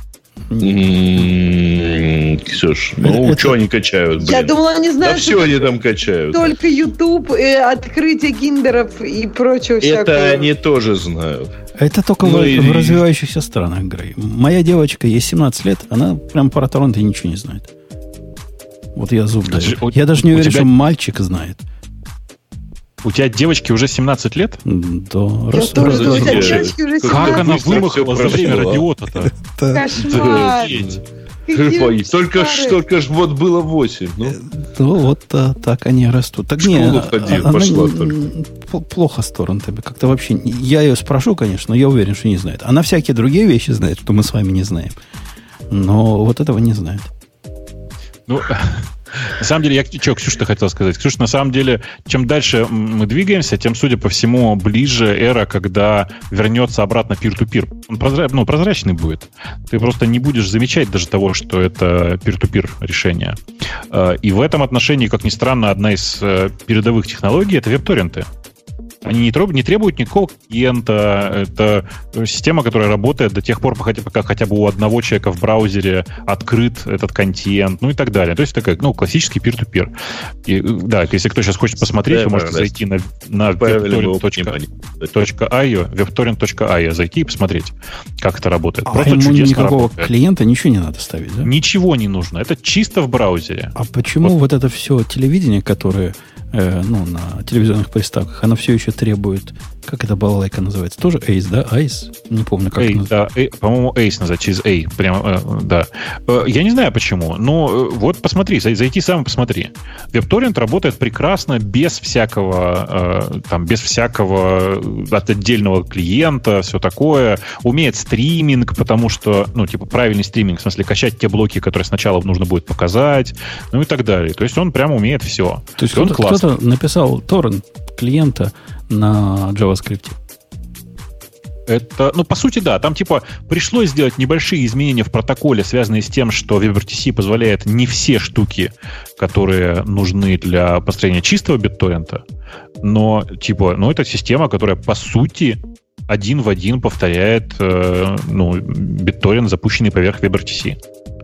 М-м-м, Ксюш, ну Это- что они качают, Я блин? думала, они Да знают, все что они там качают. только YouTube, и открытие киндеров и прочего Это всякого. они тоже знают. Это только Ну в, и- в развивающихся странах, Грей. Моя девочка, ей семнадцать лет, она прям про торренты ничего не знает. Вот я зуб даю. У- Я даже не у уверен, тебя- что мальчик знает. У тебя девочке уже семнадцать лет? Да, Я раз- тоже раз- думаю, у тебя раз- девочки уже Как Как семнадцать. она быстро вымахала всё за время прошло. радиота-то? да, Кошмар. Офигеть. Какие Ой, вы только ж, старые. только ж вот было восемь. Ну, ну, вот а, так они растут. Так В не, школу а- ходи, она пошла м, только. п- плохо с торрентами. Как-то вообще... не- Я ее спрошу, конечно, но я уверен, что не знает. Она всякие другие вещи знает, что мы с вами не знаем. Но вот этого не знает. Ну, на самом деле, я что, Ксюша хотел сказать. Ксюша, на самом деле, чем дальше мы двигаемся, тем, судя по всему, ближе эра, когда вернется обратно пир-ту-пир. Он прозра... ну, прозрачный будет. Ты просто не будешь замечать даже того, что это пир-ту-пир решение. Э, И в этом отношении, как ни странно, одна из э, передовых технологий — это веб-торренты. Они не требуют, не требуют никакого клиента. Это система, которая работает до тех пор, пока, пока хотя бы у одного человека в браузере открыт этот контент, ну и так далее. То есть такая, ну, классический пир-ту-пир. И, да, если кто сейчас хочет посмотреть, Да, вы можете да, зайти на, на правильно было webtorrent.io, webtorrent.io, зайти и посмотреть, как это работает. А Просто ему чудесно никакого работает. клиента ничего не надо ставить, да? Ничего не нужно. Это чисто в браузере. А почему вот, вот это все телевидение, которое э, ну, на телевизионных приставках, оно все еще требует Как эта балалайка называется? Тоже Ace, да? Ace? Не помню, как Ace, да, A, по-моему, Ace называется, через A. Прямо, э, да. Э, я не знаю почему, но э, вот посмотри, зайти сам посмотри. WebTorrent работает прекрасно без всякого, э, там, без всякого отдельного клиента, все такое. Умеет стриминг, потому что, ну, типа, правильный стриминг, в смысле, качать те блоки, которые сначала нужно будет показать, ну и так далее. То есть он прямо умеет все. То есть кто-то, кто-то написал торрент клиента на JavaScript. Это, ну, по сути, да. Там, типа, пришлось сделать небольшие изменения в протоколе, связанные с тем, что WebRTC позволяет не все штуки, которые нужны для построения чистого BitTorrent, но, типа, ну, это система, которая, по сути, один в один повторяет, э, ну, BitTorrent, запущенный поверх WebRTC.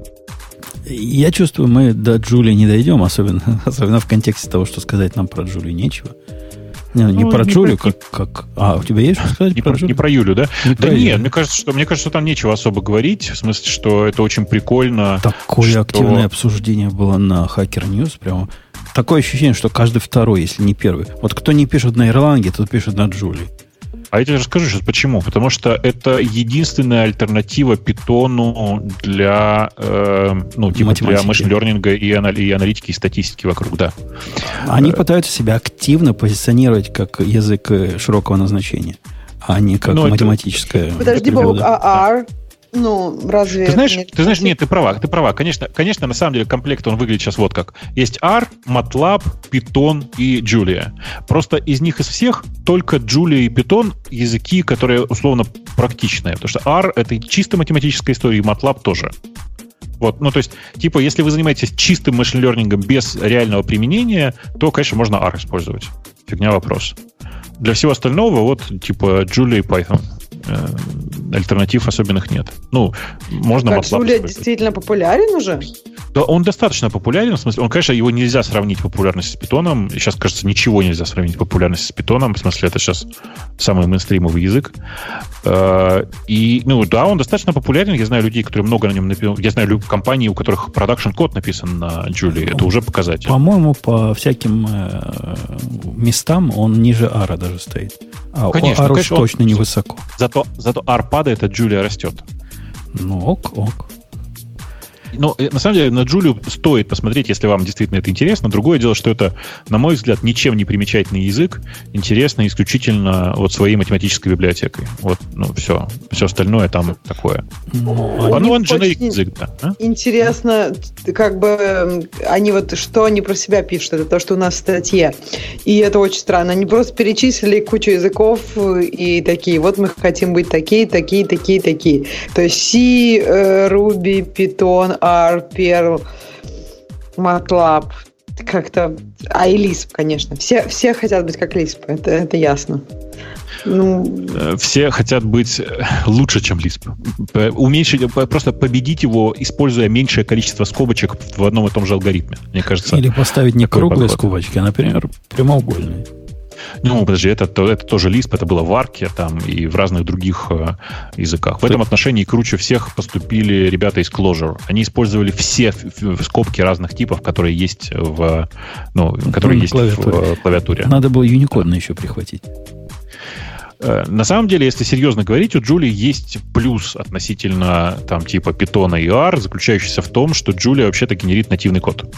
Я чувствую, мы до Джулии не дойдем, особенно, особенно в контексте того, что сказать нам про Джулию нечего. Не, не ну, про не Джулию, про... как, как... А, у тебя есть что сказать не про, про Джулию? Не про Юлю, да? Не да про нет, Юлю. мне кажется, что, мне кажется, что там нечего особо говорить. В смысле, что это очень прикольно. Такое что... активное обсуждение было на Hacker News. Прямо такое ощущение, что каждый второй, если не первый. Вот кто не пишет на Erlang, тот пишет на Джулии. А я тебе расскажу сейчас почему. Потому что это единственная альтернатива питону для, э, ну, типа для машин-лернинга и, анали- и аналитики, и статистики вокруг, да. Они пытаются себя активно позиционировать как язык широкого назначения, а не как ну, математическое. Подожди, Бог, а R? Ну, разве... Ты знаешь, ты знаешь, нет, ты права, ты права. Конечно, конечно, на самом деле комплект, он выглядит сейчас вот как. Есть R, MATLAB, Python и Julia. Просто из них из всех только Julia и Python языки, которые условно практичные. Потому что R — это чисто математическая история, и MATLAB тоже. Вот, ну, то есть, типа, если вы занимаетесь чистым машин-лернингом без реального применения, то, конечно, можно R использовать. Фигня вопрос. Для всего остального, вот, типа, Julia и Python. Альтернатив особенных нет. Ну, можно как MATLAB Julia действительно популярен уже? Да, он достаточно популярен. В смысле, он, конечно, его нельзя сравнить популярность с питоном. Сейчас, кажется, ничего нельзя сравнить популярность с питоном. В смысле, это сейчас самый мейнстримовый язык. И, ну, да, он достаточно популярен. Я знаю людей, которые много на нем написали. Я знаю компании, у которых продакшн-код написан на Julia. Это уже показатель. По-моему, по всяким э, местам он ниже R даже стоит. А конечно, R конечно, точно он, невысоко. Зато, зато R падает, а Julia растет. Ну, ок, ок. Но, на самом деле, на Джулию стоит посмотреть, если вам действительно это интересно. Другое дело, что это, на мой взгляд, ничем не примечательный язык, интересный исключительно вот своей математической библиотекой. Вот, ну, все. Все остальное там такое. Ну, а, ну он дженерик язык, да. А? Интересно, как бы, они вот, что они про себя пишут, это то, что у нас в статье. И это очень странно. Они просто перечислили кучу языков и такие, вот мы хотим быть такие, такие, такие, такие. То есть C, Ruby, Python, R, Perl, MATLAB, как-то... А и Lisp, конечно. Все, все хотят быть как Lisp, это, это ясно. Ну... Все хотят быть лучше, чем Lisp. Уменьшить, просто победить его, используя меньшее количество скобочек в одном и том же алгоритме, мне кажется. Или поставить не круглые скобочки, а, например, прямоугольные. Ну, подожди, это, это тоже Lisp, это было в Arc там и в разных других э, языках. В этом отношении круче всех поступили ребята из Clojure. Они использовали все скобки разных типов, которые есть в, ну, которые ну, есть клавиатуре. в клавиатуре. Надо было Unicode еще прихватить. На самом деле, если серьезно говорить, у Julia есть плюс относительно там, типа Python и R, заключающийся в том, что Julia вообще-то генерит нативный код.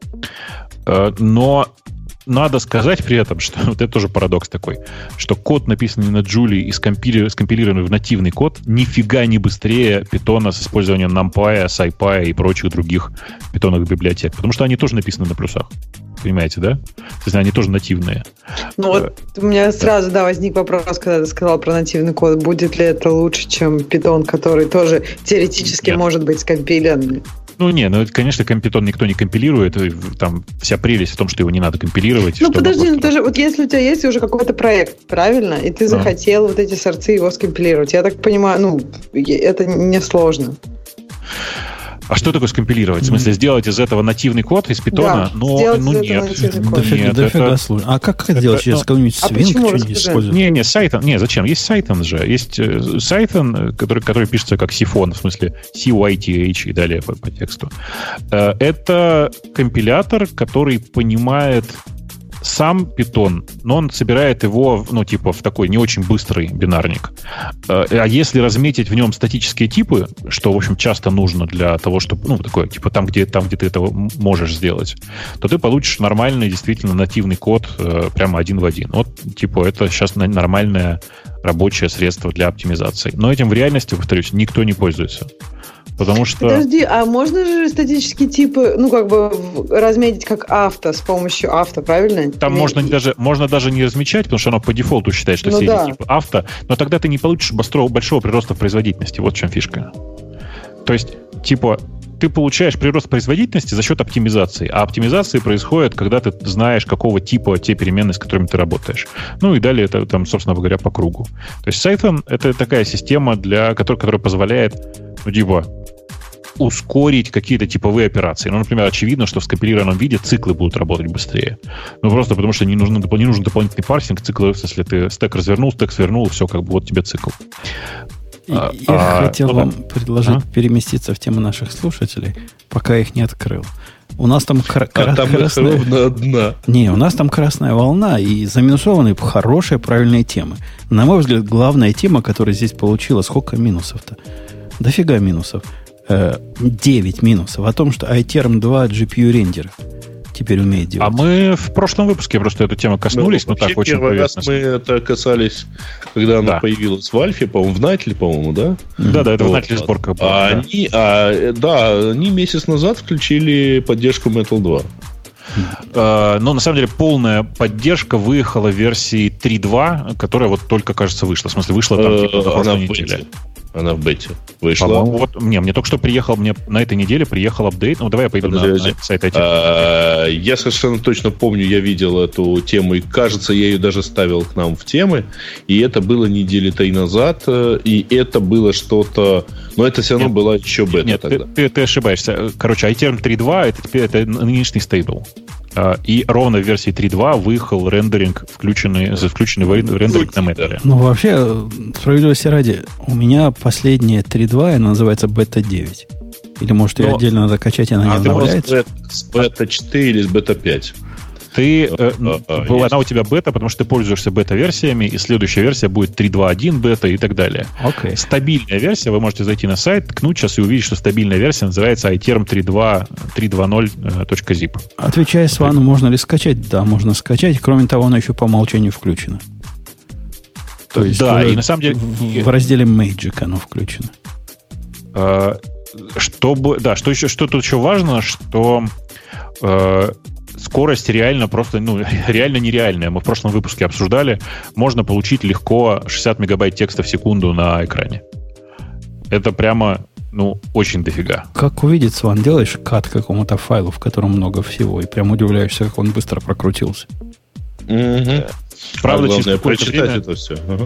Но надо сказать при этом, что вот это тоже парадокс такой, что код, написанный на Julia и скомпилированный в нативный код, нифига не быстрее Python с использованием NumPy, SciPy и прочих других питоновых библиотек, потому что они тоже написаны на плюсах. Понимаете, да? То есть они тоже нативные. Ну вот у меня сразу, да, возник вопрос, когда ты сказал про нативный код. Будет ли это лучше, чем Python, который тоже теоретически Нет. может быть скомпилированный? Ну, не, ну, конечно, Python никто не компилирует. Там вся прелесть в том, что его не надо компилировать. Ну, подожди, просто... ну, ты же, вот если у тебя есть уже какой-то проект, правильно? И ты захотел а. вот эти сорцы его скомпилировать. Я так понимаю, ну, это несложно. А что такое скомпилировать? В смысле, сделать из этого нативный код из питона? Да, но, ну нет. Дофига, нет дофига это... сложно. А как это делать? Сейчас какой-нибудь а свинг что-нибудь используют? Не, не, Python. Не, зачем? Есть Python же. Есть Python, который, который пишется как Сифон, в смысле си уай ти эйч и далее по, по тексту. Это компилятор, который понимает сам Python, но он собирает его, ну, типа, в такой не очень быстрый бинарник. А если разметить в нем статические типы, что, в общем, часто нужно для того, чтобы, ну, такое, типа, там, где, там, где ты этого можешь сделать, то ты получишь нормальный, действительно, нативный код прямо один в один. Вот, типа, это сейчас нормальное рабочее средство для оптимизации. Но этим в реальности, повторюсь, никто не пользуется. Потому что... Подожди, а можно же статические типы, ну, как бы разметить как авто, с помощью авто, правильно? Там можно даже, можно даже не размечать, потому что оно по дефолту считает, что ну, все да. эти типы авто, но тогда ты не получишь большого, большого прироста производительности. Вот в чем фишка. То есть, типа, ты получаешь прирост производительности за счет оптимизации, а оптимизация происходит, когда ты знаешь, какого типа те переменные, с которыми ты работаешь. Ну и далее это, там, собственно говоря, по кругу. То есть Python — это такая система, для, которая, которая позволяет, ну, типа, ускорить какие-то типовые операции. Ну, например, очевидно, что в скомпилированном виде циклы будут работать быстрее. Ну, просто потому что не нужен, не нужен дополнительный парсинг циклов, если ты стек развернул, стек свернул, все, как бы вот тебе цикл. Я а, хотел ну, вам предложить а? переместиться в тему наших слушателей, пока их не открыл. У нас там, кра- а там красная... ровно одна. Не, у нас там красная волна и заминусованы хорошие, правильные темы. На мой взгляд, главная тема, которая здесь получила, сколько минусов-то? Дофига минусов. девять минусов о том, что iTerm два джи пи ю рендер теперь умеет делать. А мы в прошлом выпуске просто эту тему коснулись, ну, но так очень поверхностно. Мы это касались, когда она да. появилась в Альфе, по-моему, в Натле, по-моему, да? Да, да, это вот. в Натле сборка была. А да. Они, а, да, они месяц назад включили поддержку Metal два. Uh, но на самом деле полная поддержка выехала в версии три точка два, которая вот только, кажется, вышла. В смысле, вышла там типа, на прошлой неделе. Она в бете вышла. По-моему, вот, не, мне только что приехал, мне на этой неделе приехал апдейт. Ну, давай я пойду на, на сайт ай ти. А, я совершенно точно помню, я видел эту тему, и, кажется, я ее даже ставил к нам в темы, и это было недели три назад, и это было что-то... Но это все равно нет, была еще бета нет, тогда. Ты, ты, ты ошибаешься. Короче, iTerm три точка два это теперь это нынешний стейбл. И ровно в версии три точка два выехал рендеринг, включенный, включенный рендеринг на Metal. Ну, вообще, справедливости ради, у меня последняя три точка два, она называется бета девять. Или, может, ее отдельно надо качать, и она а не обновляется? С бета четыре или с бета пять? Ты, э, а, была, она у тебя бета, потому что ты пользуешься бета-версиями, и следующая версия будет три точка два точка один бета и так далее. Okay. Стабильная версия, вы можете зайти на сайт, ткнуть сейчас и увидеть, что стабильная версия называется iTerm три точка два ноль точка zip. Отвечая Свану, можно ли скачать? Да, можно скачать. Кроме того, она еще по умолчанию включена. То есть да, и на самом деле в, в разделе Magic оно включено. Э, чтобы, да, что еще, что тут еще важно, что э, скорость реально просто, ну, реально нереальная. Мы в прошлом выпуске обсуждали. Можно получить легко шестьдесят мегабайт текста в секунду на экране. Это прямо, ну, очень дофига. Как увидеть, Сван, делаешь кат какому-то файлу, в котором много всего, и прям удивляешься, как он быстро прокрутился. Mm-hmm. Правда, а через прочитать время... это все. Uh-huh.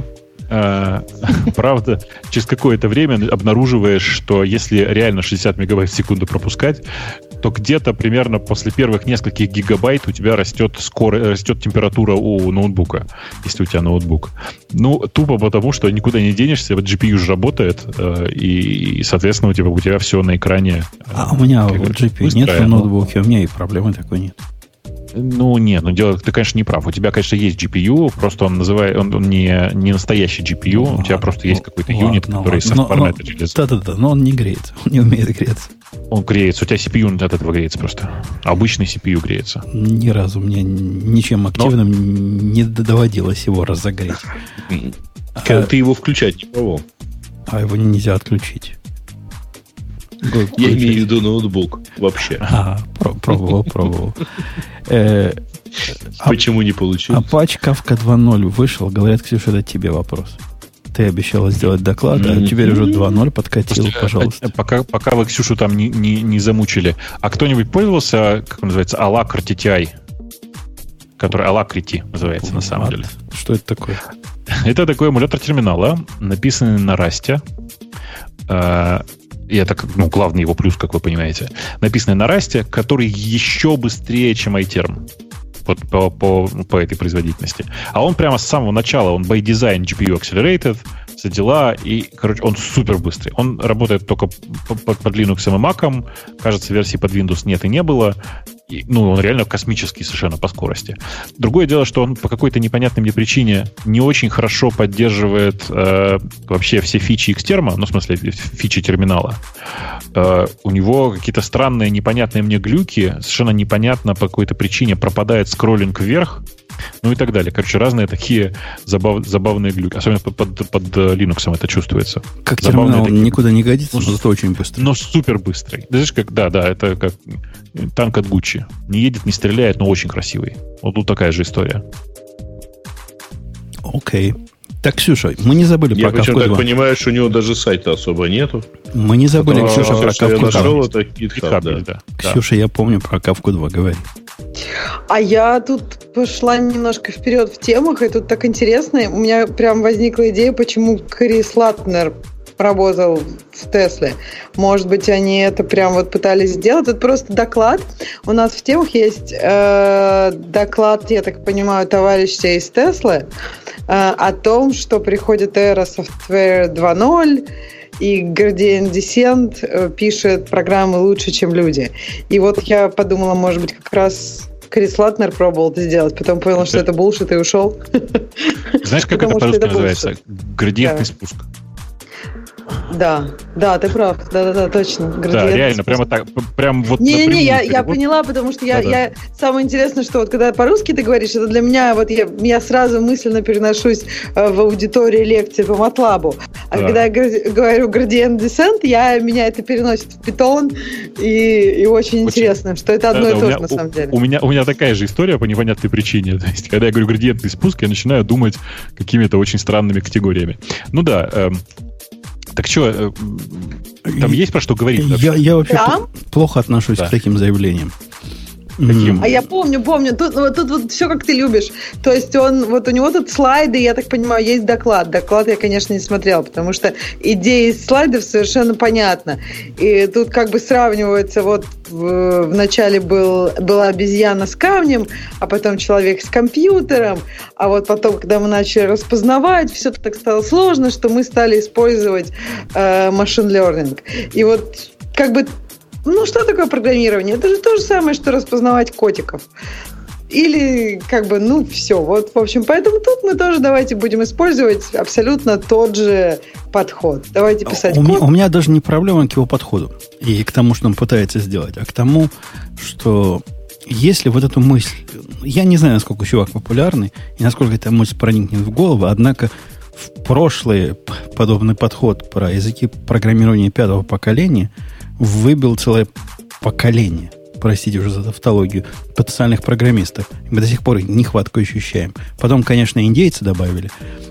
Правда, через какое-то время обнаруживаешь, что если реально шестьдесят мегабайт в секунду пропускать, то где-то примерно после первых нескольких гигабайт у тебя растет скорость, растет температура у ноутбука, если у тебя ноутбук. Ну, тупо потому, что никуда не денешься, вот джи пи ю же работает, и, соответственно, у тебя, у тебя все на экране. А у меня джи пи ю нет в ноутбуке, у меня и проблемы такой нет. Ну, нет, ну дело, ты, конечно, не прав. У тебя, конечно, есть джи пи ю, просто он называет, он, он не, не настоящий джи пи ю, ну, у тебя ладно, просто есть какой-то ладно, юнит, ладно, который софтварно это железо. Да-да-да, но он не греется, он не умеет греться. Он греется, у тебя си пи ю от этого греется просто. Обычный си пи ю греется. Ни разу мне ничем активным но... не доводилось его разогреть. Когда а, ты его включать не пробовал. А его нельзя отключить. Я имею в виду ноутбук вообще. А, пробовал, пробовал. Почему не получилось? Apache Kafka два ноль вышел. Говорят, Ксюша, это тебе вопрос. Ты обещала сделать доклад, а теперь уже два ноль подкатил, пожалуйста. Пока, пока вы Ксюшу там не, не, не замучили. А кто-нибудь пользовался, как он называется, Alacritty ти ай? Который Alacritty называется на самом деле. Что это такое? Это такой эмулятор терминала, написанный на Rust. И это, ну, главный его плюс, как вы понимаете. Написанный на Rust, который еще быстрее, чем iTerm. Вот по, по, по этой производительности. А он прямо с самого начала, он by design джи пи ю accelerated, все дела, и, короче, он супер быстрый. Он работает только под, под Linux и Mac. Кажется, версии под Windows нет и не было. И, ну, он реально космический совершенно по скорости. Другое дело, что он по какой-то непонятной мне причине не очень хорошо поддерживает э, вообще все фичи Xterm, ну, в смысле, фичи терминала. Э, у него какие-то странные, непонятные мне глюки, совершенно непонятно по какой-то причине пропадает скроллинг вверх, ну и так далее. Короче, разные такие забав, забавные глюки. Особенно под, под, под Linux это чувствуется. Как забавные терминал такие. Никуда не годится, но но зато очень быстрый. Но супер быстрый. Знаешь, как, да, да, это как танк от Гуччи. Не едет, не стреляет, но очень красивый. Вот тут такая же история. Окей. Так, Ксюша, мы не забыли Я про причем Кавку так два. понимаю, что у него даже сайта особо нету. Мы не забыли, А, Ксюша, про что я Кавку нашел, два. это GitHub, GitHub, да. да. Ксюша, я помню про Кавку два, говори. А я тут пошла немножко вперед в темах, и тут так интересно. У меня прям возникла идея, почему Крис Латнер работал в Тесле. Может быть, они это прям вот пытались сделать. Это просто доклад. У нас в темах есть э, доклад, я так понимаю, товарища из Теслы э, о том, что приходит эра Software два ноль, и Gradient Descent э, пишет программы лучше, чем люди. И вот я подумала, может быть, как раз Крис Латнер пробовал это сделать, потом понял, что это булшит, и ушел. Знаешь, как это по-русски называется? Градиентный спуск. Да, да, ты прав, да-да-да, точно. Да, реально, прямо так, прям вот. Не-не-не, я, я поняла, потому что я, я самое интересное, что вот когда по-русски ты говоришь, это для меня, вот я, я сразу мысленно переношусь в аудитории лекции по MATLAB. А да. Когда я говорю Gradient Descent, я, меня это переносит в Python, и, и очень, очень интересно, что это одно да, и да, то же на самом деле. У меня, у меня такая же история по непонятной причине. То есть, когда я говорю градиентный спуск, я начинаю думать какими-то очень странными категориями. Ну да, эм, так что, там есть про что говорить? Я, я вообще да? плохо отношусь да. к таким заявлениям. Каким? А я помню, помню, тут, вот, тут вот все как ты любишь. То есть он, вот у него тут слайды, я так понимаю, есть доклад. Доклад я, конечно, не смотрела, потому что идея из слайдов совершенно понятна. И тут как бы сравнивается, вот в, в начале был, была обезьяна с камнем, а потом человек с компьютером, а вот потом, когда мы начали распознавать, все так стало сложно, что мы стали использовать э, machine learning. И вот как бы ну, что такое программирование? Это же то же самое, что распознавать котиков. Или, как бы, ну, все. Вот, в общем, поэтому тут мы тоже давайте будем использовать абсолютно тот же подход. Давайте писать у код. Меня, у меня даже не проблема к его подходу и к тому, что он пытается сделать, а к тому, что если вот эту мысль... Я не знаю, насколько чувак популярный и насколько эта мысль проникнет в голову, однако в прошлый подобный подход про языки программирования пятого поколения выбил целое поколение, простите уже за тавтологию, потенциальных программистов. Мы до сих пор нехватку ощущаем. Потом, конечно, индейцы добавили.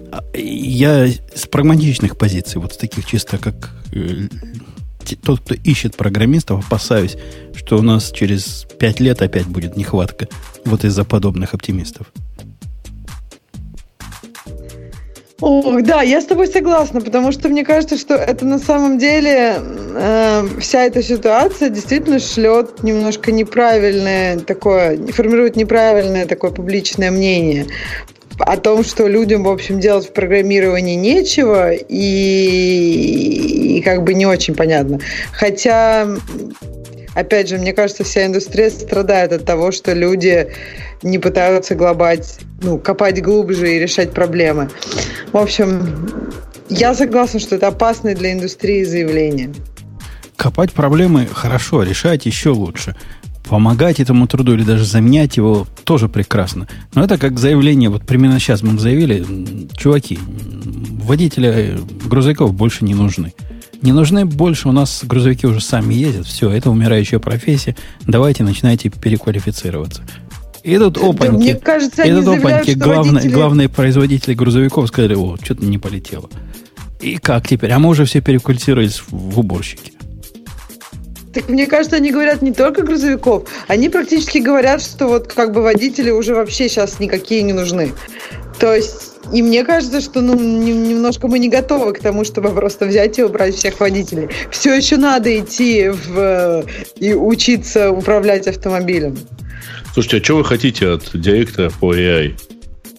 Я с прагматичных позиций, вот с таких чисто как э, тот, кто ищет программистов, опасаюсь, что у нас через пять лет опять будет нехватка вот из-за подобных оптимистов. Ох, да, я с тобой согласна, потому что мне кажется, что это на самом деле э, вся эта ситуация действительно шлет немножко неправильное такое, формирует неправильное такое публичное мнение о том, что людям, в общем, делать в программировании нечего и, и как бы не очень понятно. Хотя, опять же, мне кажется, вся индустрия страдает от того, что люди не пытаются глобать, ну, копать глубже и решать проблемы. В общем, я согласна, что это опасное для индустрии заявление. Копать проблемы хорошо, решать еще лучше. Помогать этому труду или даже заменять его тоже прекрасно. Но это как заявление, вот примерно сейчас мы заявили, чуваки, водители грузовиков больше не нужны. Не нужны больше, у нас грузовики уже сами ездят, все, это умирающая профессия, давайте начинайте переквалифицироваться. И тут опаньки, мне кажется, и тут опаньки главные, водители... главные производители грузовиков сказали, о, что-то не полетело. И как теперь? А мы уже все переквалифицировались в, в уборщики. Так мне кажется, они говорят не только грузовиков, они практически говорят, что вот как бы водители уже вообще сейчас никакие не нужны. То есть, и мне кажется, что ну, немножко мы не готовы к тому, чтобы просто взять и убрать всех водителей. Все еще надо идти в, и учиться управлять автомобилем. Слушайте, а что вы хотите от директора по эй ай?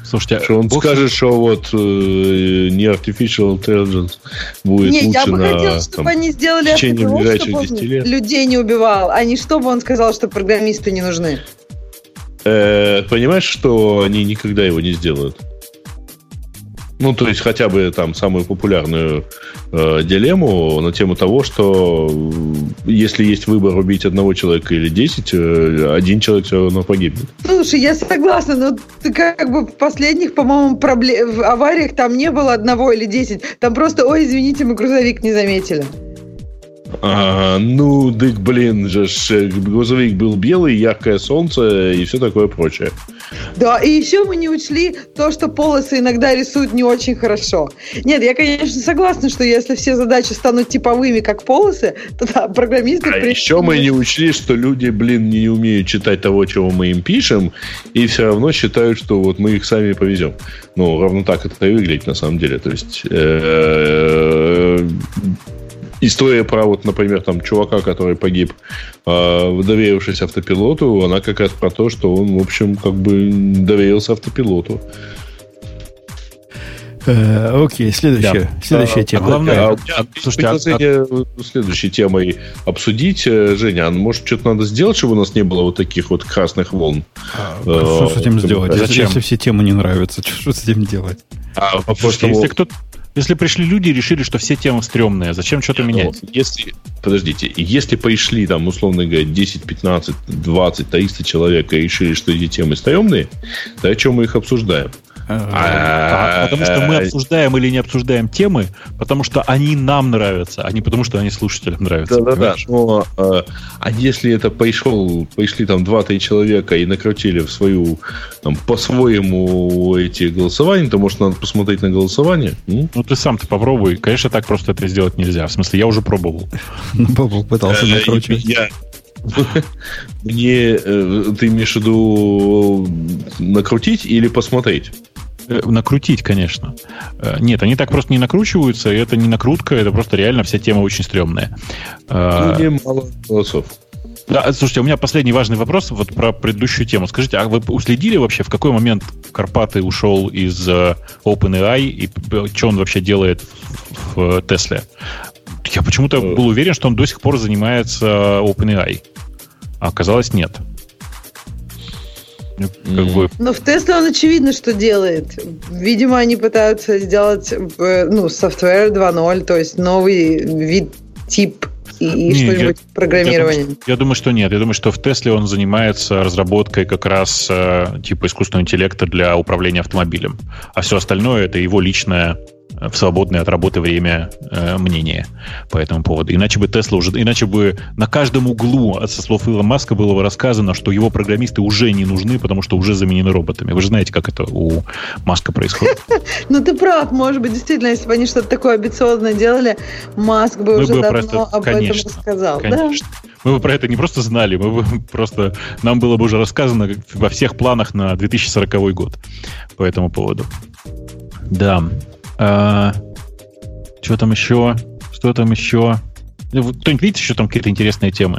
Слушайте, что он бог... скажет, что вот э, не Artificial Intelligence будет не, лучше я бы на хотела, чтобы там, они сделали в течение автопилот, ближайших чтобы десяти он лет. людей не убивал, а не чтобы он сказал, что программисты не нужны. Э, понимаешь, что они никогда его не сделают? Ну, то есть, хотя бы там самую популярную э, дилемму на тему того, что если есть выбор убить одного человека или десять, э, один человек все равно погибнет. Слушай, я согласна, но ты как бы в последних, по-моему, проблем... в авариях там не было одного или десять. Там просто, ой, извините, мы грузовик не заметили. А, ну, дык, блин, же ж, грузовик был белый, яркое солнце и все такое прочее. Да, и еще мы не учли то, что полосы иногда рисуют не очень хорошо. Нет, я, конечно, согласна, что если все задачи станут типовыми, как полосы, то да, программисты... А при... еще мы не учли, что люди, блин, не умеют читать того, чего мы им пишем, и все равно считают, что вот мы их сами повезем. Ну, ровно так это и выглядит на самом деле. То есть... История про, вот, например, там, чувака, который погиб, э, доверившись автопилоту, она как раз про то, что он, в общем, как бы доверился автопилоту. Э, окей, следующая, да. следующая а, тема. А главное, а, а, слушайте, а, а, следующей темой обсудить, Женя, а может, что-то надо сделать, чтобы у нас не было вот таких вот красных волн? А, что с этим сделать? Зачем? Если все темы не нравятся, что с этим делать? А, Слушайте, если кто-то Если пришли люди и решили, что все темы стрёмные, зачем что-то ну, менять? Если, подождите, если пришли, там, условно говоря, десять, пятнадцать, двадцать, триста человек и решили, что эти темы стрёмные, то о чем мы их обсуждаем? А, потому что мы обсуждаем или не обсуждаем темы, потому что они нам нравятся, а не потому что они слушателям нравятся. Да-да-да. Но, а, а если это пришел, пришли там два-три человека и накрутили в свою, там, по-своему эти голосования, то, может, надо посмотреть на голосование? М? Ну, ты сам-то попробуй. Конечно, так просто это сделать нельзя. В смысле, я уже пробовал. Бобл пытался накручивать. Я... Мне ты имеешь в виду накрутить или посмотреть? Накрутить, конечно. Нет, они так просто не накручиваются, и это не накрутка, это просто реально вся тема очень стрёмная. Или мало голосов. Да, слушайте, у меня последний важный вопрос вот про предыдущую тему. Скажите, а вы уследили вообще, в какой момент Карпаты ушел из OpenAI и что он вообще делает в Тесле? Я почему-то был уверен, что он до сих пор занимается OpenAI. А оказалось, нет. Как бы... Но в Тесле он очевидно, что делает. Видимо, они пытаются сделать ну, софтвер два ноль, то есть новый вид, тип и, и не, что-нибудь я, программирование. Я думаю, я думаю, что нет. Я думаю, что в Тесле он занимается разработкой как раз типа искусственного интеллекта для управления автомобилем. А все остальное это его личное в свободное от работы время э, мнение по этому поводу. Иначе бы Тесла уже, иначе бы на каждом углу со слов Илона Маска было бы рассказано, что его программисты уже не нужны, потому что уже заменены роботами. Вы же знаете, как это у Маска происходит. Ну, ты прав. Может быть, действительно, если бы они что-то такое амбициозное делали, Маск бы уже давно об этом рассказал. Конечно. Мы бы про это не просто знали, мы бы просто... Нам было бы уже рассказано во всех планах на две тысячи сороковой год по этому поводу. Да. А, что там еще? Что там еще? Кто-нибудь видит еще там какие-то интересные темы?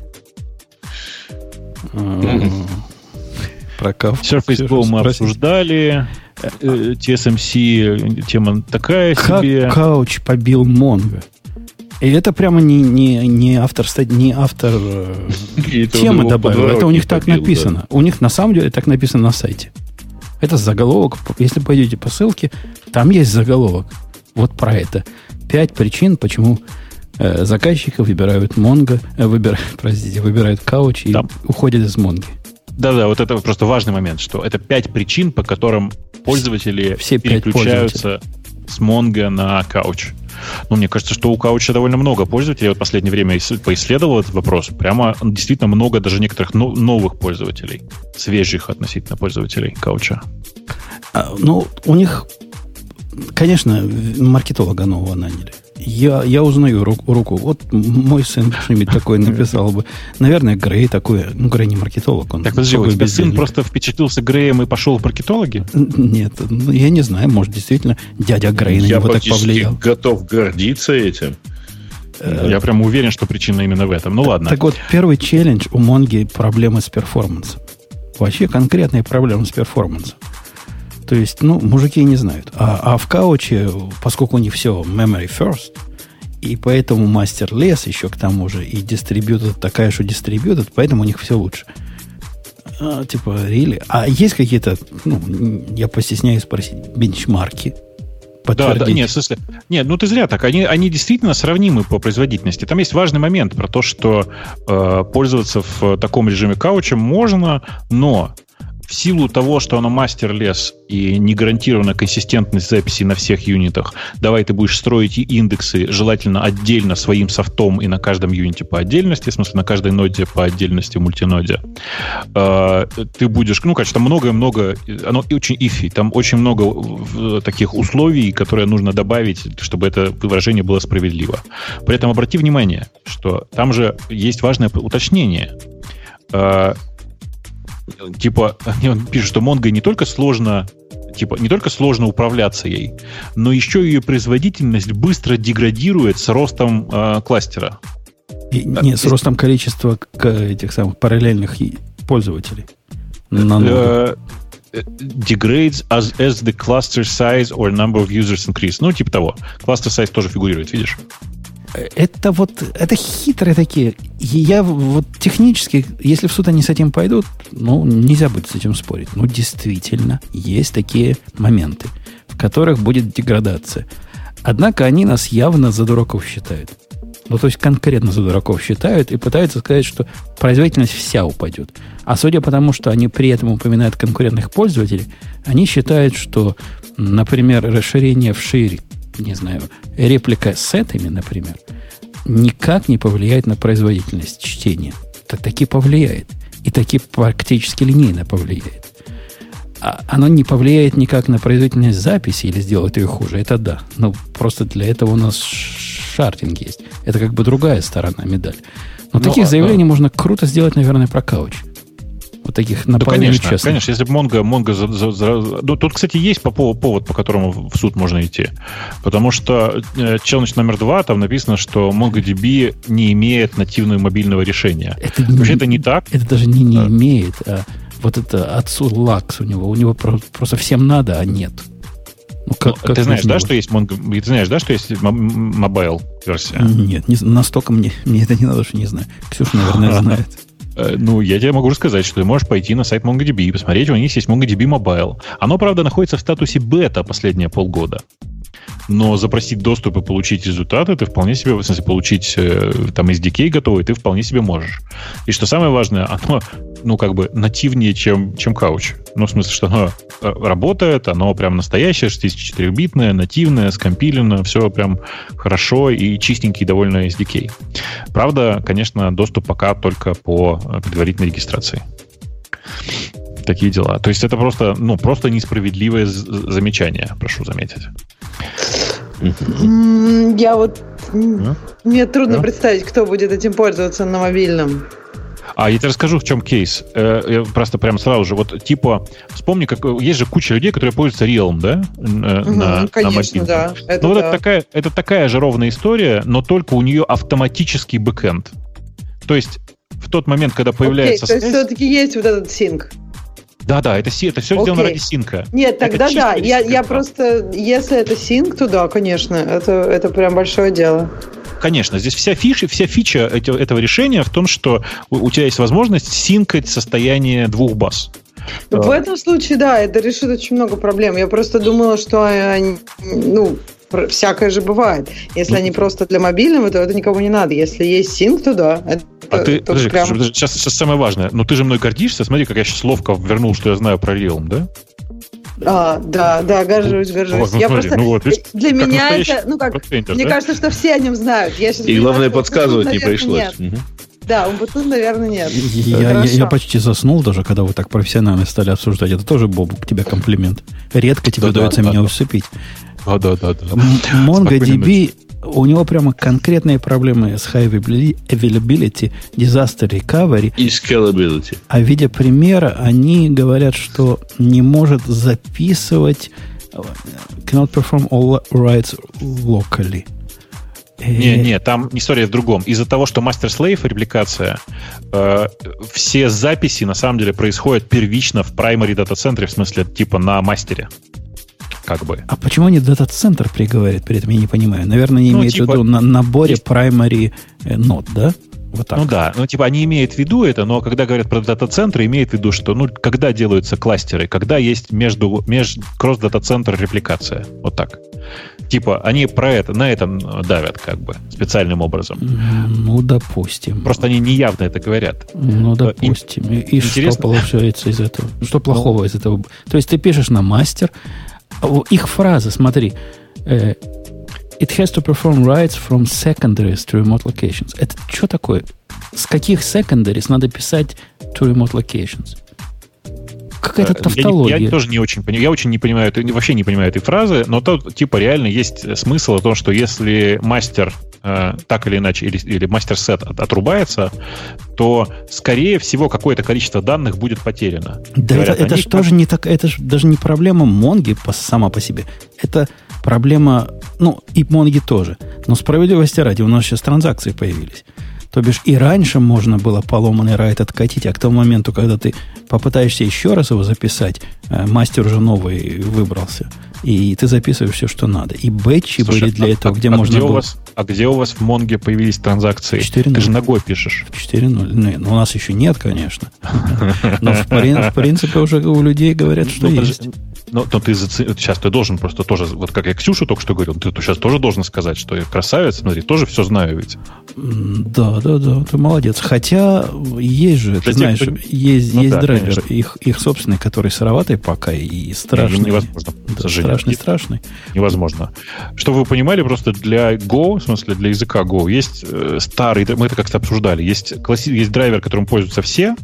Про Kafka. Surface Go мы обсуждали. ти эс эм си тема такая себе. Как Couch побил Mongo. И это прямо не, не, не автор, не автор темы добавил. Это у них так написано. У них на самом деле так написано на сайте. Это заголовок. Если пойдете по ссылке, там есть заголовок. Вот про это. Пять причин, почему э, заказчики выбирают Mongo, э, выбирают, простите, выбирают Couch и там уходят из Mongo. Да-да, вот это просто важный момент, что это пять причин, по которым пользователи Все переключаются с Mongo на Couch. Ну, мне кажется, что у Couch довольно много пользователей. Я вот в последнее время поисследовал этот вопрос. Прямо действительно много даже некоторых новых пользователей. Свежих относительно пользователей Couch. А, ну, у них, конечно, маркетолога нового наняли. Я, я узнаю руку, руку. Вот мой сын что-нибудь такое написал бы. Наверное, Грей такой. Ну, Грей не маркетолог. Он так, подожди, у тебя сын просто впечатлился Греем и пошел в маркетологи? Нет, я не знаю. Может, действительно, дядя Грей на него так повлиял. Я готов гордиться этим. Я прям уверен, что причина именно в этом. Ну, ладно. Так вот, первый челлендж у Монги проблемы с перформансом. Вообще конкретные проблемы с перформансом. То есть, ну, мужики не знают. А, а в кауче, поскольку у них все memory first, и поэтому мастер-лес еще к тому же, и дистрибьютор такая, что дистрибьютор, поэтому у них все лучше. А, типа, really? А есть какие-то, ну, я постесняюсь спросить, бенчмарки? Да, да, нет, в смысле, нет, ну ты зря так. Они, они действительно сравнимы по производительности. Там есть важный момент про то, что э, пользоваться в таком режиме кауча можно, но в силу того, что оно мастер-лес и не гарантирована консистентность записи на всех юнитах, давай ты будешь строить индексы, желательно отдельно своим софтом и на каждом юните по отдельности, в смысле на каждой ноде по отдельности в мультиноде. Ты будешь, ну, конечно, там много-много, оно очень ифи, там очень много таких условий, которые нужно добавить, чтобы это выражение было справедливо. При этом обрати внимание, что там же есть важное уточнение. Типа, они пишут, что Mongo не только сложно, типа, не только сложно управляться ей, но еще ее производительность быстро деградирует с ростом э, кластера. И, да, нет, с есть... ростом количества этих самых параллельных пользователей. Uh, degrades as, as the cluster size or number of users increase. Ну, типа того. Cluster size тоже фигурирует, видишь? Это вот, это хитрые такие. Я вот технически, если в суд они с этим пойдут, ну, нельзя будет с этим спорить. Ну, действительно, есть такие моменты, в которых будет деградация. Однако они нас явно за дураков считают. Ну, то есть конкретно за дураков считают и пытаются сказать, что производительность вся упадет. А судя по тому, что они при этом упоминают конкурентных пользователей, они считают, что, например, расширение вширь, не знаю, реплика с сетами, например, никак не повлияет на производительность чтения. Так таки повлияет. И таки практически линейно повлияет. А оно не повлияет никак на производительность записи или сделает ее хуже. Это да. Но просто для этого у нас шардинг есть. Это как бы другая сторона медали. Но, Но таких заявлений а... можно круто сделать, наверное, про кауч. Вот таких наполовину честных. Конечно, конечно, если бы Mongo... Mongo за, за, за... Ну, тут, кстати, есть по повод, повод, по которому в суд можно идти. Потому что э, челлендж номер два, там написано, что MongoDB не имеет нативного мобильного решения. Это Вообще не, это не так. Это даже не, не да. имеет, а вот это отцу лакс у него. У него просто всем надо, а нет. Ну, как, ну, как ты знаешь, да, быть? что есть Mongo... Ты знаешь, да, что есть мобайл версия? Нет, не, настолько мне, мне это не надо, что не знаю. Ксюша, наверное, знает. Ну, я тебе могу рассказать, что ты можешь пойти на сайт MongoDB и посмотреть, у них есть MongoDB Mobile. Оно, правда, находится в статусе бета последние полгода. Но запросить доступ и получить результаты ты вполне себе, в смысле, получить э, там эс ди кей готовый, ты вполне себе можешь. И что самое важное, оно, ну, как бы нативнее, чем, чем Couch. Ну, в смысле, что оно работает, оно прям настоящее, шестидесятичетырёхбитное, нативное, скомпилено, все прям хорошо и чистенький довольно эс ди кей. Правда, конечно, доступ пока только по предварительной регистрации. Такие дела. То есть это просто, ну, просто несправедливое замечание, прошу заметить. Я вот... А? Мне трудно а? представить, кто будет этим пользоваться на мобильном. А я тебе расскажу, в чем кейс. Я просто прямо сразу же. Вот типа, вспомни, как есть же куча людей, которые пользуются Realm, да? Угу, на, конечно, на да. Это, ну, да. Вот это, такая, это такая же ровная история, но только у нее автоматический бэкэнд. То есть в тот момент, когда появляется Окей, связь... То есть все-таки есть вот этот синк. Да-да, это, это все сделано ради синка. Нет, тогда да. Я, я просто, если это синк, то да, конечно, это, это прям большое дело. Конечно, здесь вся фича, вся фича этого решения в том, что у тебя есть возможность синкать состояние двух баз. В этом случае, да, это решит очень много проблем. Я просто думала, что они, ну, всякое же бывает. Если ну, они просто для мобильного, то это никому не надо. Если есть синк, то да. Это, а ты, подожди, прям... сейчас, сейчас самое важное. Но ты же мной гордишься. Смотри, как я сейчас ловко вернул, что я знаю про Realm, да? А, да, да, горжусь, горжусь. Вот, я смотри, просто, ну вот, видишь, для меня это, ну как, мне да? кажется, что все о нем знают. Я сейчас И понимаю, главное, подсказывать не пришлось. Угу. Да, он тут, наверное, нет. Я, я, я почти заснул даже, когда вы так профессионально стали обсуждать. Это тоже, Бобук, тебе комплимент. Редко тебе да, удается да, меня да, усыпить. Да, да, да. да. MongoDB, у него прямо конкретные проблемы с high availability, disaster recovery и scalability. А в виде примера они говорят, что не может записывать cannot perform all writes locally. Не, не, там история в другом. Из-за того, что master-slave репликация, э, все записи на самом деле происходят первично в primary дата-центре, в смысле типа на мастере. Как бы. А почему они дата-центр приговаривают при этом? Я не понимаю. Наверное, они ну, имеют типа, в виду на наборе есть... primary нод, да? Вот так. Ну да, ну типа они имеют в виду это, но когда говорят про дата-центры, имеют в виду, что ну когда делаются кластеры, когда есть между, между кросс-дата-центр репликация. Вот так. Типа они про это, на этом давят как бы специальным образом. Ну, допустим. Просто они неявно это говорят. Ну, допустим. И, и что получается из этого? Что плохого ну, из этого? То есть ты пишешь на мастер, их фраза, смотри, it has to perform writes from secondaries to remote locations. Это что такое? С каких secondaries надо писать to remote locations? Какая-то тавтология. Я, я тоже не очень понимаю. Я очень не понимаю, вообще не понимаю этой фразы, но тут типа реально есть смысл о том, что если мастер э, так или иначе, или, или мастер-сет от, отрубается, то, скорее всего, какое-то количество данных будет потеряно. Да, Говорят, это, это же тоже не так, это же даже не проблема Монги по, сама по себе. Это проблема, ну, и Монги тоже. Но справедливости ради, у нас сейчас транзакции появились. То бишь и раньше можно было поломанный райт откатить, а к тому моменту, когда ты попытаешься еще раз его записать, мастер уже новый выбрался, и ты записываешь все, что надо. И бэтчи Слушай, были для а, этого, где а можно где было... У вас, а где у вас в Монге появились транзакции? четыре ноль. Ты же ногой пишешь. четыре ноль. Ну, у нас еще нет, конечно. Но в принципе уже у людей говорят, что есть. Но, но ты сейчас ты должен просто тоже, вот как я Ксюшу только что говорил, ты сейчас тоже должен сказать, что я красавец, смотри, тоже все знаю ведь. Да, да, да, ты молодец. Хотя есть же, Для ты тех, знаешь, кто... есть, ну, есть да, драйвер, их, их собственный, который сыроватый пока и страшный. Невозможно. Да, страшный, страшный. Невозможно. Чтобы вы понимали, просто для Go, в смысле для языка Go, есть э, старый, мы это как-то обсуждали, есть, класси, есть драйвер, которым пользуются все,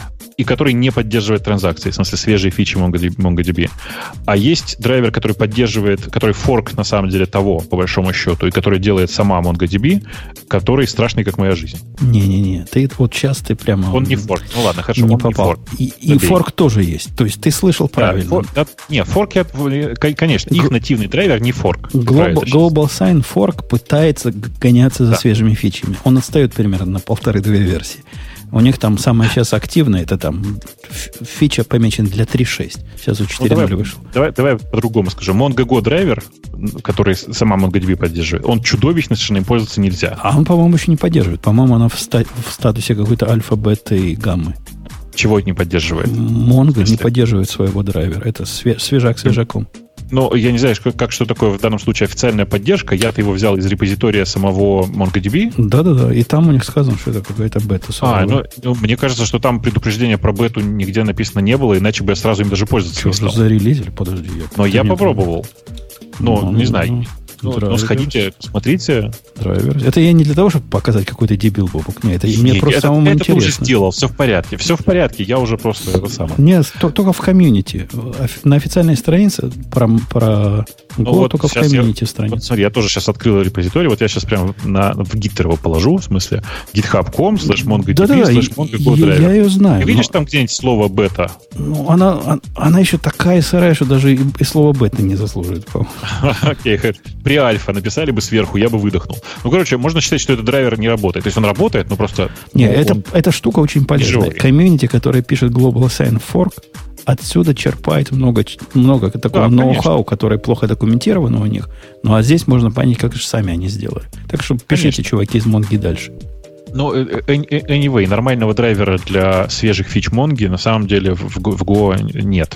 и который не поддерживает транзакции, в смысле свежие фичи MongoDB. А есть драйвер, который поддерживает, который форк на самом деле того, по большому счету, и который делает сама MongoDB, который страшный, как моя жизнь. Не-не-не, ты вот сейчас ты прямо... Он не форк. Ну ладно, хорошо, не он попал. не форк. И, и форк тоже есть. То есть ты слышал правильно. Да, форк, да, нет, форк, я, конечно, их нативный драйвер не форк. Global, Global Sign Fork пытается гоняться за да. свежими фичами. Он отстает примерно на полторы-две версии. У них там самая сейчас активная, это там фича помечена для три шесть. Сейчас у четыре ноль ну, вышел. Давай, давай по-другому скажу. MongoGo драйвер, который сама MongoDB поддерживает, он чудовищно, совершенно им пользоваться нельзя. А он, по-моему, еще не поддерживает. По-моему, она в, ста- в статусе какой-то альфа, бета и гаммы. Чего это не поддерживает? Mongo не поддерживает своего драйвера. Это све- свежак свежаком. Ну, я не знаю, как, как что такое в данном случае официальная поддержка. Я-то его взял из репозитория самого MongoDB. Да-да-да, и там у них сказано, что это какая-то бета. А, ну, ну, мне кажется, что там предупреждения про бету нигде написано не было, иначе бы я сразу им даже пользоваться не стал. Зарелизили? Подожди. Я Но я попробовал. Ну, ну, не знаю. Ну, ну, сходите, посмотрите. Драйвер. Это я не для того, чтобы показать, какой ты дебил, Бобук. Нет, это не, мне просто это, самому это интересно. Это уже сделал, все в порядке. Все в порядке, я уже просто это самое. Нет, только в комьюнити. На официальной странице про, про ну, Go вот только в комьюнити я, странице. Вот, смотри, я тоже сейчас открыл репозиторий, вот я сейчас прямо на, в Git его положу, в смысле github точка com слэш mongodb слэш mongogo драйвер. Я ее знаю. Ты видишь но... там где-нибудь слово бета? Ну, она, она еще такая сырая, что даже и, и слово бета не заслуживает, по-моему. Окей, при альфа написали бы сверху, я бы выдохнул. Ну, короче, можно считать, что этот драйвер не работает. То есть он работает, но просто... Не, ну, это, эта штука очень полезная. Комьюнити, которая пишет Global Sign Fork, отсюда черпает много, много такого да, ноу-хау, которое плохо документировано у них. Ну, а здесь можно понять, как же сами они сделали. Так что пишите, конечно. Чуваки из Монги, дальше. Ну, anyway, нормального драйвера для свежих фич Монги на самом деле в, в Go нет.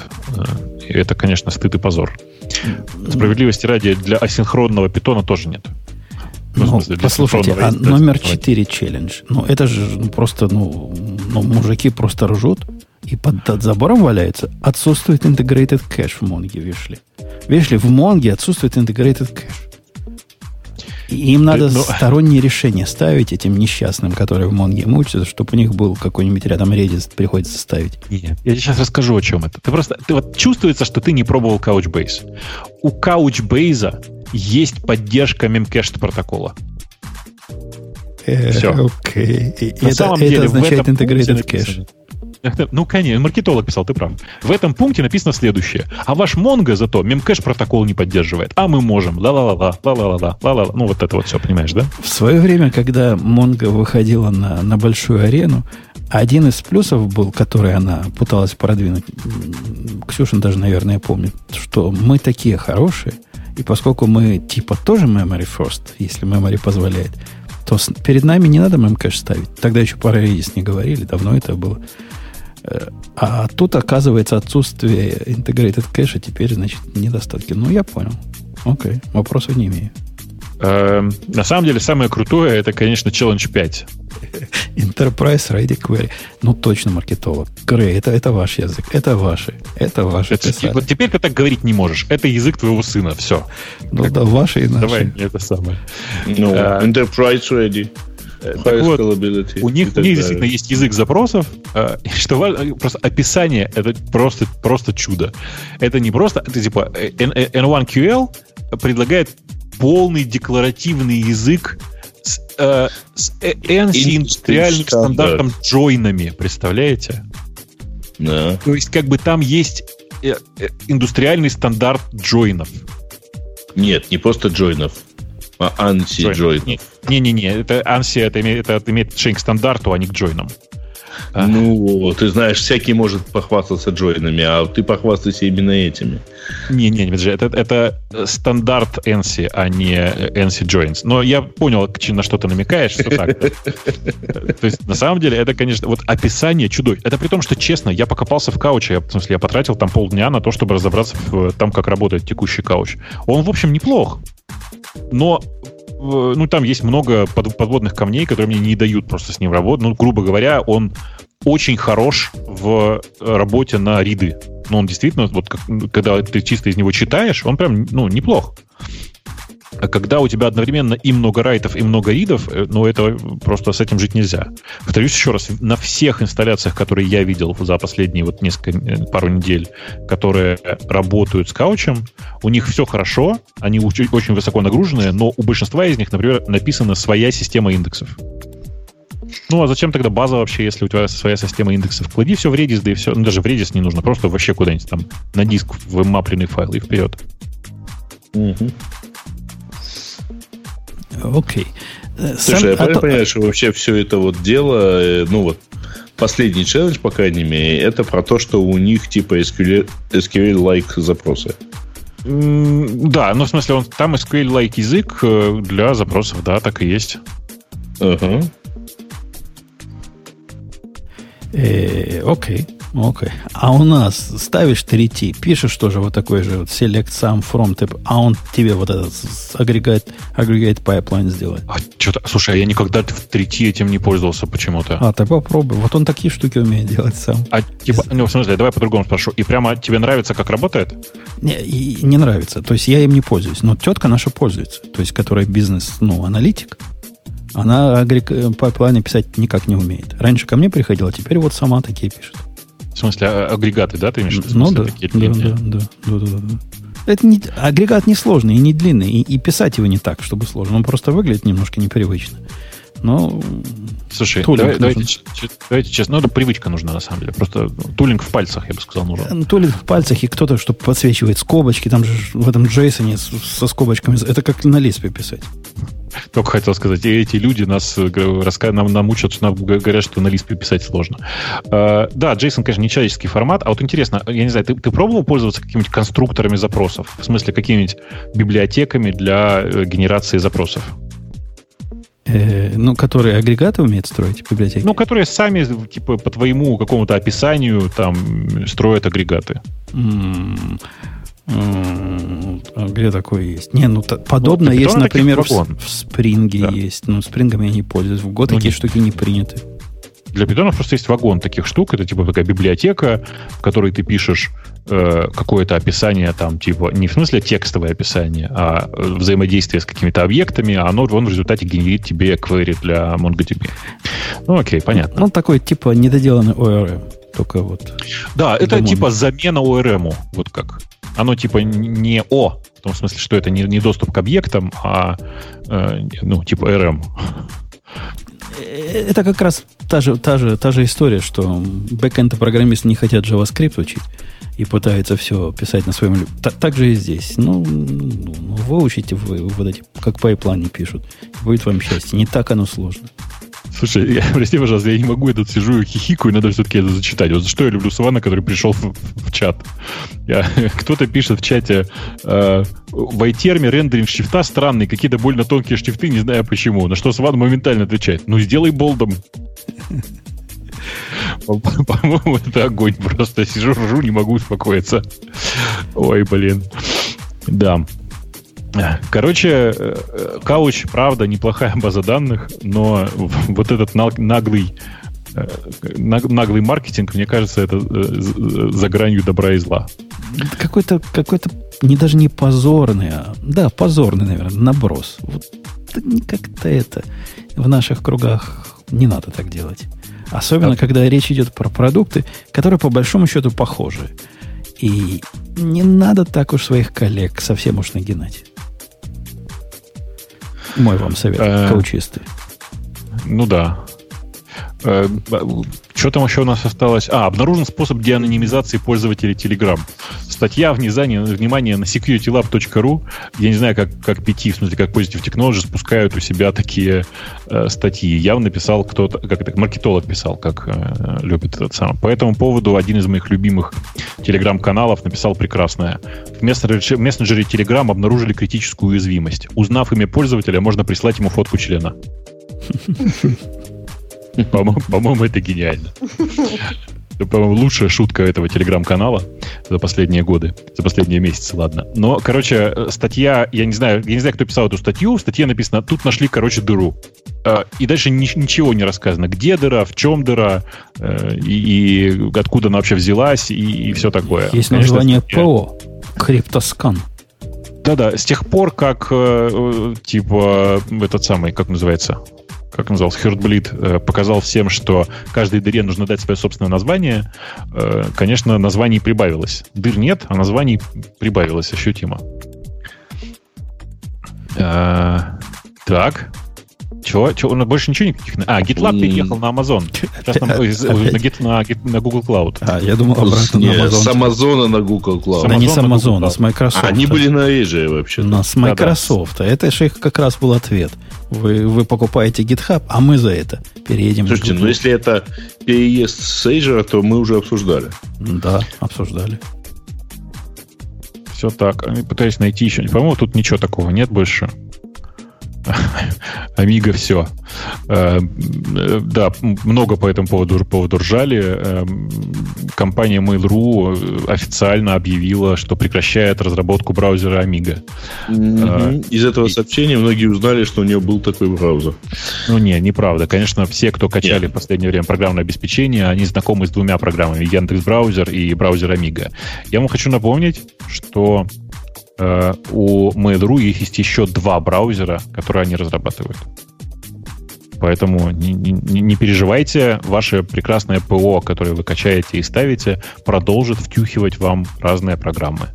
Это, конечно, стыд и позор. Справедливости ради, для асинхронного питона тоже нет. Ну, смысле, послушайте, а номер четыре челлендж. Ну, это же ну, просто, ну, ну, мужики просто ржут и под, под забором валяются. Отсутствует integrated кэш в Монге, видишь ли. Видишь ли, в Монге отсутствует integrated кэш. И им надо ну, сторонние решения ставить этим несчастным, которые в Монге мучаются, чтобы у них был какой-нибудь рядом Redis, приходится ставить. Нет, я тебе сейчас расскажу, о чем это. Ты просто, ты вот чувствуется, что ты не пробовал Couchbase. У Couchbase есть поддержка Memcached протокола. Все. Окей. Это означает integrated кэш. Ну, конечно, маркетолог писал, ты прав. В этом пункте написано следующее. А ваш Mongo зато мемкэш протокол не поддерживает. А мы можем. Ла-ла-ла-ла, ла-ла-ла-ла, ла-ла-ла. Ну, вот это вот все, понимаешь, да? В свое время, когда Mongo выходила на, на большую арену, один из плюсов был, который она пыталась продвинуть, Ксюша даже, наверное, помнит, что мы такие хорошие, и поскольку мы типа тоже memory first, если memory позволяет, то с, перед нами не надо мемкэш ставить. Тогда еще про Redis не говорили, давно это было. А тут, оказывается, отсутствие integrated кэша теперь, значит, недостатки. Ну, я понял. Окей, вопросов не имею. Эм, на самом деле, самое крутое, это, конечно, Challenge пять. Enterprise Ready Query. Ну, точно, маркетолог. Грей, это, это ваш язык. Это ваши. Это ваши. Это, вот теперь ты так говорить не можешь. Это язык твоего сына. Все. Ну, да, ваши и наши. Давай, это самое. Ну, no, uh, Enterprise Ready. Так вот, у них, у них действительно есть язык запросов, что важно, просто описание это просто, просто чудо. Это не просто, это типа эн один кью эл предлагает полный декларативный язык с, э, с эн си индустриальным стандартом джойнами, представляете? Да. То есть как бы там есть э, э, индустриальный стандарт джойнов. Нет, не просто джойнов. А анси джойнов. Не-не-не, это анси это имеет, это имеет отношение к стандарту, а не к джойнам. Ну, ты знаешь, всякий может похвастаться джойнами, а ты похвастайся именно этими. Не-не, это, это стандарт анси, а не анси joins. Но я понял, на что ты намекаешь, что так. То есть, на самом деле, это, конечно, вот описание чудо. Это при том, что, честно, я покопался в кауче, в смысле, я потратил там полдня на то, чтобы разобраться в том, как работает текущий кауч. Он, в общем, неплох. Но ну, там есть много подводных камней, которые мне не дают просто с ним работать. Ну, грубо говоря, он очень хорош в работе на риды. Ну, он действительно, вот как, когда ты чисто из него читаешь, он прям, ну, неплох. А когда у тебя одновременно и много райтов, и много ридов, ну, это просто с этим жить нельзя. Повторюсь еще раз, на всех инсталляциях, которые я видел за последние вот несколько, пару недель, которые работают с каучем, у них все хорошо, они очень, очень высоко нагруженные, но у большинства из них, например, написана своя система индексов. Ну, а зачем тогда база вообще, если у тебя своя система индексов? Клади все в Redis, да и все. Ну, даже в Redis не нужно, просто вообще куда-нибудь там на диск вымапленный файл и вперед. Угу. Окей. Okay. Слушай, Сам, я правильно а понимаю, то... что вообще все это вот дело, ну вот, последний челлендж, по крайней мере, это про то, что у них типа эс кью эль-like запросы. Mm, да, ну в смысле, он, там эс кью эль-like язык для запросов, да, так и есть. Ага. Окей, окей. Okay. А у нас ставишь три ти, пишешь тоже вот такой же вот select sum from type, а он тебе вот этот агрегат, агрегат pipeline сделает. А что-то, слушай, я никогда в три ти этим не пользовался почему-то. А, ты попробуй. Вот он такие штуки умеет делать сам. А типа, ну, в смысле, давай по-другому спрошу. И прямо тебе нравится, как работает? Не, и не нравится. То есть я им не пользуюсь. Но тетка наша пользуется. То есть, которая бизнес, ну, аналитик, она агрег... пайплайны писать никак не умеет. Раньше ко мне приходила, теперь вот сама такие пишет. В смысле, агрегаты, да, ты имеешь в виду? Ну, да, да, да, да, да, да, да. Это не, агрегат не сложный и не длинный, и, и писать его не так, чтобы сложно. Он просто выглядит немножко непривычно. Но слушай, давай, давайте, давайте честно, ну, это привычка нужна, на самом деле. Просто тулинг в пальцах, я бы сказал, нужен. Тулинг в пальцах, и кто-то, что подсвечивает скобочки, там же в этом джейсоне со скобочками, это как на Лиспе писать. Только хотел сказать, эти люди нас нам, нам учат, что нам говорят, что на Лиспе писать сложно. Uh, да, JSON, конечно, не человеческий формат, а вот интересно, я не знаю, ты, ты пробовал пользоваться какими-нибудь конструкторами запросов? В смысле, какими-нибудь библиотеками для генерации запросов? Э, ну, которые агрегаты умеют строить, библиотеки? Ну, которые сами, типа, по твоему какому-то описанию там строят агрегаты. Mm. А где такое есть? Не, ну т- подобное ну, есть, например, в, в Спринге да. есть. Ну, Спрингом я не пользуюсь. В Go ну, такие не... штуки не приняты. Для питонов просто есть вагон таких штук. Это типа такая библиотека, в которой ты пишешь э, какое-то описание, там, типа, не в смысле текстовое описание, а взаимодействие с какими-то объектами, а оно он в результате генерит тебе query для MongoDB. Ну, окей, понятно. Ну, такой типа недоделанный о эр эм. Только вот. Да, это домон. Типа замена о эр эм. Вот как. Оно типа не О, в том смысле, что это не, не доступ к объектам, а э, ну, типа эр эм. Это как раз та же, та же, та же история, что бэкэнд-программисты не хотят JavaScript учить и пытаются все писать на своем... Так, так же и здесь. Ну, ну, выучите вы вот эти, как пайплайны пишут. Будет вам счастье. Не так оно сложно. Слушай, я, прости, пожалуйста, я не могу, я тут сижу и хихикаю, надо все-таки это зачитать. Вот за что я люблю Сувана, который пришел в, в чат. Я, кто-то пишет в чате, э, в iTerm рендеринг шрифта странный, какие-то больно тонкие шрифты, не знаю почему. На что Суван моментально отвечает, ну, сделай болдом. По-моему, это огонь. Просто сижу, ржу, не могу успокоиться. Ой, блин. Да. Короче, Couch, правда, неплохая база данных, но вот этот наглый, наглый маркетинг, мне кажется, это за гранью добра и зла. Какой-то, какой-то не даже не позорный, а да, позорный, наверное, наброс. Вот как-то это в наших кругах не надо так делать. Особенно, да. Когда речь идет про продукты, которые по большому счету похожи. И не надо так уж своих коллег совсем уж нагинать. Мой вам совет, каучисты. Ну да. Что там еще у нас осталось? А, обнаружен способ деанонимизации пользователей Telegram. Статья внизания, внимание, на security lab точка ру. Я не знаю, как, как пи ти, в смысле, как Positive Technology спускают у себя такие э, статьи. Явно писал кто-то, как это, маркетолог писал, как э, любит этот сам. По этому поводу один из моих любимых Telegram-каналов написал прекрасное. В мессенджере Telegram обнаружили критическую уязвимость. Узнав имя пользователя, можно прислать ему фотку члена. По-моему, по-моему, это гениально. Это, по-моему, лучшая шутка этого телеграм-канала за последние годы, за последние месяцы, ладно. Но, короче, статья, я не знаю, я не знаю, кто писал эту статью, в статье написано, тут нашли, короче, дыру. И дальше ничего не рассказано. Где дыра, в чем дыра, и, и откуда она вообще взялась, и, и все такое. Есть Конечно, название ПО, Криптоскан. Да-да, с тех пор, как, типа, этот самый, как называется... как назывался, Heartbleed, показал всем, что каждой дыре нужно дать свое собственное название, конечно, названий прибавилось. Дыр нет, а названий прибавилось ощутимо. Так. Чего? Чего? У нас больше ничего никаких... А, GitLab переехал на Amazon. Сейчас там, на, на, на Google Cloud. А, я думал, обратно не, на Amazon. С Amazon на Google Cloud. Да не с Amazon, а с Microsoft. А, они были на Azure вообще. Но с Microsoft. Да, да. Это же их как раз был ответ. Вы, вы покупаете GitHub, а мы за это переедем. Слушайте, ну если это переезд с Azure, то мы уже обсуждали. Да, обсуждали. Все так. Пытаюсь найти еще. По-моему, тут ничего такого нет больше. Amiga все. Э, да, много по этому поводу, поводу ржали. Э, компания Mail.ru официально объявила, что прекращает разработку браузера Amiga. Mm-hmm. Э, Из этого и... сообщения многие узнали, что у нее был такой браузер. Ну, не, неправда. Конечно, все, кто качали yeah. в последнее время программное обеспечение, они знакомы с двумя программами: Яндекс.Браузер и браузер Amiga. Я вам хочу напомнить, что у Mail.ru есть еще два браузера, которые они разрабатывают. Поэтому не, не, не переживайте, ваше прекрасное ПО, которое вы качаете и ставите, продолжит втюхивать вам разные программы.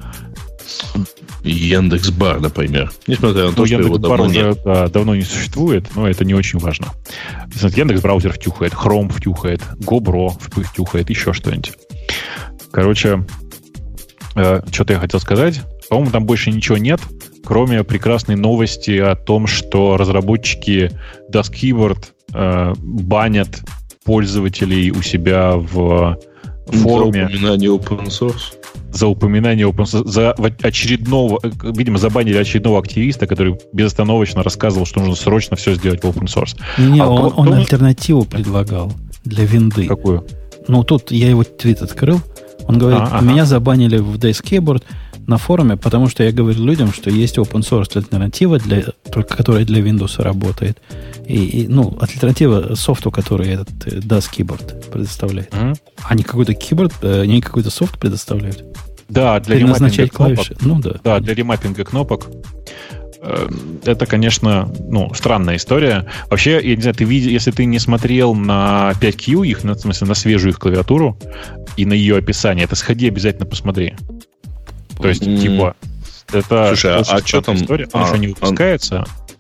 Яндекс.Бар, например. Несмотря на то, ну, что его давно уже нет. Да, давно не существует, но это не очень важно. Яндекс.Браузер втюхает, Chrome втюхает, GoBro втюхает, еще что-нибудь. Короче, э, что-то я хотел сказать. По-моему, там больше ничего нет, кроме прекрасной новости о том, что разработчики Dust Keyboard э, банят пользователей у себя в форуме. За упоминание open source. За упоминание open source. За очередного, видимо, забанили очередного активиста, который безостановочно рассказывал, что нужно срочно все сделать в open source. Не, а он, он альтернативу предлагал для винды. Какую? Ну, тут я его твит открыл. Он говорит, а, ага. меня забанили в Dust Keyboard на форуме, потому что я говорю людям, что есть open source альтернатива, для, только которая для Windows работает. И, и, ну, альтернатива софту, который этот Dust Keyboard предоставляет. Mm-hmm. А не какой-то keyboard, они какой-то софт предоставляют. Да, для ремаппинга кнопок. Ну, да. Да, для ремаппинга кнопок. Это, конечно, ну, странная история. Вообще, я не знаю, ты видел, если ты не смотрел на пять кью, их, в смысле, на свежую их клавиатуру и на ее описание, это сходи, обязательно посмотри. То есть, mm. типа, это... Слушай, а, а что там? История, а, она еще не выпускается.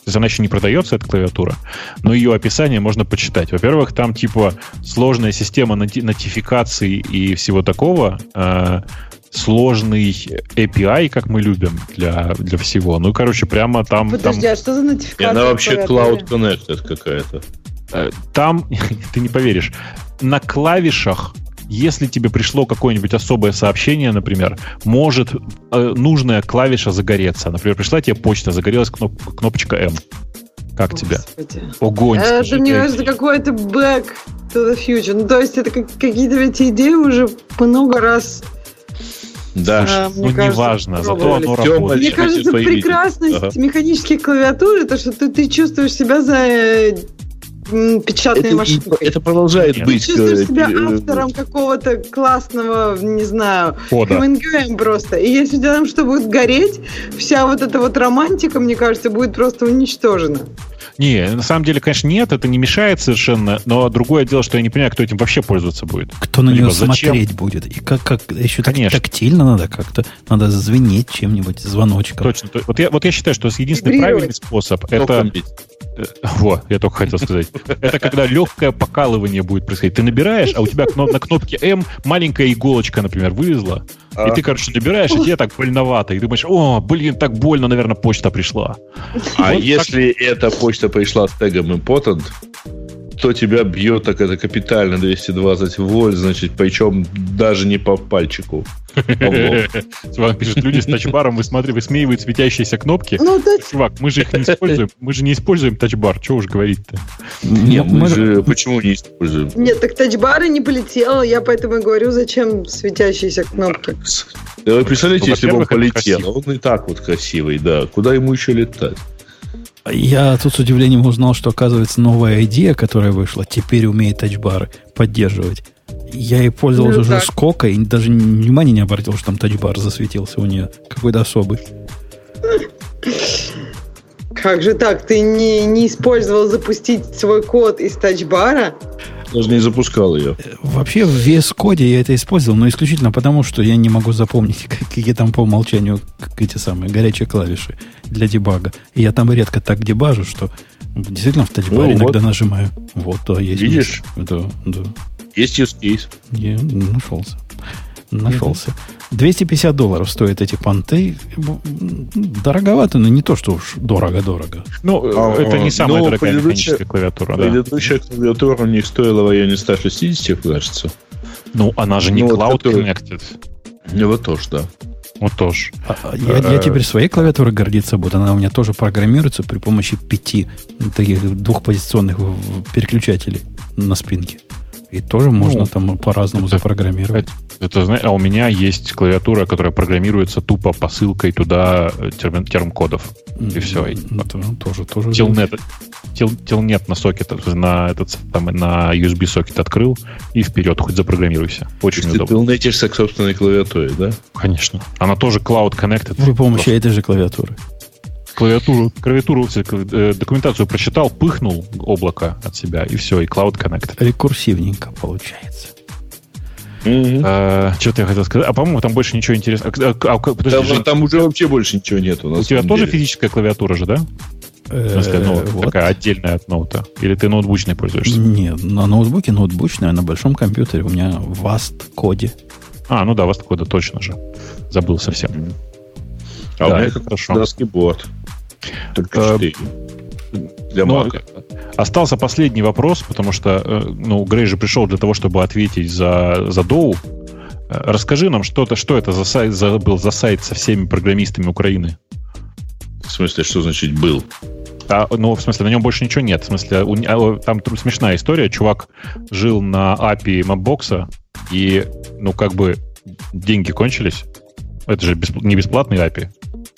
То есть она еще не продается, эта клавиатура, но ее описание можно почитать. Во-первых, там типа сложная система ноти- нотификаций и всего такого, э, сложный эй пи ай, как мы любим для, для всего. Ну, короче, прямо там... Подожди, там... а что за нотификация? Она вообще Cloud Connected какая-то. Там, ты не поверишь, на клавишах, если тебе пришло какое-нибудь особое сообщение, например, может э, нужная клавиша загореться. Например, пришла тебе почта, загорелась кноп- кнопочка М. Как тебе? Огонь. Это, скажи, мне кажется, какой-то back to the future. Ну, то есть это как, какие-то эти идеи уже много раз... Да, а, ну неважно, зато оно работает. Мне кажется, прекрасность ага. механических клавиатур, то, что ты, ты чувствуешь себя за... печатной машинкой. Это продолжает Ты быть... Ты чувствуешь себя автором какого-то классного, не знаю, эм эн জি эм просто. И если у тебя там что будет гореть, вся вот эта вот романтика, мне кажется, будет просто уничтожена. Не, на самом деле, конечно, нет, это не мешает совершенно, но другое дело, что я не понимаю, кто этим вообще пользоваться будет. Кто на Либо нее зачем? Смотреть будет. И как, как еще так, тактильно надо как-то, надо звенеть чем-нибудь, звоночком. Точно. Вот я, вот я считаю, что единственный правильный способ это... Вот, я только хотел сказать. Это когда легкое покалывание будет происходить. Ты набираешь, а у тебя на кнопке М маленькая иголочка, например, вылезла. А. И ты, короче, набираешь, и тебе так больновато. И думаешь, о, блин, так больно, наверное, почта пришла. А вот если так... эта почта пришла с тегом important, то тебя бьет так это капитально двести двадцать вольт, значит, причем даже не по пальчику. Чувак пишет, люди с тачбаром высмеивают светящиеся кнопки. Чувак, мы же их не используем. Мы же не используем тачбар. Чего уж говорить-то? Нет, мы же почему не используем? Нет, так тачбары не полетело. Я поэтому и говорю, зачем светящиеся кнопки. Вы представляете, если бы он полетел, он и так вот красивый, да. Куда ему еще летать? Я тут с удивлением узнал, что, оказывается, новая идея, которая вышла, теперь умеет тачбары поддерживать. Я ей пользовался ну, уже так. сколько, и даже внимания не обратил, что там тачбар засветился у нее. Какой-то особый. Как же так? Ты не, не использовал запустить свой код из тачбара? Даже не запускал ее. Вообще в ви эс Code я это использовал, но исключительно потому, что я не могу запомнить, какие там по умолчанию эти самые горячие клавиши для дебага. И я там редко так дебажу, что действительно в тачбаре ну, иногда вот. нажимаю. Вот, да, есть. Видишь? Да, да. Есть use case. Я нашелся. Нашелся. двести пятьдесят долларов стоят эти понты. Дороговато, но не то, что уж дорого-дорого. Ну, а, это не самая дорогая механическая клавиатура. Предыдущая да. клавиатура у них стоила в районе сто шестьдесят, кажется. Ну, она же не ну, Cloud вот Connected. Ну, вот тоже, да. Вот тоже. А, я, я теперь своей клавиатурой гордиться буду. Она у меня тоже программируется при помощи пяти таких двухпозиционных переключателей на спинке. И тоже можно ну, там по-разному это, запрограммировать. Это, это, а у меня есть клавиатура, которая программируется тупо посылкой туда терм, терм-кодов. И все. И, это, тоже, тоже телнет, тел, телнет на сокет, на, этот, там, на ю эс би-сокет открыл и вперед, хоть запрограммируйся. Очень удобно. Ты телнетишься к собственной клавиатуре, да? Конечно. Она тоже Cloud Connected. При помощи просто. Этой же клавиатуры. Клавиатуру, клавиатуру, документацию прочитал, пыхнул облако от себя, и все, и Cloud Connect. Рекурсивненько получается. Mm-hmm. А, что-то я хотел сказать. А, по-моему, там больше ничего интересного. А, а, подожди, там, Жень, там уже вообще больше ничего нет. У, у тебя тоже физическая клавиатура же, да? В смысле, ну, вот. Такая отдельная от ноута. Или ты ноутбучной пользуешься? Нет, на ноутбуке ноутбучная, а на большом компьютере у меня в Vast-коде. А, ну да, Vast-кода точно же. Забыл совсем. А да, у меня как хорошо. Даскиборд. Только четыре. Для ну, Mac. Остался последний вопрос, потому что ну, Грей же пришел для того, чтобы ответить за, за Доу. Расскажи нам, что-то, что это за сайт за, был за сайт со всеми программистами Украины? В смысле, что значит был? А, ну, в смысле, на нем больше ничего нет. В смысле, у, там, там смешная история. Чувак жил на эй пи ай Mapbox, и, ну, как бы, деньги кончились. Это же бесп... не бесплатный эй пи ай.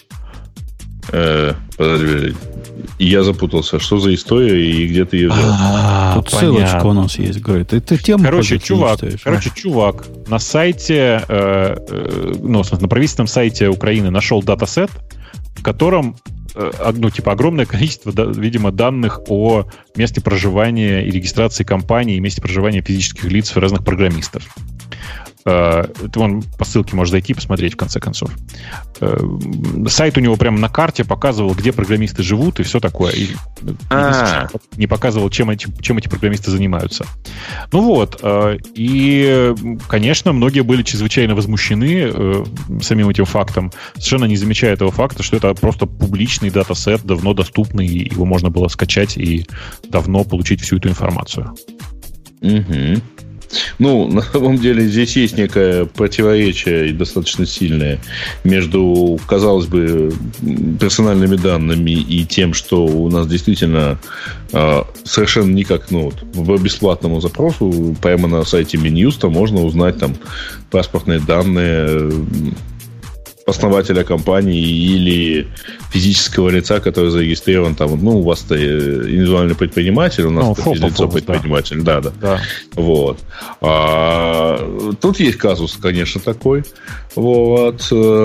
Э, подожди, я запутался. Что за история и где ты ее взял? А, тут понятно. Ссылочка у нас есть, говорит. Ты тему короче, чувак, короче, чувак на сайте, э, э, ну, на правительственном сайте Украины нашел датасет, в котором, э, ну, типа, огромное количество, да, видимо, данных о месте проживания и регистрации компаний, и месте проживания физических лиц разных программистов. Ты вон по ссылке можешь зайти и посмотреть, в конце концов. Сайт у него прямо на карте показывал, где программисты живут и все такое. И не показывал, чем эти, чем эти программисты занимаются. Ну вот. И, конечно, многие были чрезвычайно возмущены самим этим фактом, совершенно не замечая этого факта, что это просто публичный датасет, давно доступный, его можно было скачать и давно получить всю эту информацию. Угу. Ну, на самом деле, здесь есть некое противоречие достаточно сильное между, казалось бы, персональными данными и тем, что у нас действительно э, совершенно никак, ну, вот, по бесплатному запросу прямо на сайте Минюста можно узнать там паспортные данные основателя компании или физического лица, который зарегистрирован там, ну, у вас-то индивидуальный предприниматель, у нас ну, физлицо предприниматель, да, да. да. Вот. А, тут есть казус, конечно, такой. Вот.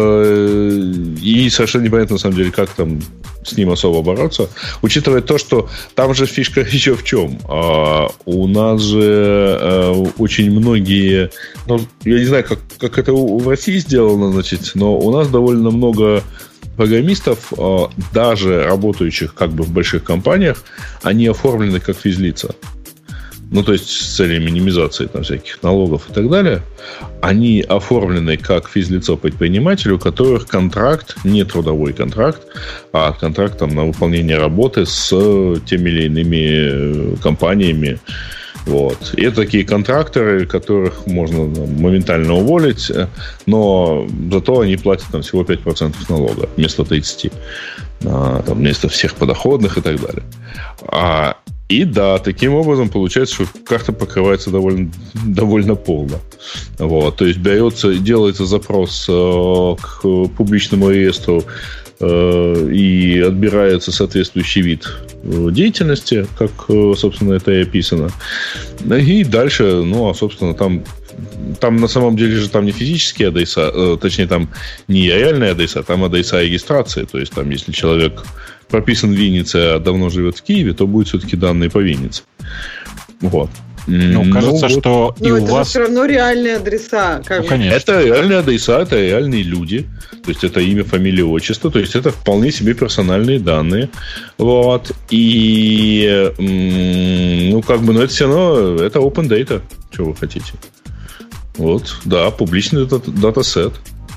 И совершенно непонятно, на самом деле, как там с ним особо бороться, учитывая то, что там же фишка еще в чем. А, у нас же а, очень многие, ну, я не знаю, как, как это в России сделано, значит, но у нас довольно много программистов, а, даже работающих как бы в больших компаниях, они оформлены как физлица. Ну, то есть с целью минимизации там, всяких налогов и так далее, они оформлены как физлицо предпринимателю, у которых контракт, не трудовой контракт, а контракт там, на выполнение работы с теми или иными компаниями. Вот. И это такие контракторы, которых можно там, моментально уволить, но зато они платят там, всего пять процентов налога вместо тридцати процентов, там, вместо всех подоходных и так далее. А И да, таким образом получается, что карта покрывается довольно, довольно полно. Вот, то есть берется, делается запрос э, к публичному реестру э, и отбирается соответствующий вид деятельности, как, собственно, это и описано. И дальше, ну, а, собственно, там Там на самом деле же там не физические адреса, э, точнее, там не реальные адреса, там адреса регистрации. То есть, там, если человек прописан в Виннице, а давно живет в Киеве, то будут все-таки данные по Виннице. Вот. Ну, кажется, ну, что вот. и Но у это вас... все равно реальные адреса. Ну, конечно. Это реальные адреса, это реальные люди. То есть, это имя, фамилия, отчество. То есть, это вполне себе персональные данные. Вот. И, ну, как бы, но это все равно, это open data. Что вы хотите? Вот, да, публичный датасет.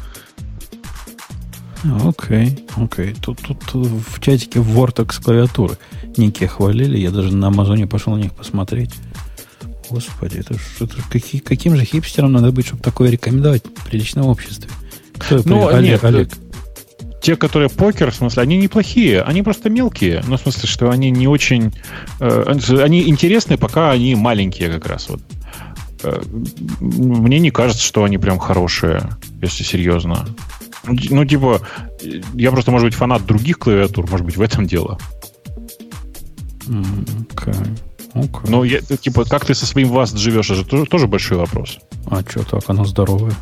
Окей, окей. Тут, тут в чатике Vortex клавиатуры некие хвалили. Я даже на Амазоне пошел на них посмотреть. Господи, это, ж, это ж какие, каким же хипстером надо быть, чтобы такое рекомендовать в приличном обществе? Кто ну, Олег, нет, Олег. Те, которые покер, в смысле, они неплохие, они просто мелкие. Ну, в смысле, что они не очень... Э, они интересны, пока они маленькие как раз. Вот. Мне не кажется, что они прям хорошие, если серьезно. Ну, типа, я просто, может быть, фанат других клавиатур, может быть, в этом дело. Okay. Okay. Ну, я, типа, как ты со своим ВАСТ живешь, это тоже, тоже большой вопрос. А что так, оно здоровое?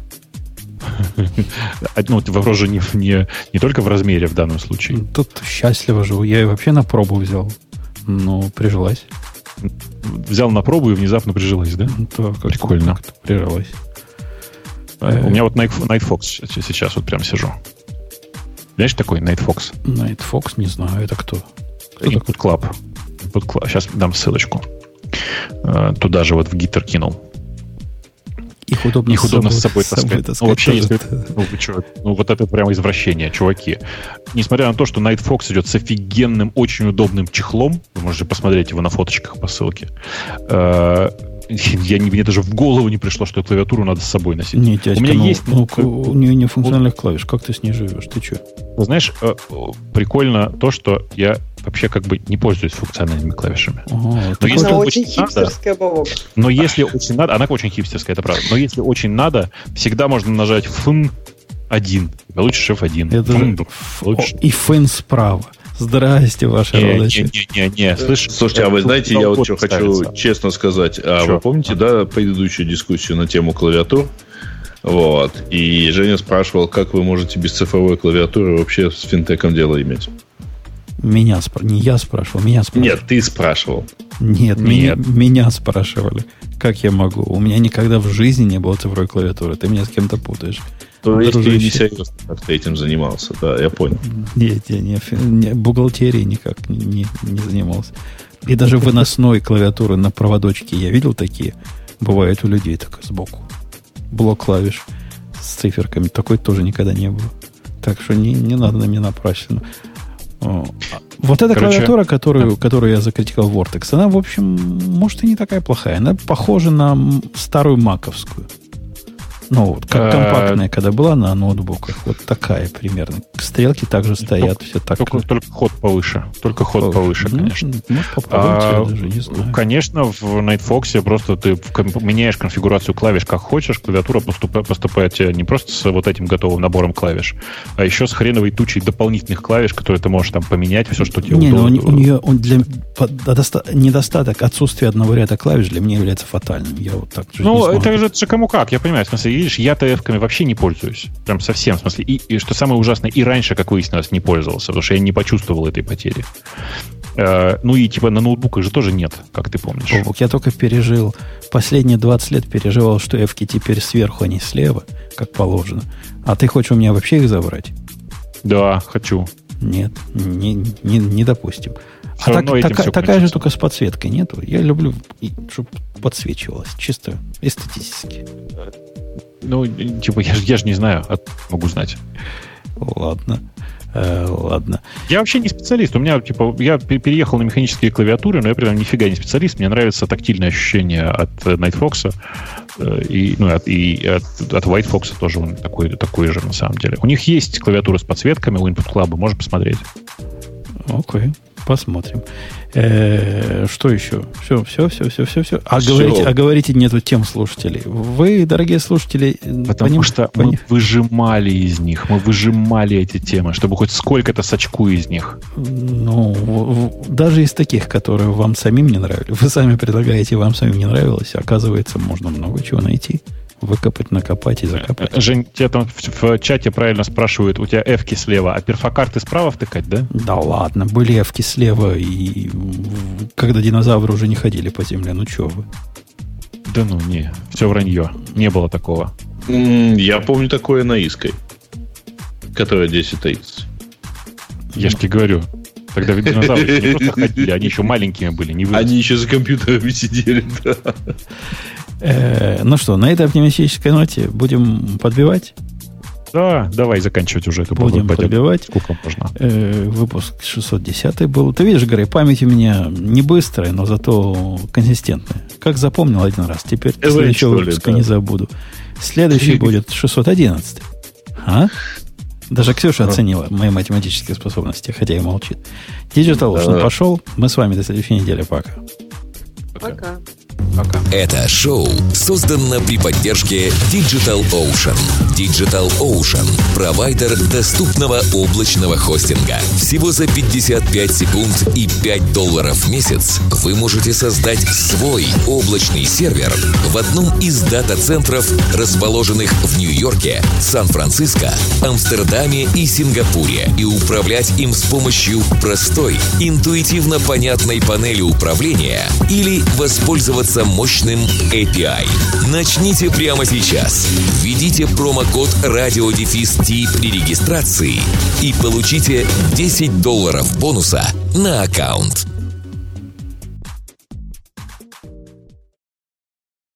Ну, вопрос же не, не, не только в размере в данном случае. Тут счастливо живу. Я ее вообще на пробу взял. Ну, прижилась. Взял на пробу и внезапно прижилась, да? Да, как прикольно. Как-то прижилась. А, у меня вот Night Fox сейчас вот прям сижу. Знаешь такой Night Fox? Night Fox, не знаю, это кто? кто Input Club. Input Club. Сейчас дам ссылочку. Туда же вот в Gitter кинул. Их удобно, Их удобно с собой, с собой таскать. таскать. Ну, вообще, если, ну, вы что, ну, вот это прямо извращение, чуваки. Несмотря на то, что Night Fox идет с офигенным, очень удобным чехлом, вы можете посмотреть его на фоточках по ссылке, э, я, мне даже в голову не пришло, что клавиатуру надо с собой носить. Не, дядька, у меня ну, есть... Ну, у нее не функциональных клавиш. Как ты с ней живешь? Ты что? Знаешь, э, прикольно то, что я вообще как бы не пользуюсь функциональными клавишами. Ага, но если она очень, очень хипстерская, Бобок. Но если очень надо, она очень хипстерская, это правда. Но если очень надо, всегда можно нажать эф один. Получишь эф один. Это Фм, же... получишь... И фэн справа. Здрасте, ваши родичи. Не-не-не, слышь. Слушайте, а вы знаете, я вот что хочу честно сказать. А вы помните, да, предыдущую дискуссию на тему клавиатур? Вот. И Женя спрашивал, как вы можете без цифровой клавиатуры вообще с финтеком дело иметь? Меня спр... Не я спрашивал, меня спрашивали. Нет, ты спрашивал. Нет, Нет. Меня, меня спрашивали. Как я могу? У меня никогда в жизни не было цифровой клавиатуры. Ты меня с кем-то путаешь. То есть ты не серьезно как-то этим занимался, да, я понял. Нет, я не, не, бухгалтерией никак не, не, не занимался. И даже выносной клавиатуры на проводочке я видел такие. Бывает у людей так сбоку. Блок клавиш с циферками. Такой тоже никогда не было. Так что не, не надо на меня напрашивать. Вот эта Короче, клавиатура, которую, которую я закритиковал Vortex, она, в общем, может и не такая плохая. Она похожа на старую маковскую. Ну, вот, как компактная, когда была на ноутбуках. Вот такая примерно. Стрелки также стоят, только, все так. Только, только ход повыше. Только ход повыше, повыше конечно. Ну, может, попробовать, а, я даже не знаю. Конечно, в Nightfox просто ты меняешь конфигурацию клавиш как хочешь, клавиатура поступает, поступает тебе не просто с вот этим готовым набором клавиш, а еще с хреновой тучей дополнительных клавиш, которые ты можешь там поменять, все, что тебе не, удобно. Не, у нее он для, недостаток, отсутствие одного ряда клавиш для меня является фатальным. Я вот так же ну, это же, это же кому как, я понимаю. В смысле, видишь, я тэ эф-ками вообще не пользуюсь. Прям совсем. В смысле, и, и что самое ужасное, и раньше, как выяснилось, не пользовался, потому что я не почувствовал этой потери. Э, ну и типа на ноутбуках же тоже нет, как ты помнишь. Бобук, я только пережил, последние двадцать лет переживал, что эфки теперь сверху, а не слева, как положено. А ты хочешь у меня вообще их забрать? Да, хочу. Нет, не, не, не допустим. А так, така, такая же только с подсветкой нету. Я люблю, чтобы подсвечивалось. Чисто эстетически. Ну, типа, я, я же не знаю, а могу знать. Ладно. Э, ладно. Я вообще не специалист. У меня, типа, я переехал на механические клавиатуры, но я прям нифига не специалист. Мне нравится тактильное ощущение от Nightfox. И, ну, от, и от, от WhiteFox тоже он такой, такой же, на самом деле. У них есть клавиатура с подсветками у Input Club, можно посмотреть. Окей. Okay. Посмотрим. Э-э, что еще? Все, все, все, все, все, все. А, говорите, а говорите, нету тем слушателей. Вы, дорогие слушатели, потому поним, что поним... мы выжимали из них, мы выжимали эти темы, чтобы хоть сколько-то сочку из них. Ну, в, в, даже из таких, которые вам самим не нравились. Вы сами предлагаете, вам самим не нравилось. Оказывается, можно много чего найти. Выкопать, накопать и закопать. Жень, тебя там в, в чате правильно спрашивают, у тебя эфки слева, а перфокарты справа втыкать, да? Да ладно, были эфки слева, и когда динозавры уже не ходили по земле, ну что вы? Да ну, не, все вранье, не было такого. Я помню такое на Иской, которая десять тридцать. Я ж тебе говорю, тогда ведь динозавры не просто ходили, они еще маленькими были. Не они еще за компьютерами сидели, да. Э, ну что, на этой оптимистической ноте будем подбивать? Да, давай заканчивать уже эту Будем подбивать. Сколько можно? Э, выпуск шестьсот десятый был. Ты видишь, Грей, память у меня не быстрая, но зато консистентная. Как запомнил один раз. Теперь Эвэй, следующего ли, выпуска да. не забуду. Следующий будет шестьсот одиннадцатый. А? Даже Ксюша оценила мои математические способности, хотя и молчит. Digital Ocean да. пошел. Мы с вами до следующей недели. Пока. Пока. Пока. Это шоу создано при поддержке Digital Ocean. Digital Ocean – провайдер доступного облачного хостинга. Всего за пятьдесят пять секунд и пять долларов в месяц вы можете создать свой облачный сервер в одном из дата-центров, расположенных в Нью-Йорке, Сан-Франциско, Амстердаме и Сингапуре, и управлять им с помощью простой, интуитивно понятной панели управления или воспользоваться мощным эй пи ай. Начните прямо сейчас. Введите промокод радиодефис-ти при регистрации и получите десять долларов бонуса на аккаунт.